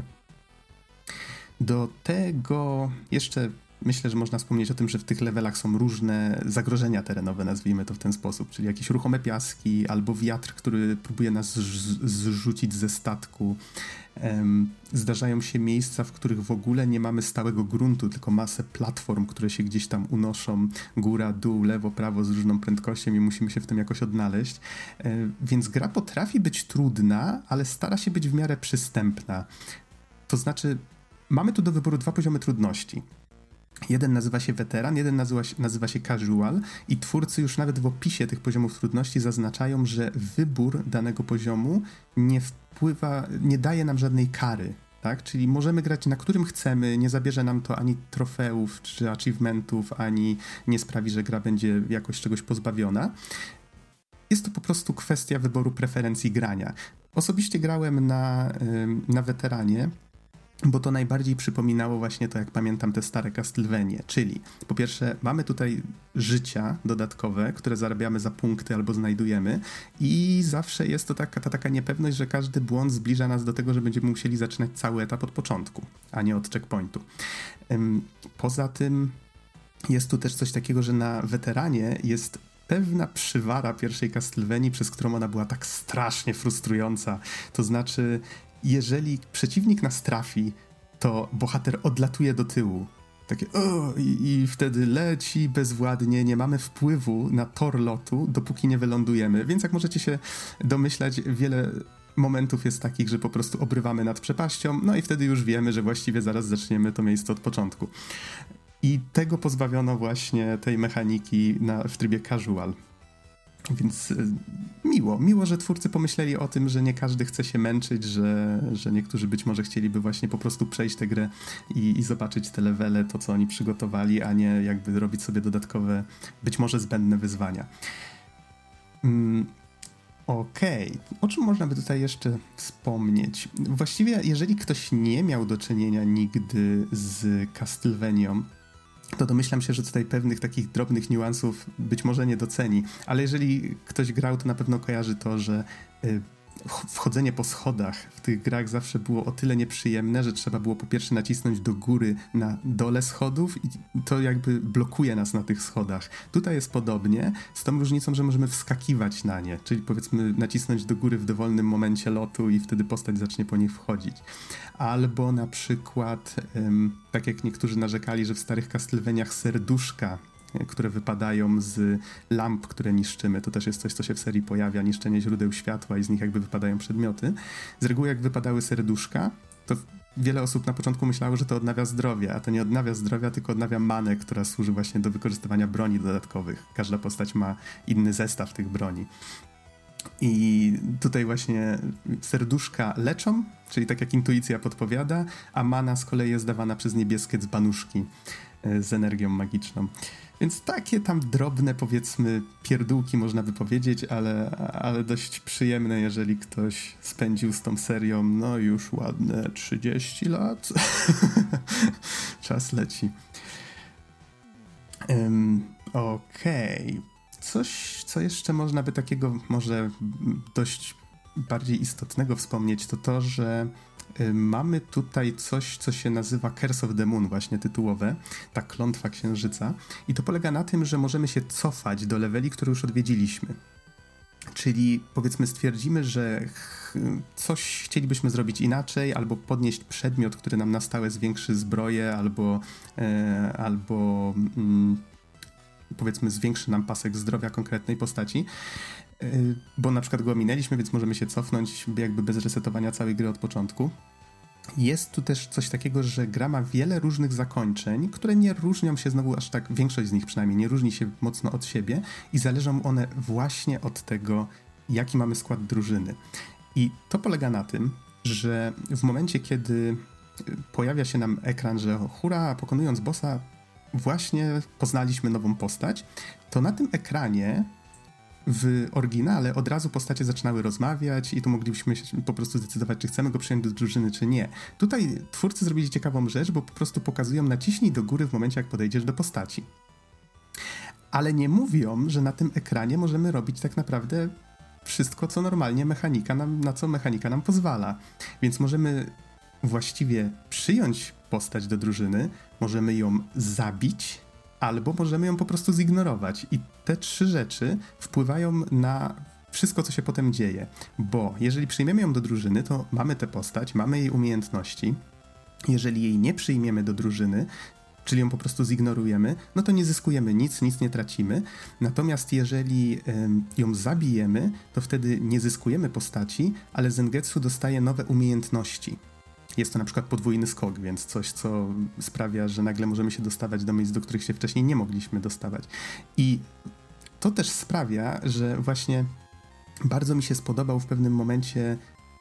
Do tego jeszcze myślę, że można wspomnieć o tym, że w tych levelach są różne zagrożenia terenowe, nazwijmy to w ten sposób, czyli jakieś ruchome piaski albo wiatr, który próbuje nas zrzucić ze statku. Zdarzają się miejsca, w których w ogóle nie mamy stałego gruntu, tylko masę platform, które się gdzieś tam unoszą, góra, dół, lewo, prawo z różną prędkością i musimy się w tym jakoś odnaleźć. Więc gra potrafi być trudna, ale stara się być w miarę przystępna. To znaczy, mamy tu do wyboru 2 poziomy trudności. Jeden nazywa się weteran, jeden nazywa się casual i twórcy już nawet w opisie tych poziomów trudności zaznaczają, że wybór danego poziomu nie daje nam żadnej kary. tak? Czyli możemy grać na którym chcemy, nie zabierze nam to ani trofeów czy achievementów, ani nie sprawi, że gra będzie jakoś czegoś pozbawiona. Jest to po prostu kwestia wyboru preferencji grania. Osobiście grałem na weteranie, bo to najbardziej przypominało właśnie to, jak pamiętam te stare Castlevanie, czyli po pierwsze mamy tutaj życia dodatkowe, które zarabiamy za punkty albo znajdujemy i zawsze jest to taka niepewność, że każdy błąd zbliża nas do tego, że będziemy musieli zaczynać cały etap od początku, a nie od checkpointu. Poza tym jest tu też coś takiego, że na weteranie jest pewna przywara pierwszej Castlevanii, przez którą ona była tak strasznie frustrująca. To znaczy, jeżeli przeciwnik nas trafi, to bohater odlatuje do tyłu. Takie i wtedy leci bezwładnie, nie mamy wpływu na tor lotu, dopóki nie wylądujemy. Więc jak możecie się domyślać, wiele momentów jest takich, że po prostu obrywamy nad przepaścią, no i wtedy już wiemy, że właściwie zaraz zaczniemy to miejsce od początku. I tego pozbawiono właśnie tej mechaniki w trybie casual. Więc miło, że twórcy pomyśleli o tym, że nie każdy chce się męczyć, że niektórzy być może chcieliby właśnie po prostu przejść tę grę i zobaczyć te levele, to co oni przygotowali, a nie jakby robić sobie dodatkowe, być może zbędne wyzwania. Okej. O czym można by tutaj jeszcze wspomnieć? Właściwie, jeżeli ktoś nie miał do czynienia nigdy z Castlevanią, to domyślam się, że tutaj pewnych takich drobnych niuansów być może nie doceni, ale jeżeli ktoś grał, to na pewno kojarzy to, że wchodzenie po schodach w tych grach zawsze było o tyle nieprzyjemne, że trzeba było po pierwsze nacisnąć do góry na dole schodów i to jakby blokuje nas na tych schodach. Tutaj jest podobnie, z tą różnicą, że możemy wskakiwać na nie, czyli powiedzmy nacisnąć do góry w dowolnym momencie lotu i wtedy postać zacznie po nich wchodzić. Albo na przykład, tak jak niektórzy narzekali, że w starych Castlevaniach serduszka, które wypadają z lamp, które niszczymy. To też jest coś, co się w serii pojawia, niszczenie źródeł światła i z nich jakby wypadają przedmioty. Z reguły jak wypadały serduszka, to wiele osób na początku myślało, że to odnawia zdrowie, a to nie odnawia zdrowia, tylko odnawia manę, która służy właśnie do wykorzystywania broni dodatkowych. Każda postać ma inny zestaw tych broni. I tutaj właśnie serduszka leczą, czyli tak jak intuicja podpowiada, a mana z kolei jest dawana przez niebieskie dzbanuszki z energią magiczną. Więc takie tam drobne, powiedzmy, pierdółki można by powiedzieć, ale dość przyjemne, jeżeli ktoś spędził z tą serią, no już ładne 30 lat. Czas leci. Okej. Coś, co jeszcze można by takiego może dość bardziej istotnego wspomnieć, to to, że mamy tutaj coś, co się nazywa Curse of the Moon, właśnie tytułowe, ta klątwa księżyca. I to polega na tym, że możemy się cofać do leveli, które już odwiedziliśmy. Czyli powiedzmy stwierdzimy, że coś chcielibyśmy zrobić inaczej, albo podnieść przedmiot, który nam na stałe zwiększy zbroję, albo powiedzmy zwiększy nam pasek zdrowia konkretnej postaci, bo na przykład go ominęliśmy, więc możemy się cofnąć jakby bez resetowania całej gry od początku. Jest tu też coś takiego, że gra ma wiele różnych zakończeń, które nie różnią się znowu aż tak, większość z nich przynajmniej, nie różni się mocno od siebie i zależą one właśnie od tego, jaki mamy skład drużyny. I to polega na tym, że w momencie, kiedy pojawia się nam ekran, że hurra, pokonując bossa, właśnie poznaliśmy nową postać, to na tym ekranie w oryginale od razu postacie zaczynały rozmawiać i tu moglibyśmy się po prostu zdecydować, czy chcemy go przyjąć do drużyny, czy nie. Tutaj twórcy zrobili ciekawą rzecz, bo po prostu pokazują, naciśnij do góry w momencie, jak podejdziesz do postaci. Ale nie mówią, że na tym ekranie możemy robić tak naprawdę wszystko, co normalnie na co mechanika nam pozwala. Więc możemy właściwie przyjąć postać do drużyny, możemy ją zabić, albo możemy ją po prostu zignorować. I te trzy rzeczy wpływają na wszystko, co się potem dzieje. Bo jeżeli przyjmiemy ją do drużyny, to mamy tę postać, mamy jej umiejętności. Jeżeli jej nie przyjmiemy do drużyny, czyli ją po prostu zignorujemy, no to nie zyskujemy nic nie tracimy. Natomiast jeżeli ją zabijemy, to wtedy nie zyskujemy postaci, ale Zengetsu dostaje nowe umiejętności. Jest to na przykład podwójny skok, więc coś, co sprawia, że nagle możemy się dostawać do miejsc, do których się wcześniej nie mogliśmy dostawać. I to też sprawia, że właśnie bardzo mi się spodobał w pewnym momencie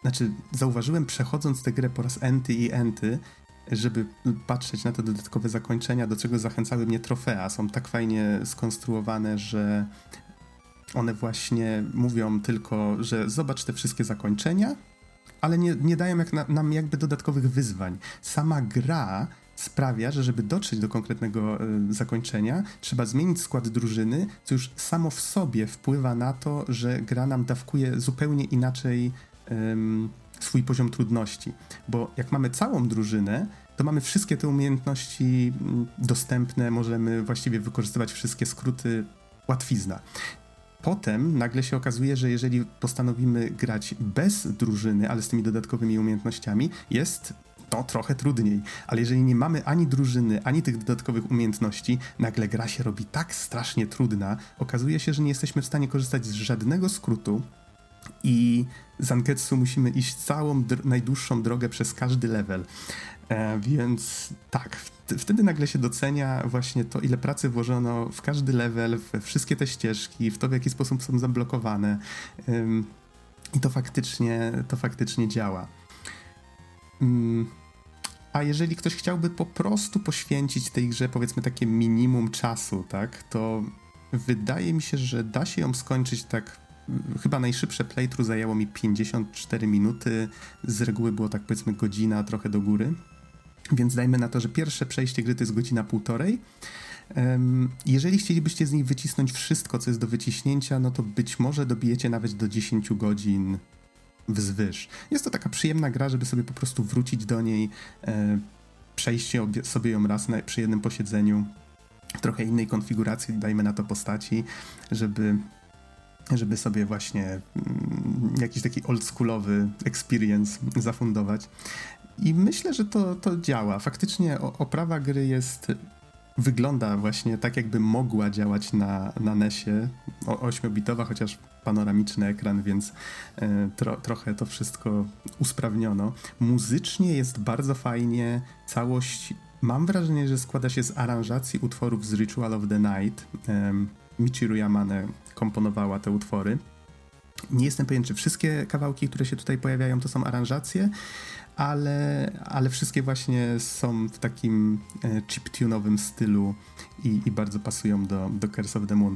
Znaczy, zauważyłem przechodząc tę grę po raz enty i enty, żeby patrzeć na te dodatkowe zakończenia, do czego zachęcały mnie trofea. Są tak fajnie skonstruowane, że one właśnie mówią tylko, że zobacz te wszystkie zakończenia, ale nie dają nam jakby dodatkowych wyzwań. Sama gra sprawia, że żeby dotrzeć do konkretnego zakończenia, trzeba zmienić skład drużyny, co już samo w sobie wpływa na to, że gra nam dawkuje zupełnie inaczej swój poziom trudności. Bo jak mamy całą drużynę, to mamy wszystkie te umiejętności dostępne, możemy właściwie wykorzystywać wszystkie skróty, łatwizna. Potem nagle się okazuje, że jeżeli postanowimy grać bez drużyny, ale z tymi dodatkowymi umiejętnościami, jest to trochę trudniej. Ale jeżeli nie mamy ani drużyny, ani tych dodatkowych umiejętności, nagle gra się robi tak strasznie trudna. Okazuje się, że nie jesteśmy w stanie korzystać z żadnego skrótu i Zangetsu musimy iść całą najdłuższą drogę przez każdy level. Więc tak, wtedy nagle się docenia właśnie to, ile pracy włożono w każdy level, we wszystkie te ścieżki, w to, w jaki sposób są zablokowane. I to faktycznie działa. A jeżeli ktoś chciałby po prostu poświęcić tej grze, powiedzmy, takie minimum czasu, tak, to wydaje mi się, że da się ją skończyć tak. Chyba najszybsze playthrough zajęło mi 54 minuty, z reguły było tak, powiedzmy, godzina, trochę do góry, więc dajmy na to, że pierwsze przejście gry to jest godzina półtorej. Jeżeli chcielibyście z niej wycisnąć wszystko, co jest do wyciśnięcia, no to być może dobijecie nawet do 10 godzin wzwyż. Jest to taka przyjemna gra, żeby sobie po prostu wrócić do niej, przejść sobie ją raz przy jednym posiedzeniu, w trochę innej konfiguracji, dajmy na to postaci, żeby sobie właśnie jakiś taki oldschoolowy experience zafundować. I myślę, że to działa. Faktycznie oprawa gry wygląda właśnie tak, jakby mogła działać na NES-ie. 8-bitowa, chociaż panoramiczny ekran, więc trochę to wszystko usprawniono. Muzycznie jest bardzo fajnie. Całość, mam wrażenie, że składa się z aranżacji utworów z Ritual of the Night. Michiru Yamane komponowała te utwory. Nie jestem pewien, czy wszystkie kawałki, które się tutaj pojawiają, to są aranżacje, ale wszystkie właśnie są w takim chiptune'owym stylu i bardzo pasują do Curse of the Moon.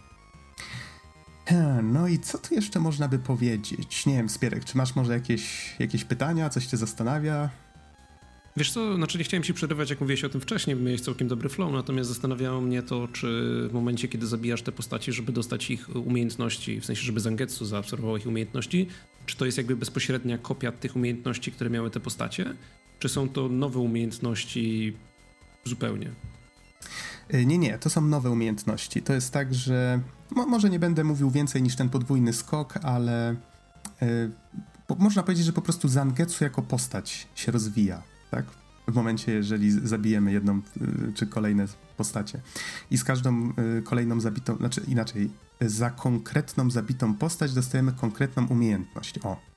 No i co tu jeszcze można by powiedzieć? Nie wiem, Spierek, czy masz może jakieś pytania, coś cię zastanawia? Wiesz co, znaczy nie chciałem ci przerywać, jak mówiłeś o tym wcześniej, bo miałeś całkiem dobry flow, natomiast zastanawiało mnie to, czy w momencie, kiedy zabijasz te postaci, żeby dostać ich umiejętności, w sensie, żeby Zangetsu zaabsorbował ich umiejętności, czy to jest jakby bezpośrednia kopia tych umiejętności, które miały te postacie, czy są to nowe umiejętności zupełnie? Nie, to są nowe umiejętności. To jest tak, że może nie będę mówił więcej niż ten podwójny skok, ale można powiedzieć, że po prostu Zangetsu jako postać się rozwija. Tak? W momencie, jeżeli zabijemy jedną czy kolejne postacie. I z każdą kolejną zabitą, znaczy inaczej, za konkretną zabitą postać dostajemy konkretną umiejętność.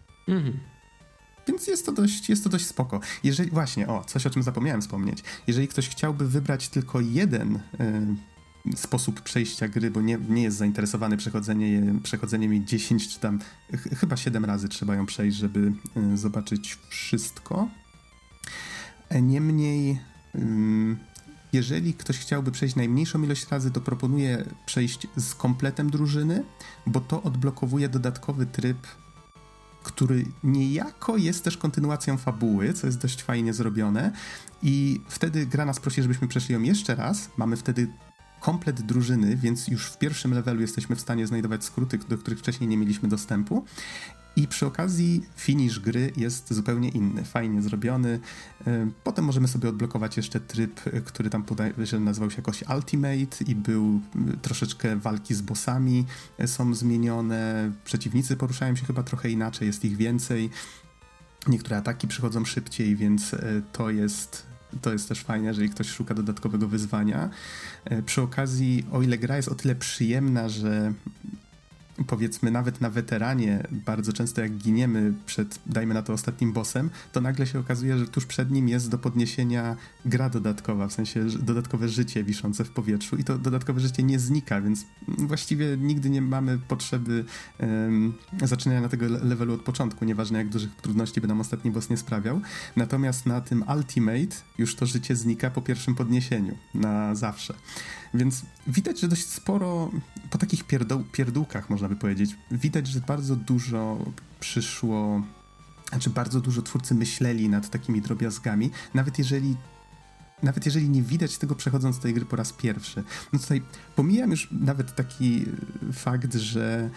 Więc jest to dość spoko. Jeżeli właśnie, coś o czym zapomniałem wspomnieć. Jeżeli ktoś chciałby wybrać tylko jeden sposób przejścia gry, bo nie jest zainteresowany przechodzeniem jej 10 czy tam chyba 7 razy trzeba ją przejść, żeby zobaczyć wszystko. Niemniej, jeżeli ktoś chciałby przejść najmniejszą ilość razy, to proponuję przejść z kompletem drużyny, bo to odblokowuje dodatkowy tryb, który niejako jest też kontynuacją fabuły, co jest dość fajnie zrobione i wtedy gra nas prosi, żebyśmy przeszli ją jeszcze raz. Mamy wtedy komplet drużyny, więc już w pierwszym levelu jesteśmy w stanie znajdować skróty, do których wcześniej nie mieliśmy dostępu. I przy okazji finish gry jest zupełnie inny, fajnie zrobiony. Potem możemy sobie odblokować jeszcze tryb, który tam że nazywał się jakoś Ultimate i był troszeczkę walki z bossami są zmienione, przeciwnicy poruszają się chyba trochę inaczej, jest ich więcej. Niektóre ataki przychodzą szybciej, więc to jest też fajne, jeżeli ktoś szuka dodatkowego wyzwania. Przy okazji, o ile gra jest o tyle przyjemna, że powiedzmy nawet na weteranie, bardzo często jak giniemy przed, dajmy na to, ostatnim bossem, to nagle się okazuje, że tuż przed nim jest do podniesienia gra dodatkowa, w sensie dodatkowe życie wiszące w powietrzu i to dodatkowe życie nie znika, więc właściwie nigdy nie mamy potrzeby zaczynania na tego levelu od początku, nieważne jak dużych trudności by nam ostatni boss nie sprawiał. Natomiast na tym Ultimate już to życie znika po pierwszym podniesieniu, na zawsze. Więc widać, że dość sporo, po takich pierdółkach można by powiedzieć, widać, że bardzo dużo przyszło, znaczy bardzo dużo twórcy myśleli nad takimi drobiazgami, nawet jeżeli nie widać tego przechodząc do tej gry po raz pierwszy. No tutaj pomijam już nawet taki fakt, że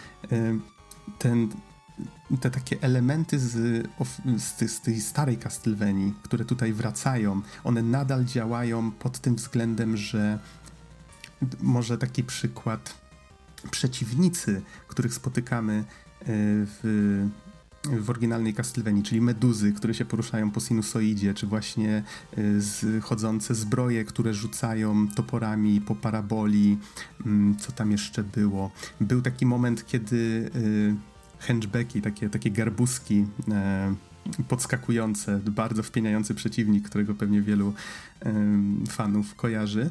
te takie elementy z tej starej Castlevanii, które tutaj wracają, one nadal działają pod tym względem, że może taki przykład przeciwnicy, których spotykamy w oryginalnej Castlevanii, czyli meduzy, które się poruszają po sinusoidzie, czy właśnie chodzące zbroje, które rzucają toporami po paraboli. Co tam jeszcze było? Był taki moment, kiedy henchbacki, takie garbuski podskakujące, bardzo wpieniający przeciwnik, którego pewnie wielu fanów kojarzy.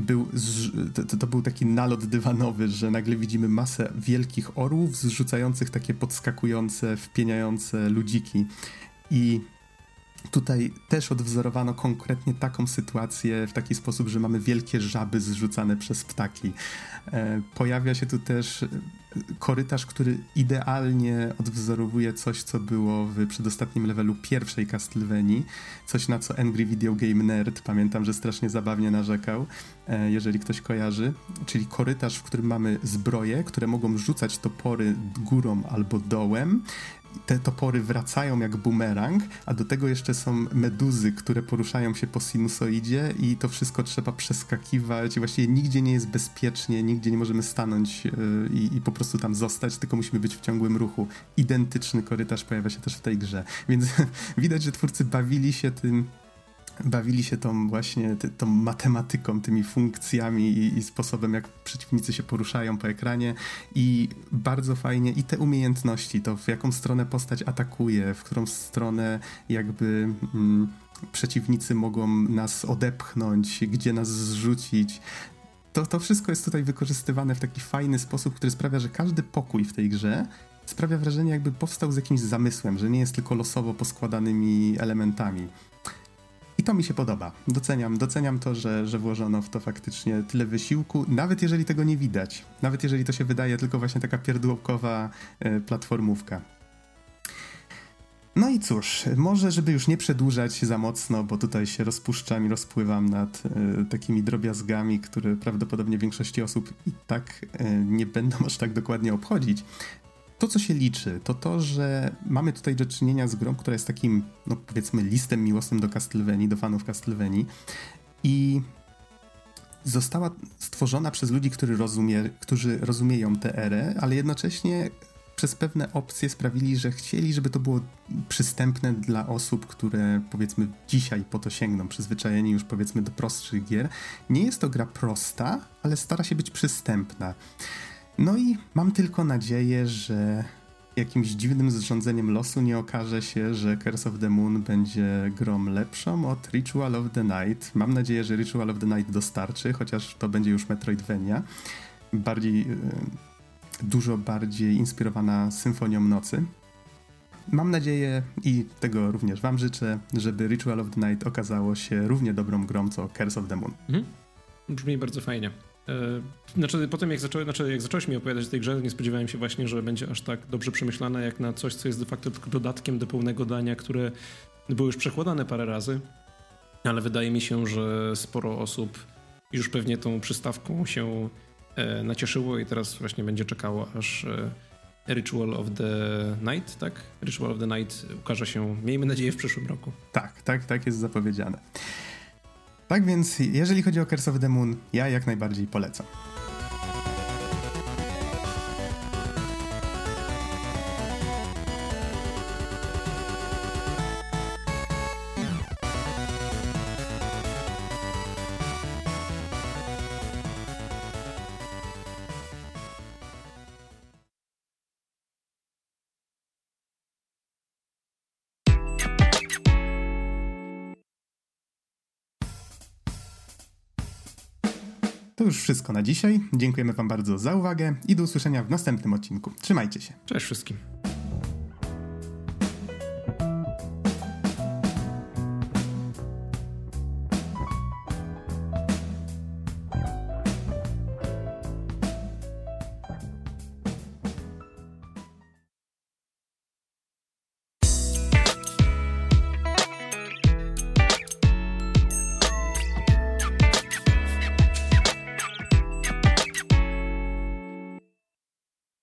To był taki nalot dywanowy, że nagle widzimy masę wielkich orłów zrzucających takie podskakujące, wpieniające ludziki. I tutaj też odwzorowano konkretnie taką sytuację w taki sposób, że mamy wielkie żaby zrzucane przez ptaki. Pojawia się tu też korytarz, który idealnie odwzorowuje coś, co było w przedostatnim levelu pierwszej Castlevanii. Coś, na co Angry Video Game Nerd, pamiętam, że strasznie zabawnie narzekał, jeżeli ktoś kojarzy. Czyli korytarz, w którym mamy zbroje, które mogą rzucać topory górą albo dołem. Te topory wracają jak bumerang, a do tego jeszcze są meduzy, które poruszają się po sinusoidzie i to wszystko trzeba przeskakiwać i właściwie nigdzie nie jest bezpiecznie, nigdzie nie możemy stanąć i po prostu tam zostać, tylko musimy być w ciągłym ruchu. Identyczny korytarz pojawia się też w tej grze, więc widać, że twórcy bawili się tą matematyką, tymi funkcjami i sposobem, jak przeciwnicy się poruszają po ekranie i bardzo fajnie i te umiejętności, to w jaką stronę postać atakuje, w którą stronę jakby przeciwnicy mogą nas odepchnąć, gdzie nas zrzucić. To wszystko jest tutaj wykorzystywane w taki fajny sposób, który sprawia, że każdy pokój w tej grze sprawia wrażenie, jakby powstał z jakimś zamysłem, że nie jest tylko losowo poskładanymi elementami. I to mi się podoba. Doceniam to, że włożono w to faktycznie tyle wysiłku, nawet jeżeli tego nie widać. Nawet jeżeli to się wydaje tylko właśnie taka pierdółkowa platformówka. No i cóż, może żeby już nie przedłużać za mocno, bo tutaj się rozpuszczam i rozpływam nad takimi drobiazgami, które prawdopodobnie większości osób i tak nie będą aż tak dokładnie obchodzić. To, co się liczy, to, że mamy tutaj do czynienia z grą, która jest takim, no powiedzmy, listem miłosnym do Castlevanii, do fanów Castlevanii i została stworzona przez ludzi, którzy rozumieją tę erę, ale jednocześnie przez pewne opcje sprawili, że chcieli, żeby to było przystępne dla osób, które powiedzmy dzisiaj po to sięgną, przyzwyczajeni już powiedzmy do prostszych gier. Nie jest to gra prosta, ale stara się być przystępna. No i mam tylko nadzieję, że jakimś dziwnym zrządzeniem losu nie okaże się, że Curse of the Moon będzie grą lepszą od Ritual of the Night. Mam nadzieję, że Ritual of the Night dostarczy, chociaż to będzie już Metroidvania. Dużo bardziej inspirowana Symfonią Nocy. Mam nadzieję i tego również wam życzę, żeby Ritual of the Night okazało się równie dobrą grą co Curse of the Moon. Brzmi bardzo fajnie. Znaczy, potem jak zacząłeś mi opowiadać o tej grze, nie spodziewałem się właśnie, że będzie aż tak dobrze przemyślane jak na coś, co jest de facto tylko dodatkiem do pełnego dania, które było już przekładane parę razy, ale wydaje mi się, że sporo osób już pewnie tą przystawką się nacieszyło i teraz właśnie będzie czekało, aż Ritual of the Night, tak? Ritual of the Night ukaże się, miejmy nadzieję, w przyszłym roku. Tak jest zapowiedziane. Tak więc, jeżeli chodzi o Curse of the Moon, ja jak najbardziej polecam. To już wszystko na dzisiaj. Dziękujemy wam bardzo za uwagę i do usłyszenia w następnym odcinku. Trzymajcie się. Cześć wszystkim.